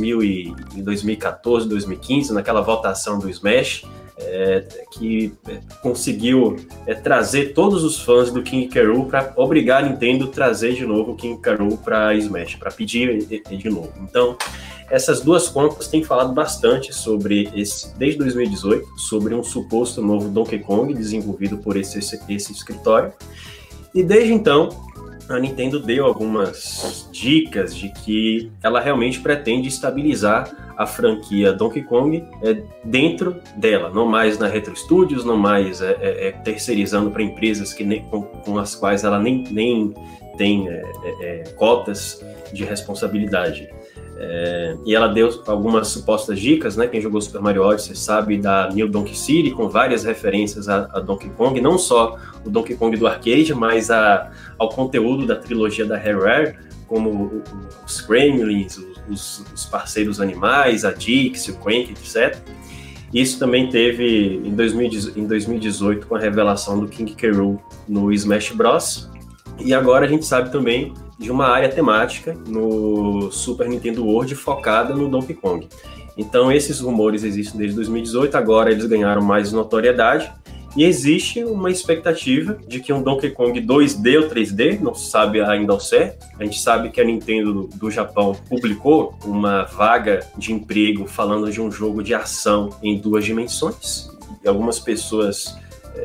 2014, 2015, naquela votação do Smash, que conseguiu trazer todos os fãs do King K. Rool para obrigar a Nintendo a trazer de novo o King K. Rool para Smash, para pedir de novo. Então, essas duas contas têm falado bastante sobre desde 2018, sobre um suposto novo Donkey Kong desenvolvido por esse escritório. E desde então, a Nintendo deu algumas dicas de que ela realmente pretende estabilizar a franquia Donkey Kong dentro dela, não mais na Retro Studios, não mais terceirizando para empresas com as quais ela nem tem cotas de responsabilidade. E ela deu algumas supostas dicas, né? Quem jogou Super Mario Odyssey sabe da New Donkey City, com várias referências a Donkey Kong, não só o Donkey Kong do arcade, mas ao conteúdo da trilogia da Rare, como os Gremlins, os parceiros animais, a Dixie, o Crank, etc. Isso também teve em 2018 com a revelação do King K. Rool no Smash Bros. E agora a gente sabe também de uma área temática no Super Nintendo World focada no Donkey Kong. Então esses rumores existem desde 2018, agora eles ganharam mais notoriedade e existe uma expectativa de que um Donkey Kong 2D ou 3D, não se sabe ainda ao certo. A gente sabe que a Nintendo do Japão publicou uma vaga de emprego falando de um jogo de ação em 2 dimensões e algumas pessoas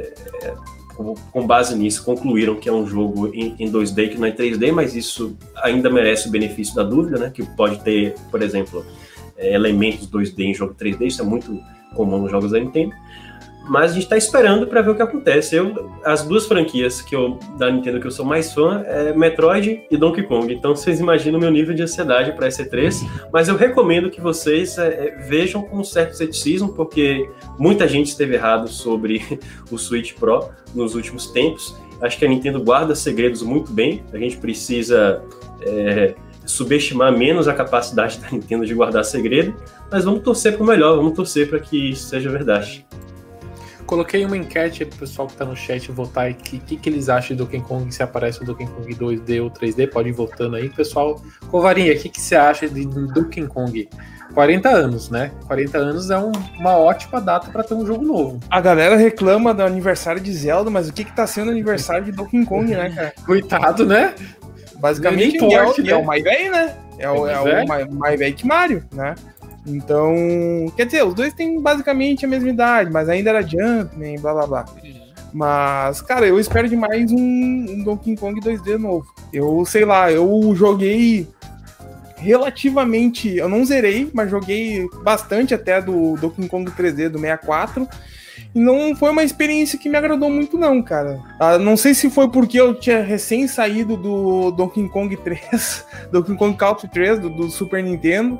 com base nisso, concluíram que é um jogo em 2D que não é 3D, mas isso ainda merece o benefício da dúvida, né? Que pode ter, por exemplo, elementos 2D em jogo 3D, isso é muito comum nos jogos da Nintendo. Mas a gente está esperando para ver o que acontece. As duas franquias da Nintendo que eu sou mais fã é Metroid e Donkey Kong. Então vocês imaginam o meu nível de ansiedade para essa E3. Mas eu recomendo que vocês vejam com um certo ceticismo, porque muita gente esteve errado sobre o Switch Pro nos últimos tempos. Acho que a Nintendo guarda segredos muito bem. A gente precisa subestimar menos a capacidade da Nintendo de guardar segredo. Mas vamos torcer para o melhor, vamos torcer para que isso seja verdade. Coloquei uma enquete pro pessoal que tá no chat votar e o que eles acham do Donkey Kong, se aparece o Donkey Kong 2D ou 3D, pode ir votando aí. Pessoal, Covarinha, o que você acha de Donkey Kong? 40 anos, né? 40 anos é uma ótima data para ter um jogo novo. A galera reclama do aniversário de Zelda, mas o que tá sendo o aniversário de Donkey Kong, né, cara? Coitado, né? Basicamente é o mais velho, né? É o mais velho que Mario, né? Então, quer dizer, os dois têm basicamente a mesma idade, mas ainda era Jumpman, blá blá blá. Mas, cara, eu espero demais um Donkey Kong 2D novo. Eu sei lá, eu joguei relativamente, eu não zerei, mas joguei bastante até do Donkey Kong 3D do 64. E não foi uma experiência que me agradou muito não, cara. Não sei se foi porque eu tinha recém saído do Donkey Kong 3, Donkey Kong Country 3 do Super Nintendo.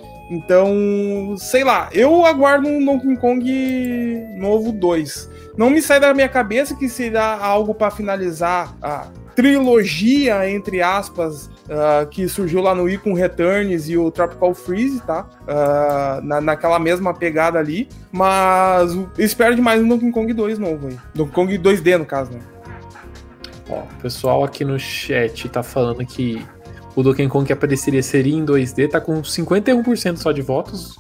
Então, sei lá, eu aguardo um Donkey Kong novo 2. Não me sai da minha cabeça que será algo para finalizar a trilogia, entre aspas, que surgiu lá no Wii com Returns e o Tropical Freeze, tá? Naquela mesma pegada ali. Mas eu espero demais um Donkey Kong 2 novo aí. Donkey Kong 2D, no caso, né? Ó, o pessoal aqui no chat tá falando que o Donkey Kong que apareceria seria em 2D, tá com 51% só de votos.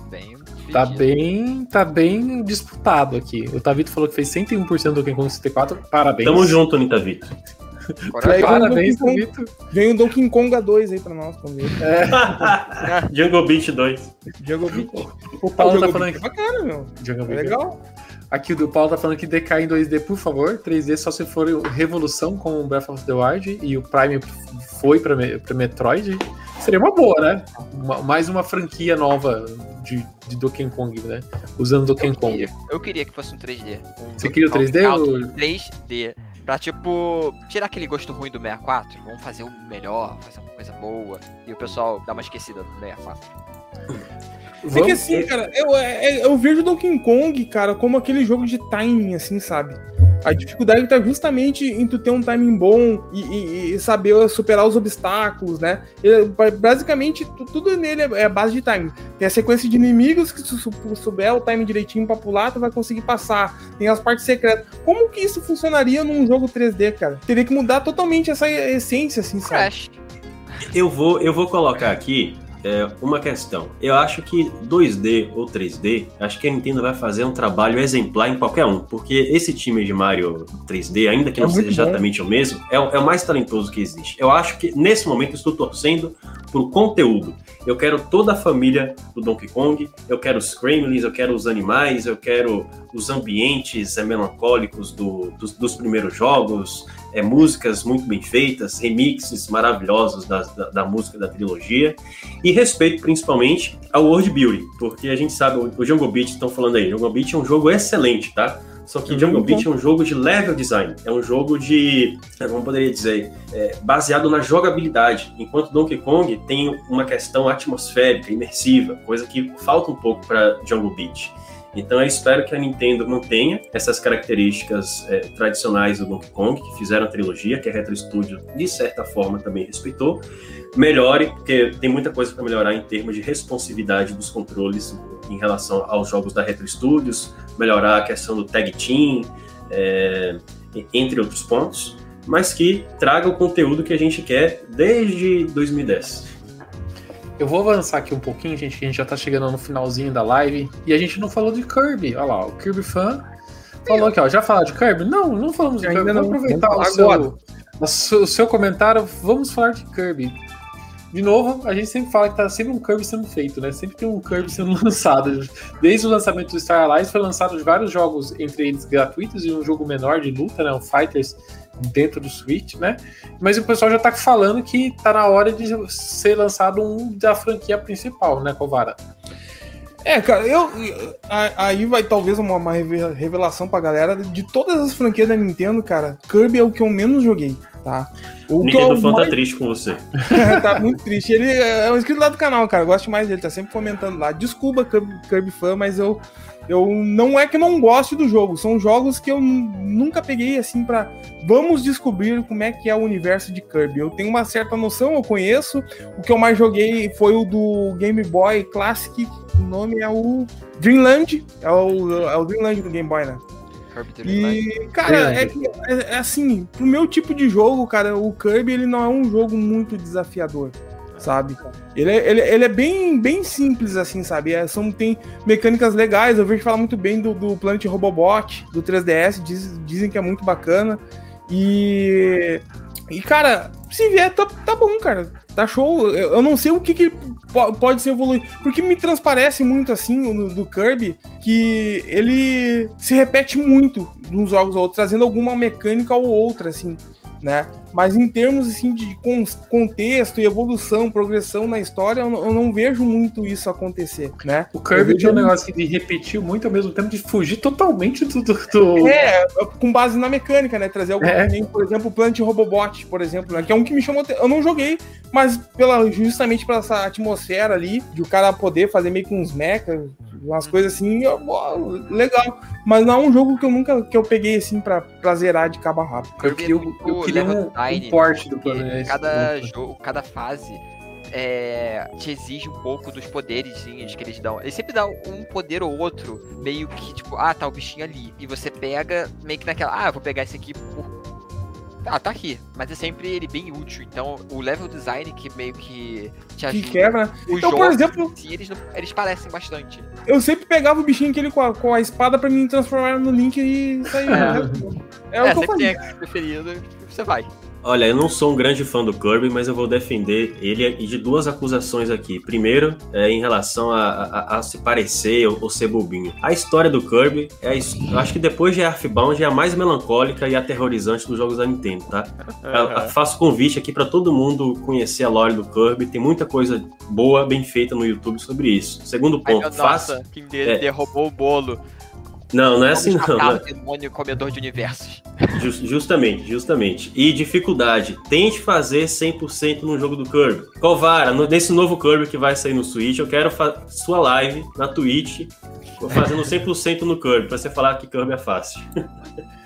Tá bem disputado aqui. O Tavito falou que fez 101% do Donkey Kong 64. Parabéns. Tamo junto, Tavito. Parabéns, Tavito. Vem o Donkey Kong 2 aí pra nós. Jungle Beat 2. Jungle Beat. O Paulo tá falando que bacana, meu. Jungle Beat legal. Aqui o Paulo tá falando que DK em 2D, por favor. 3D só se for Revolução com o Breath of the Wild e o Prime foi pra Metroid. Seria uma boa, né? Mais uma franquia nova de Donkey Kong, né? Usando Donkey Kong. Eu queria que fosse um 3D. Você queria o 3D? Ou... 3D. Pra, tipo, tirar aquele gosto ruim do 64. Vamos fazer o melhor, fazer uma coisa boa. E o pessoal dá uma esquecida do 64. É que assim, cara, eu vejo Donkey Kong, cara, como aquele jogo de timing, assim, sabe? A dificuldade tá justamente em tu ter um timing bom e saber superar os obstáculos, né? Basicamente, tudo nele é base de timing. Tem a sequência de inimigos que se tu souber o timing direitinho pra pular, tu vai conseguir passar. Tem as partes secretas. Como que isso funcionaria num jogo 3D, cara? Teria que mudar totalmente essa essência, assim, sabe? Crash. Eu vou colocar aqui uma questão. Eu acho que 2D ou 3D, acho que a Nintendo vai fazer um trabalho exemplar em qualquer um, porque esse time de Mario 3D, ainda que não seja exatamente o mesmo, é o mais talentoso que existe. Eu acho que, nesse momento, eu estou torcendo pro conteúdo. Eu quero toda a família do Donkey Kong, eu quero os Gremlins, eu quero os animais, eu quero os ambientes melancólicos dos primeiros jogos, músicas muito bem feitas, remixes maravilhosos da música da trilogia, e respeito principalmente ao world building, porque a gente sabe, o Jungle Beat, estão falando aí, Jungle Beat é um jogo excelente, tá? Só que Jungle Beat é um jogo de level design, é um jogo de, como poderia dizer, baseado na jogabilidade, enquanto Donkey Kong tem uma questão atmosférica, imersiva, coisa que falta um pouco para Jungle Beat. Então eu espero que a Nintendo mantenha essas características tradicionais do Donkey Kong, que fizeram a trilogia, que a Retro Studio, de certa forma, também respeitou. Melhore, porque tem muita coisa para melhorar em termos de responsividade dos controles em relação aos jogos da Retro Studios, melhorar a questão do Tag Team, entre outros pontos, mas que traga o conteúdo que a gente quer desde 2010. Eu vou avançar aqui um pouquinho, gente, que a gente já tá chegando no finalzinho da live. E a gente não falou de Kirby. Olha lá, o Kirby Fan falou aqui, ó. Já falaram de Kirby? Não falamos de Kirby. Vamos aproveitar o seu comentário. Vamos falar de Kirby. De novo, a gente sempre fala que tá sempre um Kirby sendo feito, né? Sempre tem um Kirby sendo lançado. Desde o lançamento do Star Allies foi lançado vários jogos, entre eles gratuitos, e um jogo menor de luta, né? O Fighters dentro do Switch, né? Mas o pessoal já tá falando que tá na hora de ser lançado um da franquia principal, né, Covara? Cara, aí vai talvez uma revelação pra galera. De todas as franquias da Nintendo, cara, Kirby é o que eu menos joguei, tá? O Nintendo Fan tá triste com você. Tá muito triste. Ele é um inscrito lá do canal, cara, eu gosto mais dele, tá sempre comentando lá. Desculpa, Kirby Fan, mas eu não é que eu não goste do jogo, são jogos que eu nunca peguei assim pra... Vamos descobrir como é que é o universo de Kirby. Eu tenho uma certa noção, eu conheço. O que eu mais joguei foi o do Game Boy Classic, o nome é o Dreamland, é o Dreamland do Game Boy, né? E, cara, é assim, pro meu tipo de jogo, cara, o Kirby, ele não é um jogo muito desafiador, sabe? Ele é bem simples, assim, sabe? Tem mecânicas legais, eu vejo falar muito bem do Planet Robobot, do 3DS, dizem que é muito bacana. E cara, se vier, tá bom, cara. Tá show. Eu não sei o que pode ser evoluído. Porque me transparece muito, assim, do Kirby, que ele se repete muito de uns jogos ou outros, trazendo alguma mecânica ou outra, assim, né? Mas em termos, assim, de contexto e evolução, progressão na história, eu não vejo muito isso acontecer, né? O Kirby tinha um negócio de repetir muito ao mesmo tempo de fugir totalmente do... com base na mecânica, né? Trazer algum por exemplo, o Planet Robobot, por exemplo, né? Que é um que me chamou... Eu não joguei, mas justamente pela essa atmosfera ali, de o cara poder fazer meio que uns mechas, umas coisas assim, legal. Mas não é um jogo que eu peguei, assim, pra zerar de cabo a rabo. Eu queria um porte do planeta. Cada fase te exige um pouco dos poderes que eles dão. Eles sempre dão um poder ou outro, meio que, tipo, tá o bichinho ali. E você pega, meio que naquela, eu vou pegar esse aqui por... tá aqui, mas é sempre ele bem útil. Então, o level design que meio que te ajuda. Que quebra. Então, por exemplo, eles parecem bastante. Eu sempre pegava o bichinho aquele com a espada pra me transformar no Link e sair. É o que eu fazia. Tem preferido, você vai. Olha, eu não sou um grande fã do Kirby, mas eu vou defender ele e de duas acusações aqui. Primeiro, em relação a se parecer ou ser bobinho. A história do Kirby, eu acho que depois de Earthbound, é a mais melancólica e aterrorizante dos jogos da Nintendo, tá? Eu faço convite aqui pra todo mundo conhecer a lore do Kirby. Tem muita coisa boa, bem feita no YouTube sobre isso. Segundo ponto, nossa, quem derrubou o bolo. Não é assim não. Demônio comedor de universos. Justamente. E dificuldade. Tente fazer 100% no jogo do Kirby. Covara, nesse novo Kirby que vai sair no Switch, eu quero sua live na Twitch fazendo 100% no Kirby, pra você falar que Kirby é fácil.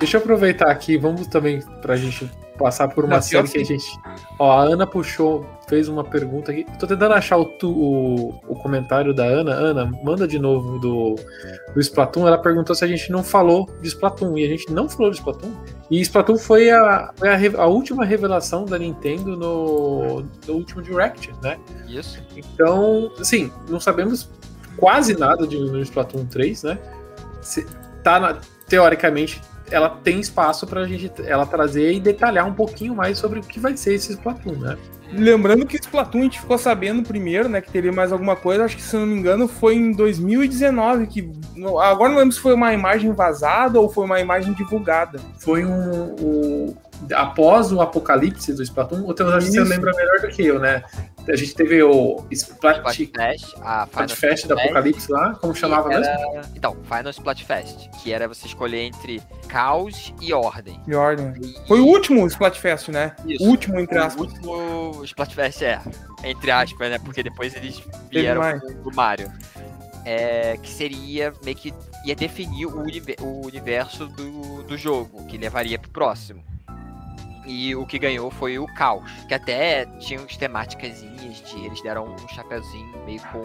Deixa eu aproveitar aqui, vamos também pra gente passar por uma série que a gente... Ó, a Ana fez uma pergunta aqui. Tô tentando achar o comentário da Ana. Ana, manda de novo do Splatoon. Ela perguntou se a gente não falou de Splatoon. E a gente não falou de Splatoon. E Splatoon foi a última revelação da Nintendo no último Direct, né? Isso. Então, assim, não sabemos quase nada no Splatoon 3, né? Teoricamente, ela tem espaço pra gente ela trazer e detalhar um pouquinho mais sobre o que vai ser esse Splatoon, né? Lembrando que Splatoon a gente ficou sabendo primeiro, né, que teria mais alguma coisa, acho que se não me engano foi em 2019, agora não lembro se foi uma imagem vazada ou foi uma imagem divulgada. Foi após o apocalipse do Splatoon, o teu você lembra melhor do que eu, né? A gente teve o Splatfest, a Splatfest do Apocalipse lá, como chamava mesmo? Então, Final Splatfest, que era você escolher entre caos e ordem. Foi o último Splatfest, né? Isso. O último, entre aspas. O último Splatfest, entre aspas, né? Porque depois eles vieram do Mario. Que seria meio que ia definir o universo do jogo, que levaria pro próximo. E o que ganhou foi o Caos, que até tinha umas temáticazinhas eles deram um chapeuzinho qual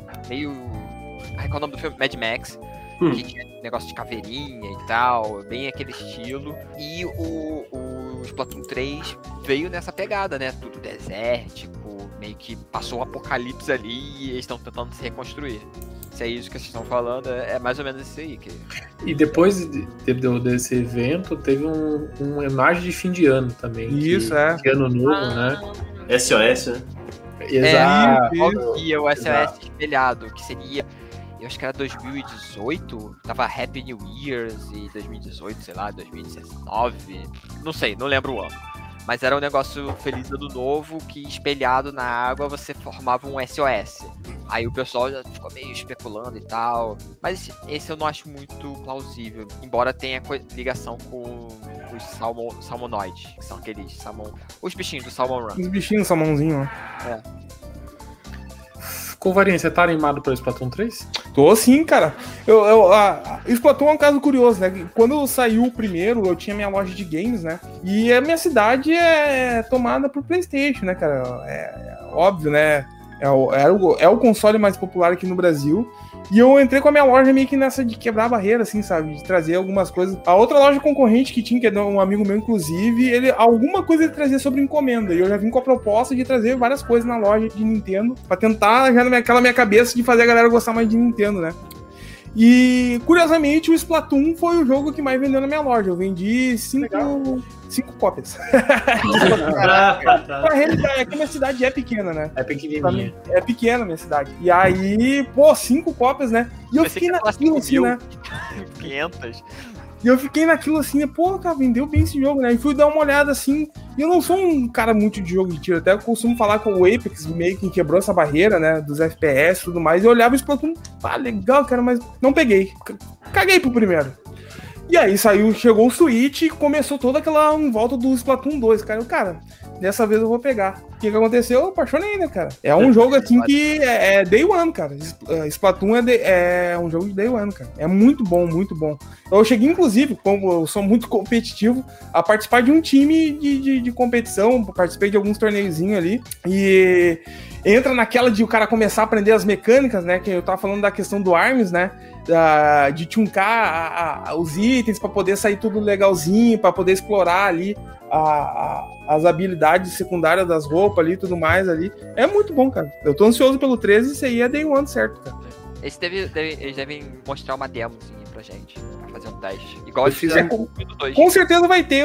é o nome do filme? Mad Max, que tinha negócio de caveirinha e tal, bem aquele estilo. E o Splatoon 3 veio nessa pegada, né? Tudo desértico, meio que passou um apocalipse ali e eles estão tentando se reconstruir. Se é isso que vocês estão falando, é mais ou menos isso aí. E depois desse evento, teve uma imagem de fim de ano também. Isso, de ano novo, né? SOS, né? Exato. E o SOS espelhado, que seria... Eu acho que era 2018, tava Happy New Year's e 2018, sei lá, 2019, não sei, não lembro o ano. Mas era um negócio Feliz Ano Novo que espelhado na água você formava um SOS. Aí o pessoal já ficou meio especulando e tal. Mas esse eu não acho muito plausível, embora tenha ligação com os salmonoides, que são aqueles os bichinhos do Salmon Run. Os bichinhos do salmãozinho, né? Covarinha, você tá animado para o Splatoon 3? Tô sim, cara. Splatoon é um caso curioso, né? Quando saiu o primeiro, eu tinha minha loja de games, né? E a minha cidade é tomada por PlayStation, né, cara? É óbvio, né? É o console mais popular aqui no Brasil. E eu entrei com a minha loja meio que nessa de quebrar a barreira, assim, sabe? De trazer algumas coisas. A outra loja concorrente que tinha, que é um amigo meu, inclusive, alguma coisa ele trazia sobre encomenda. E eu já vim com a proposta de trazer várias coisas na loja de Nintendo, pra tentar, já naquela minha cabeça, de fazer a galera gostar mais de Nintendo, né? E, curiosamente, o Splatoon foi o jogo que mais vendeu na minha loja. Eu vendi 5 cópias. Pra realidade, é que a minha cidade é pequena, né? É pequenininha. É pequena a minha cidade. E aí, 5 cópias, né? E eu fiquei naquilo assim, né? 500. E eu fiquei naquilo assim, né? Pô, cara, vendeu bem esse jogo, né? E fui dar uma olhada assim. E eu não sou um cara muito de jogo de tiro. Até eu costumo falar com o Apex meio que quebrou essa barreira, né? Dos FPS e tudo mais. E eu olhava o Splatoon, legal, cara, mas não peguei. Caguei pro primeiro. E aí chegou o Switch e começou toda aquela volta do Splatoon 2, cara. Dessa vez eu vou pegar. O que aconteceu? Eu apaixonei, né, cara? É um jogo assim que é Day One, cara. Splatoon é um jogo de Day One, cara. É muito bom, muito bom. Eu cheguei, inclusive, como eu sou muito competitivo, a participar de um time de competição. Participei de alguns torneiozinhos ali. E entra naquela de o cara começar a aprender as mecânicas, né? Que eu tava falando da questão do ARMS, né? De tuncar os itens para poder sair tudo legalzinho, para poder explorar ali as habilidades secundárias das roupas ali e tudo mais ali. É muito bom, cara. Eu tô ansioso pelo 13 e isso aí é Day One, certo, cara. Eles devem mostrar uma demozinha pra gente, pra fazer um teste. Igual eles fizeram com o 2. Com certeza vai ter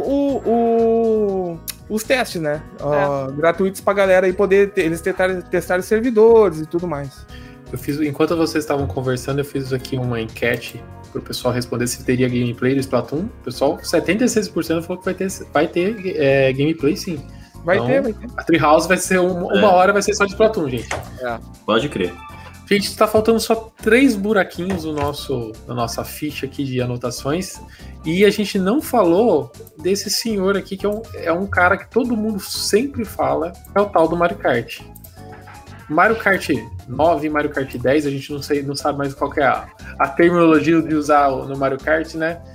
os testes, né? Gratuitos pra galera aí poder eles testarem servidores e tudo mais. Enquanto vocês estavam conversando, eu fiz aqui uma enquete pro pessoal responder se teria gameplay do Splatoon. O pessoal, 76% falou que vai ter gameplay, sim. Vai ter. A Treehouse vai ser uma hora, vai ser só de Splatoon, gente. Pode crer. Gente, tá faltando só 3 buraquinhos na nossa ficha aqui de anotações. E a gente não falou desse senhor aqui, que é um cara que todo mundo sempre fala, é o tal do Mario Kart. Mario Kart 9 e Mario Kart 10, a gente não sabe mais qual que é a terminologia de usar no Mario Kart, né?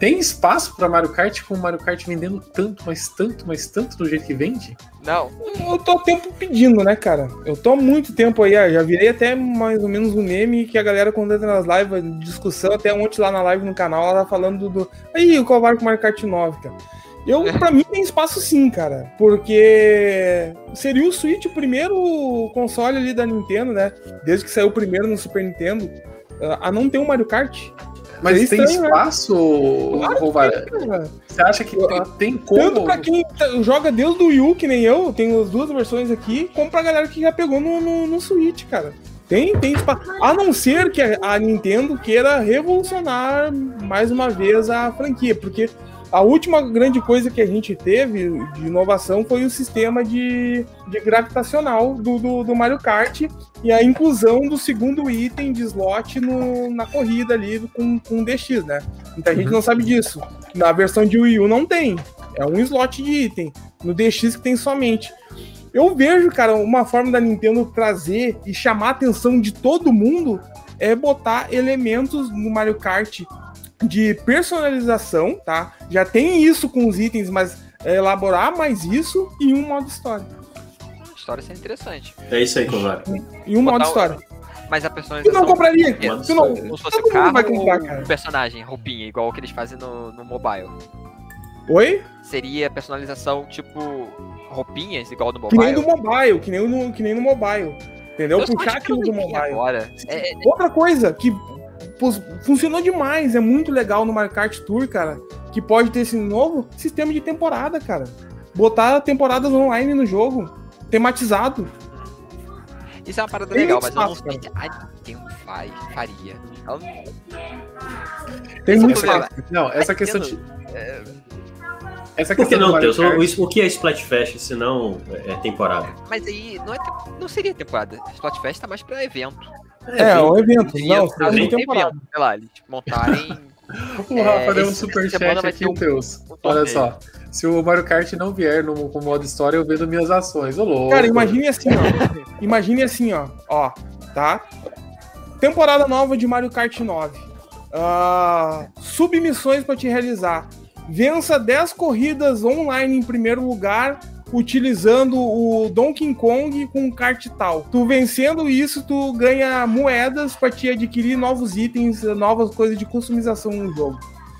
Tem espaço pra Mario Kart com o Mario Kart vendendo tanto, mas tanto do jeito que vende? Não. Eu tô há tempo pedindo, né, cara? Eu tô há muito tempo aí, já virei até mais ou menos um meme que a galera quando entra nas lives, discussão, até ontem lá na live no canal, ela tá falando Aí, o qual vai com o Mario Kart 9, cara? Pra mim tem espaço sim, cara, porque seria o Switch o primeiro console ali da Nintendo, né? Desde que saiu o primeiro no Super Nintendo, a não ter um Mario Kart. Mas tem espaço, Rovara? Você acha que tem como? Tanto pra quem joga desde o Wii U, que nem eu, tenho as duas versões aqui, como pra galera que já pegou no Switch, cara. Tem espaço. A não ser que a Nintendo queira revolucionar mais uma vez a franquia, porque a última grande coisa que a gente teve de inovação foi o sistema de gravitacional do Mario Kart e a inclusão do segundo item de slot na corrida ali com DX, né? Muita gente não sabe disso. Na versão de Wii U não tem. É um slot de item. No DX que tem somente. Eu vejo, cara, uma forma da Nintendo trazer e chamar a atenção de todo mundo é botar elementos no Mario Kart de personalização, tá? Já tem isso com os itens, mas elaborar mais isso e um modo história. História seria interessante. É isso aí, Covar. E um modo história. Mas a personalização... Tu não compraria? Tu não, como se fosse carro vai comprar, cara. Personagem, roupinha, igual o que eles fazem no mobile. Oi? Seria personalização, tipo, roupinhas, igual no mobile? Que nem no mobile, que nem no mobile. Entendeu? Puxar aquilo do mobile. Agora. Outra coisa que funcionou demais, é muito legal no Mario Kart Tour, cara, que pode ter esse novo sistema de temporada, cara. Botar temporadas online no jogo, tematizado. Isso é uma parada legal, mas eu não sei se a Nintendo faria. Tem muito espaço. Não, essa questão de... Por que não, Deus? O que é Splatfest se não é temporada? Mas aí não seria temporada. Splatfest tá mais pra evento. Um evento. Não, seria temporada. Sei lá, eles montarem... O Rafa deu um superchat aqui, Deus. Olha só. Se o Mario Kart não vier com modo história, eu vendo minhas ações. Ô, louco. Cara, imagine assim, ó. Ó, tá? Temporada nova de Mario Kart 9. Submissões pra te realizar. Vença 10 corridas online em primeiro lugar, utilizando o Donkey Kong com o kart tal. Tu vencendo isso, tu ganha moedas para te adquirir novos itens, novas coisas de customização no jogo.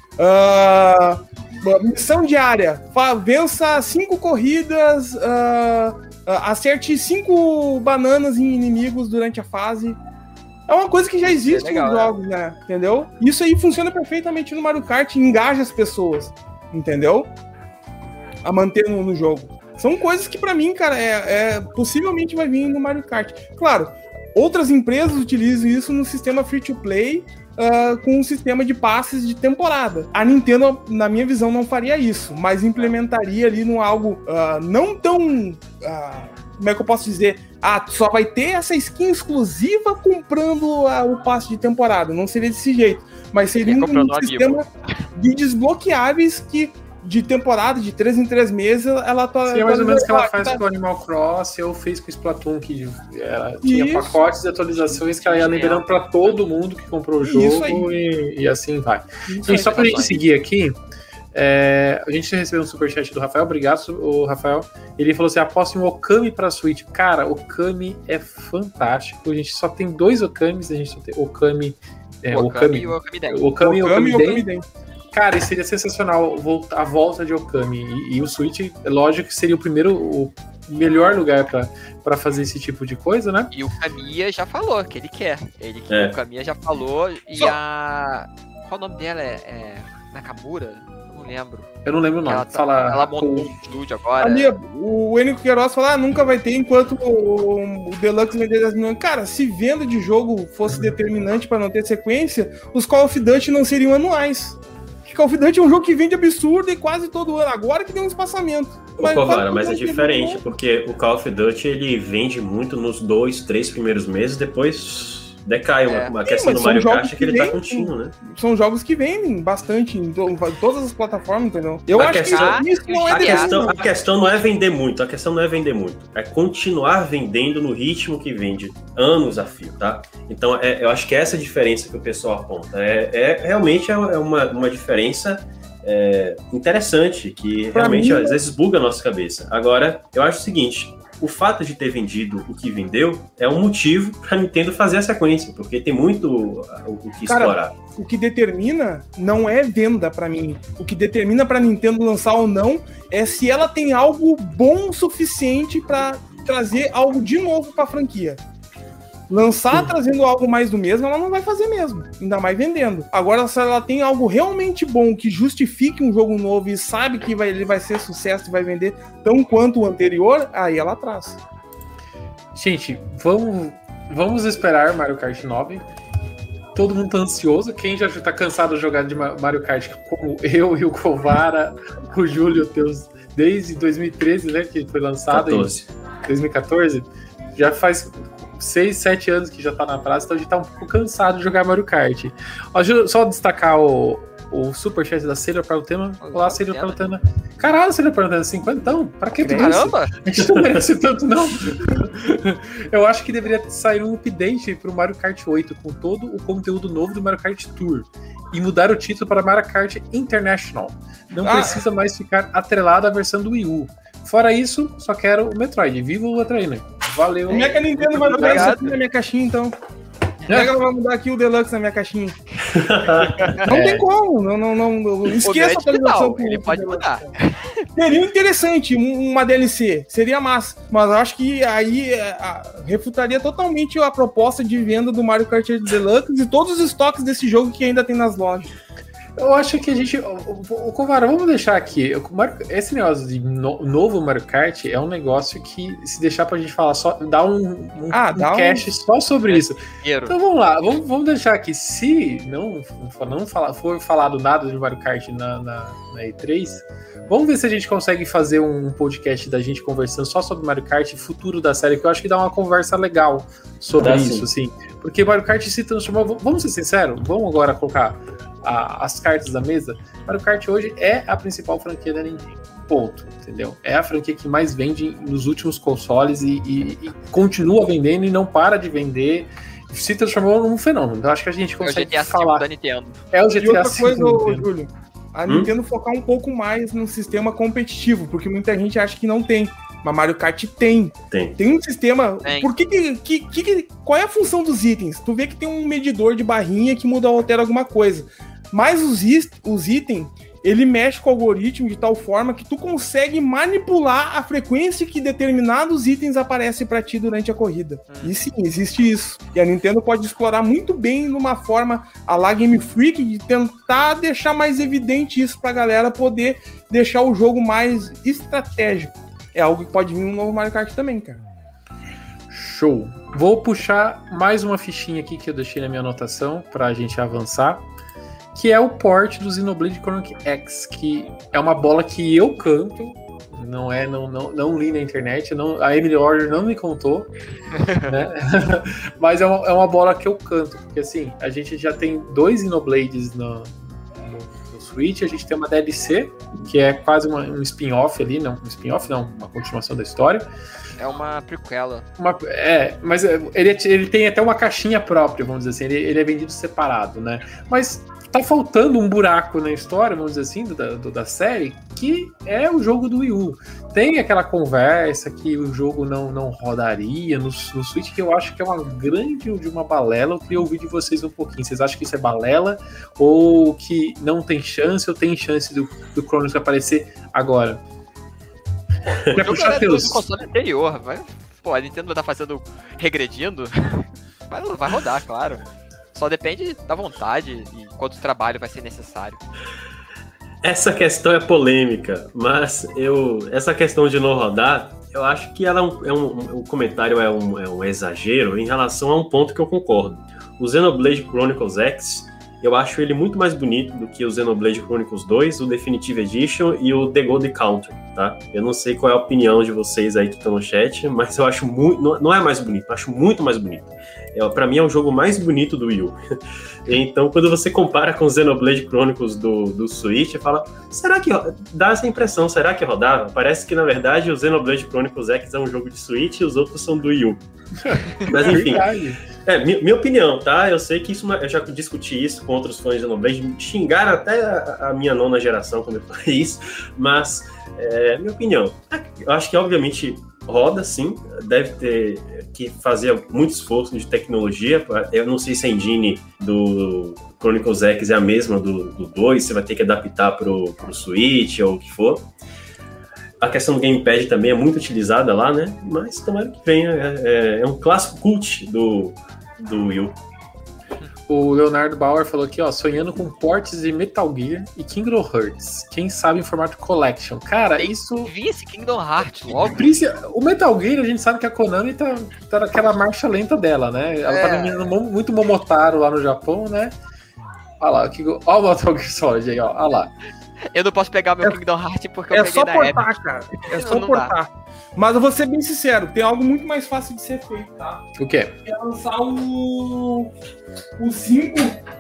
Missão diária. Vença 5 corridas, acerte 5 bananas em inimigos durante a fase. É uma coisa que já existe nos jogos, né? Entendeu? Isso aí funciona perfeitamente no Mario Kart, engaja as pessoas, entendeu? A manter no jogo. São coisas que pra mim, cara, possivelmente vai vir no Mario Kart. Claro, outras empresas utilizam isso no sistema free-to-play, com um sistema de passes de temporada. A Nintendo, na minha visão, não faria isso, mas implementaria ali no algo não tão... como é que eu posso dizer? Só vai ter essa skin exclusiva comprando o passe de temporada. Não seria desse jeito. Mas seria um sistema de desbloqueáveis que, de temporada, de 3 em 3 meses, ela... Sim, mais ou menos o que ela faz com o Animal Crossing, ou fez com o Splatoon, que tinha pacotes de atualizações que ela ia liberando para todo mundo que comprou o jogo e assim vai. E só pra gente seguir aqui... a gente recebeu um superchat do Rafael, obrigado, Rafael. Ele falou assim: aposta em Okami pra Switch. Cara, Okami é fantástico. A gente só tem 2 Okamis, a gente só tem Okami e o Okami Den. Cara, isso seria sensacional a volta de Okami. E o Switch, é lógico que seria o melhor lugar pra fazer esse tipo de coisa, né? E o Kamiya já falou que ele quer. O Kamiya já falou e qual o nome dela? Nakamura? Lembro. Eu não lembro o nome. Ela montou um estúdio agora. Ali, o Enrico Queiroz fala, nunca vai ter enquanto o Deluxe vender 10 milhões. Cara, se venda de jogo fosse determinante para não ter sequência, os Call of Duty não seriam anuais. Porque Call of Duty é um jogo que vende absurdo e quase todo ano. Agora que tem um espaçamento. Mas é diferente, porque o Call of Duty ele vende muito nos 2, 3 primeiros meses, depois decai. Uma questão do Mario Kart é que ele tá contínuo, né? São jogos que vendem bastante em todas as plataformas, entendeu? Eu acho que isso não é a questão não é vender muito, é continuar vendendo no ritmo que vende anos a fio, tá? Então, eu acho que essa é a diferença que o pessoal aponta. Realmente é uma diferença interessante, que realmente às vezes buga a nossa cabeça. Agora, eu acho o seguinte: o fato de ter vendido o que vendeu é um motivo para a Nintendo fazer a sequência, porque tem muito o que explorar. O que determina não é venda para mim. O que determina para a Nintendo lançar ou não é se ela tem algo bom o suficiente para trazer algo de novo para a franquia. Lançar trazendo algo mais do mesmo, ela não vai fazer mesmo, ainda mais vendendo. Agora, se ela tem algo realmente bom que justifique um jogo novo e sabe que ele vai ser sucesso e vai vender tão quanto o anterior, aí ela traz. Gente, vamos esperar Mario Kart 9. Todo mundo tá ansioso. Quem já tá cansado de jogar de Mario Kart, como eu e o Covara, o Júlio, desde 2013, né, que foi lançado, 2014, já faz 6, 7 anos que já tá na praça, então a gente tá um pouco cansado de jogar Mario Kart. Só destacar o superchat da Sailor Palutena. Olá, Sailor Palutena. Caralho, Sailor Palutena, 50? Então, pra que tudo isso? A gente não merece tanto, não. Eu acho que deveria sair um update pro Mario Kart 8 com todo o conteúdo novo do Mario Kart Tour e mudar o título para Mario Kart International. Não precisa mais ficar atrelado à versão do Wii U. Fora isso, só quero o Metroid. Viva o Metroid. Valeu. Como é que a Nintendo vai mudar isso aqui na minha caixinha, então? Como é que ela vai mudar aqui o Deluxe na minha caixinha? Não tem como. Não esqueça a atualização. Ele pode mudar. Seria interessante uma DLC. Seria massa. Mas eu acho que aí refutaria totalmente a proposta de venda do Mario Kart Deluxe e todos os estoques desse jogo que ainda tem nas lojas. Eu acho que a gente... O Covara, vamos deixar aqui. Esse negócio de novo Mario Kart é um negócio que, se deixar pra gente falar só, dá um cast só sobre isso. Então vamos lá, vamos deixar aqui. Se não for falado nada de Mario Kart na E3, vamos ver se a gente consegue fazer um podcast da gente conversando só sobre Mario Kart e futuro da série, que eu acho que dá uma conversa legal sobre isso, assim. Porque Mario Kart se transformou... Vamos ser sinceros? Vamos agora colocar as cartas da mesa. Mario Kart hoje é a principal franquia da Nintendo. Ponto, entendeu? É a franquia que mais vende nos últimos consoles e continua vendendo e não para de vender. Se transformou num fenômeno. Então acho que a gente consegue falar. Da Nintendo. É o GTA V. E outra coisa, Júlio, a Nintendo focar um pouco mais no sistema competitivo, porque muita gente acha que não tem. Mas Mario Kart tem um sistema. Por qual é a função dos itens? Tu vê que tem um medidor de barrinha que muda ou altera alguma coisa. Mas os itens, ele mexe com o algoritmo de tal forma que tu consegue manipular a frequência que determinados itens aparecem pra ti durante a corrida. E sim, existe isso. E a Nintendo pode explorar muito bem numa forma a la Game Freak de tentar deixar mais evidente isso pra galera poder deixar o jogo mais estratégico. É algo que pode vir no novo Mario Kart também, cara. Show. Vou puxar mais uma fichinha aqui que eu deixei na minha anotação pra gente avançar, que é o port do Xenoblade Chronicles X, que é uma bola que eu canto, não li na internet, a Emily Order não me contou, né? Mas é uma bola que eu canto, porque assim, a gente já tem 2 Xenoblades no Switch, a gente tem uma DLC, que é quase um spin-off ali, uma continuação da história. É uma prequela. Mas ele tem até uma caixinha própria, vamos dizer assim, ele é vendido separado, né? Mas tá faltando um buraco na história, vamos dizer assim, da série, que é o jogo do Wii U. Tem aquela conversa que o jogo não rodaria no Switch, que eu acho que é uma grande de uma balela. Eu queria ouvir de vocês um pouquinho. Vocês acham que isso é balela? Ou que não tem chance, ou tem chance do Chronicles aparecer agora? Quer puxar teus? Do console anterior, a Nintendo tá fazendo regredindo, vai rodar, claro. Só depende da vontade e quanto trabalho vai ser necessário. Essa questão é polêmica, mas essa questão de não rodar, eu acho que ela o comentário é um exagero em relação a um ponto que eu concordo. O Xenoblade Chronicles X eu acho ele muito mais bonito do que o Xenoblade Chronicles 2, o Definitive Edition e o The Gold Country, tá? Eu não sei qual é a opinião de vocês aí que estão no chat, mas eu acho muito... Não é mais bonito, eu acho muito mais bonito. Pra mim é o jogo mais bonito do Wii U. Então, quando você compara com o Xenoblade Chronicles do Switch, você fala, será que... Dá essa impressão, será que rodava? Parece que, na verdade, o Xenoblade Chronicles X é um jogo de Switch e os outros são do Wii U. Mas, enfim... minha opinião, tá? Eu sei que eu já discuti isso com outros fãs de Xenoblade, xingaram até a minha nona geração quando eu falei isso, mas minha opinião. Eu acho que, obviamente, roda, sim, deve ter que fazer muito esforço de tecnologia. Eu não sei se a engine do Chronicles X é a mesma do 2, você vai ter que adaptar pro Switch ou o que for. A questão do Gamepad também é muito utilizada lá, né? Mas tomara que venha. É um clássico cult do Wii U. O Leonardo Bauer falou aqui, ó, sonhando com portes de Metal Gear e Kingdom Hearts. Quem sabe em formato Collection. Cara, isso... Vi esse Kingdom Hearts logo. O Metal Gear, a gente sabe que a Konami tá naquela marcha lenta dela, né? Ela tá vendendo muito Momotaro lá no Japão, né? Olha lá, ó o Metal Gear Solid aí, ó. Olha lá. Eu não posso pegar meu Kingdom Hearts porque eu peguei só da portar, Epic. cara. É só portar. Mas eu vou ser bem sincero, tem algo muito mais fácil de ser feito, tá? O quê? É lançar o 5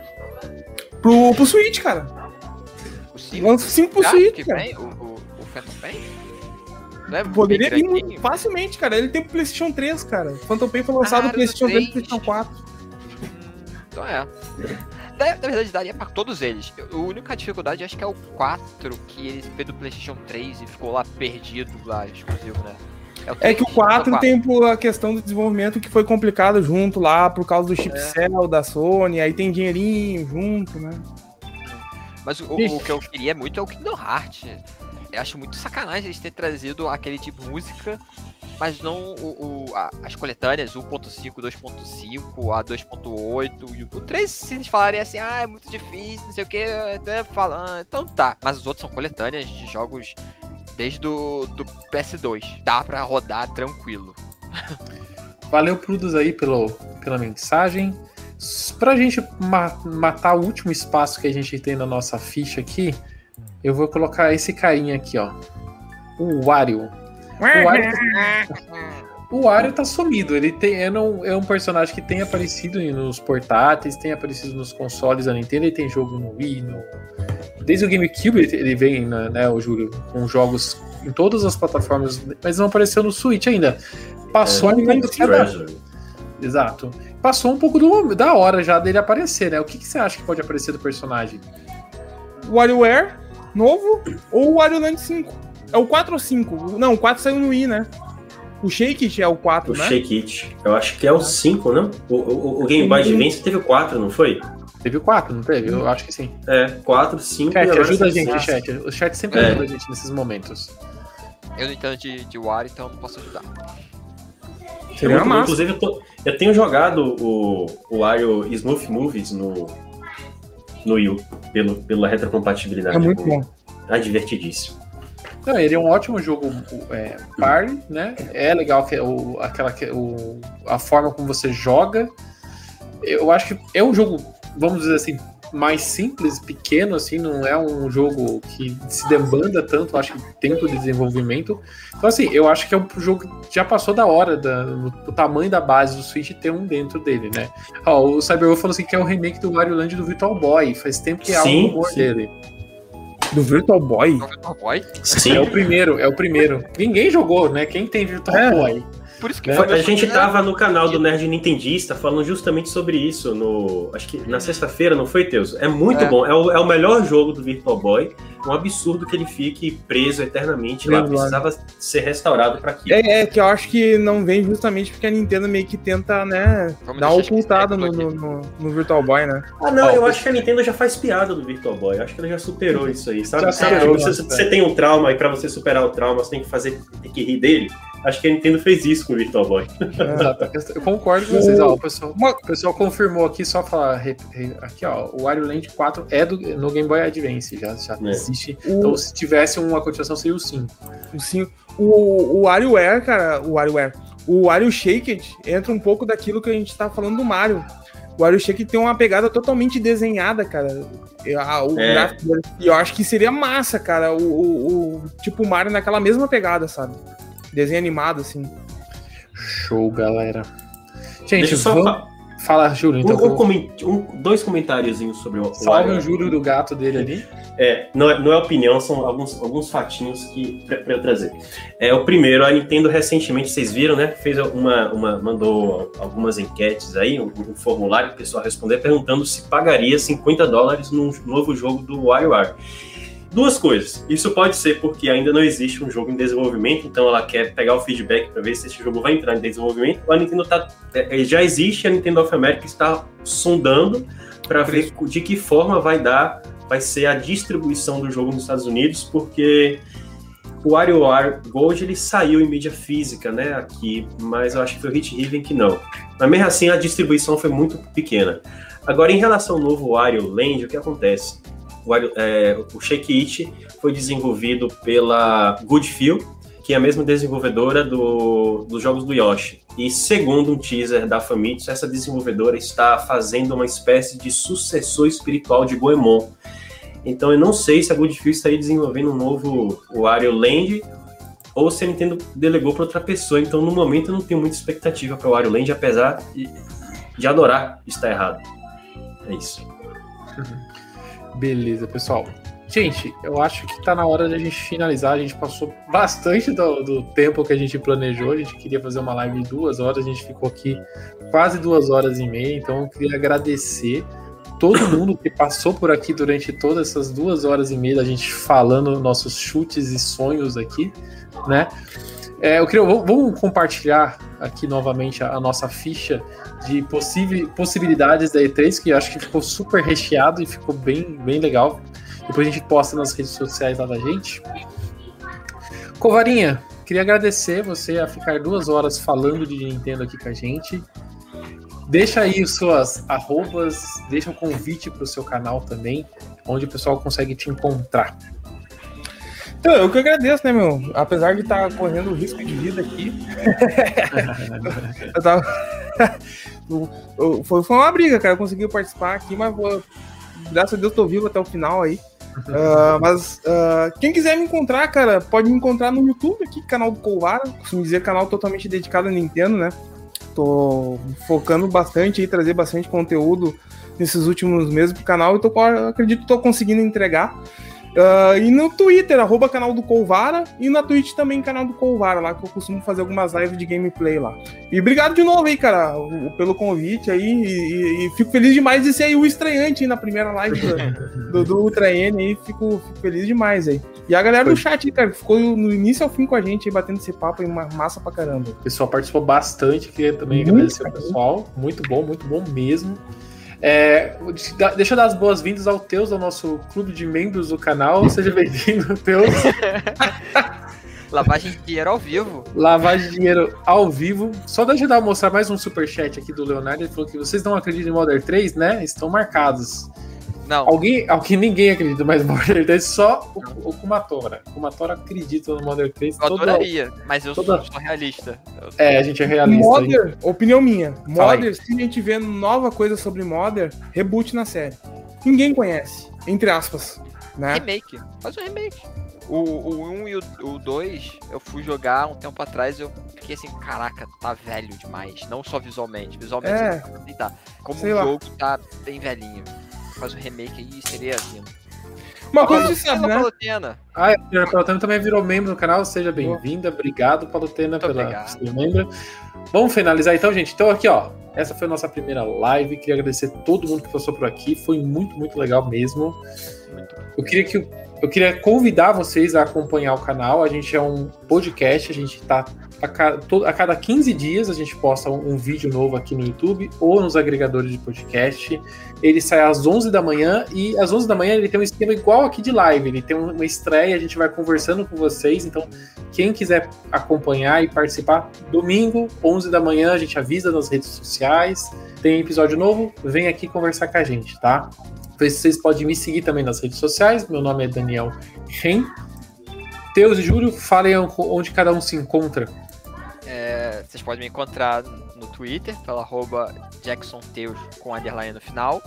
pro Switch, cara. O 5? Lança o 5 pro Switch, cara. Vem, o Phantom Pain? Não é Poderia vir grandinho? muito facilmente, cara. Ele tem pro PlayStation 3, cara. Phantom Pain foi lançado no PlayStation 3 e no PlayStation 4. Então na verdade, daria pra todos eles. A única dificuldade acho que é o 4, que ele veio do PlayStation 3 e ficou lá perdido, lá, exclusivo, né? É que o 4 tem a questão do desenvolvimento que foi complicado junto lá, por causa do chipset da Sony, aí tem dinheirinho junto, né? Mas o que eu queria muito é o Kingdom Hearts. Eu acho muito sacanagem eles terem trazido aquele tipo de música, mas não as coletâneas 1.5, 2.5, a 2.8 e o 3, se eles falarem assim, é muito difícil, não sei o que, até falando, então tá. Mas os outros são coletâneas de jogos desde do PS2, dá pra rodar tranquilo. Valeu, Prudos, aí pela mensagem. Pra gente matar o último espaço que a gente tem na nossa ficha aqui, eu vou colocar esse carinha aqui, ó. O Wario. O Wario tá sumido. Ele é um personagem que tem aparecido nos portáteis, tem aparecido nos consoles da Nintendo, ele tem jogo no Wii, desde o GameCube ele vem, né, o Júlio, com jogos em todas as plataformas, mas não apareceu no Switch ainda. Passou Exato. Passou um pouco da hora já dele aparecer, né? O que você acha que pode aparecer do personagem? O WarioWare novo ou o Wario Land 5? É o 4 ou 5? Não, o 4 saiu no Wii, né? O Shake It é o 4, né? O Shake It. Eu acho que é o 5, né? O Game Boy Advance teve o 4, não foi? Teve o 4, não teve? Eu acho que sim. 4, 5... Chat, ajuda a gente, chat. O chat sempre ajuda a gente nesses momentos. Eu não entendo de Wario, então não posso ajudar. Inclusive, eu tenho jogado o Wario Smooth Movies no Wii U, pela retrocompatibilidade. É muito bom. É divertidíssimo. Não, ele é um ótimo jogo party, né? É legal a forma como você joga. Eu acho que é um jogo, vamos dizer assim, mais simples, pequeno, assim, não é um jogo que se demanda tanto, acho que tempo de desenvolvimento. Então, assim, eu acho que é um jogo que já passou da hora do tamanho da base do Switch ter um dentro dele, né? O Cyberwolf falou assim que é o remake do Wario Land do Virtual Boy, faz tempo que é algo rumor dele. Do Virtual Boy? Do Virtual Boy? Sim. É o primeiro. Ninguém jogou, né? Quem tem Virtual Boy? Por isso que a gente tava no canal do Nerd Nintendista falando justamente sobre isso, acho que na sexta-feira, não foi, Teus? É muito bom, é o melhor jogo do Virtual Boy, um absurdo que ele fique preso eternamente lá, precisava ser restaurado pra aquilo. Que eu acho que não vem justamente porque a Nintendo meio que tenta, né, dar uma ocultada no Virtual Boy, né? Eu acho que a Nintendo já faz piada do Virtual Boy, eu acho que ela já superou isso aí, sabe? Já superou, você tem um trauma e pra você superar o trauma você tem que rir dele. Acho que a Nintendo fez isso com o Virtual Boy. Exato. Eu concordo com vocês. O pessoal confirmou aqui, só falar aqui, ó, o Wario Land 4 é no Game Boy Advance, já existe. Então, se tivesse uma continuação, seria o 5. O 5. O WarioWare, cara, o Wario Shake It entra um pouco daquilo que a gente tá falando do Mario. O Wario Shake tem uma pegada totalmente desenhada, cara. Gráfico dele. E eu acho que seria massa, cara, o tipo Mario naquela mesma pegada, sabe? Desenho animado, assim. Show, galera. Gente, Deixa eu só fala, Júlio, então. Dois comentáriozinhos sobre o Salve Wario. o Júlio do gato dele ali. Não é opinião, são alguns fatinhos para eu trazer. O primeiro, a Nintendo recentemente, vocês viram, né? Mandou algumas enquetes aí, um formulário para o pessoal responder, perguntando se pagaria $50 num novo jogo do WarioWare. Duas coisas. Isso pode ser porque ainda não existe um jogo em desenvolvimento, então ela quer pegar o feedback para ver se esse jogo vai entrar em desenvolvimento. Ou a Nintendo já existe, a Nintendo of America está sondando para ver de que forma vai ser a distribuição do jogo nos Estados Unidos, porque o WarioWare Gold ele saiu em mídia física, né, aqui, mas eu acho que foi o Hit Haven que não. Mas mesmo assim a distribuição foi muito pequena. Agora, em relação ao novo Wario Land, o que acontece? O Shake It foi desenvolvido pela Goodfeel, que é a mesma desenvolvedora dos jogos do Yoshi. E segundo um teaser da Famitsu, essa desenvolvedora está fazendo uma espécie de sucessor espiritual de Goemon. Então eu não sei se a Goodfeel está aí desenvolvendo um novo Wario Land ou se a Nintendo delegou para outra pessoa. Então no momento eu não tenho muita expectativa para o Wario Land, apesar de adorar estar errado. É isso. Beleza, pessoal. Gente, eu acho que tá na hora de a gente finalizar. A gente passou bastante do tempo que a gente planejou. A gente queria fazer uma live de 2 horas. A gente ficou aqui quase 2 horas e meia. Então eu queria agradecer todo mundo que passou por aqui durante todas essas 2 horas e meia da gente falando nossos chutes e sonhos aqui, né? Vamos compartilhar aqui novamente a nossa ficha de possibilidades da E3, que eu acho que ficou super recheado e ficou bem, bem legal. Depois a gente posta nas redes sociais lá da gente. Covarinha, queria agradecer você a ficar 2 horas falando de Nintendo aqui com a gente. Deixa aí suas arrobas, deixa um convite para o seu canal também, onde o pessoal consegue te encontrar. Então, eu que agradeço, né, meu? Apesar de estar correndo risco de vida aqui. Foi uma briga, cara. Eu consegui participar aqui, mas graças a Deus tô vivo até o final aí. Quem quiser me encontrar, cara, pode me encontrar no YouTube aqui, canal do Colvara. Costumo dizer, canal totalmente dedicado a Nintendo, né? Tô focando bastante aí, trazer bastante conteúdo nesses últimos meses pro canal. Então, acredito que tô conseguindo entregar. E no Twitter, @canal do Colvara, e na Twitch também, canal do Colvara, lá que eu costumo fazer algumas lives de gameplay lá. E obrigado de novo aí, cara, pelo convite aí, e fico feliz demais de ser aí o estreante aí na primeira live do Ultra N aí, fico feliz demais aí. E a galera do chat aí, cara, que ficou no início ao fim com a gente aí, batendo esse papo aí, uma massa pra caramba. O pessoal participou bastante, queria também agradecer ao pessoal, muito bom mesmo. Deixa eu dar as boas-vindas ao Teus, ao nosso clube de membros do canal. Seja bem-vindo, Teus. Lavagem de dinheiro ao vivo. Lavagem de dinheiro ao vivo. Só deixa eu mostrar mais um superchat aqui do Leonardo. Ele falou que vocês não acreditam em Modern 3, né? Estão marcados. Não. Ninguém acredita mais no Modern 3, só o Kumatora. O Kumatora acredita no Modern 3. Eu adoraria, mas eu sou realista. A gente é realista. Modern, opinião minha. Modern, se a gente vê nova coisa sobre Modern, reboot na série. Ninguém conhece, entre aspas. Né? Remake. Faz um remake. O 1 e o 2, eu fui jogar um tempo atrás, eu fiquei assim, caraca, tá velho demais. Não só visualmente. Visualmente, como o jogo tá bem velhinho. Faz um remake aí, seria lindo. Uma coisa você sabe, né? Palutena. A Palutena também virou membro do canal, seja bem-vinda. Obrigado, Palutena, pela ser membro. Vamos finalizar então, gente. Então aqui, ó, essa foi a nossa primeira live. Queria agradecer a todo mundo que passou por aqui. Foi muito, muito legal mesmo. Eu queria convidar vocês a acompanhar o canal. A gente é um podcast, a gente tá a cada 15 dias a gente posta um vídeo novo aqui no YouTube ou nos agregadores de podcast. Ele sai às 11 da manhã e às 11 da manhã ele tem um esquema igual aqui de live. Ele tem uma estreia, a gente vai conversando com vocês. Então, quem quiser acompanhar e participar, domingo, 11 da manhã, a gente avisa nas redes sociais. Tem episódio novo, vem aqui conversar com a gente, tá? Vocês podem me seguir também nas redes sociais. Meu nome é Daniel Ren. Teus e Júlio, falem onde cada um se encontra. Vocês podem me encontrar no Twitter, pelo @JacksonTeus com underline no final.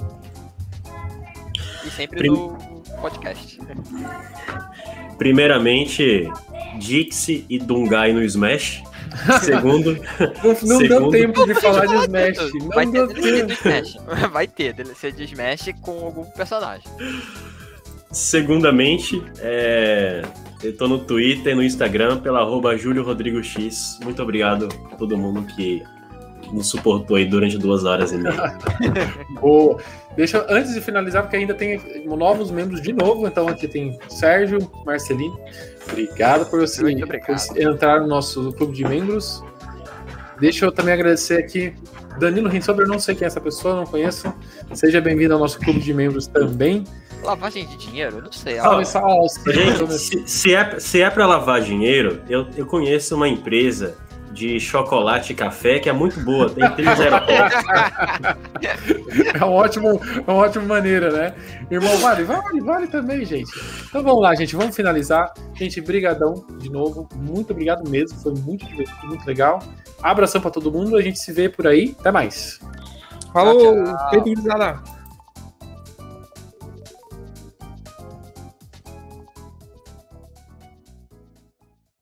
E sempre no podcast. Primeiramente, Dixie e Dungai no Smash. Segundo... Não deu tempo de falar de Smash. Vai Não ter deu DLC tempo. de Smash. Vai ter DLC de Smash com algum personagem. Segundamente, eu tô no Twitter e no Instagram pela @JúlioRodrigoX. Muito obrigado a todo mundo que nos suportou aí durante 2h30. Boa. Antes de finalizar, porque ainda tem novos membros de novo, então aqui tem Sérgio, Marcelino. Obrigado por você entrar no nosso clube de membros. Deixa eu também agradecer aqui Danilo Rensober, não sei quem é essa pessoa, não conheço. Seja bem-vindo ao nosso clube de membros também. Lavagem de dinheiro? Eu não sei. Gente, se é pra lavar dinheiro, eu conheço uma empresa de chocolate e café que é muito boa, tem 3 aeroportos. É uma ótima maneira, né? Irmão, vale também, gente. Então vamos lá, gente, vamos finalizar. Gente, brigadão de novo, muito obrigado mesmo, foi muito divertido, muito legal. Abração pra todo mundo, a gente se vê por aí, até mais. Falou, Tchau. feito gurizada.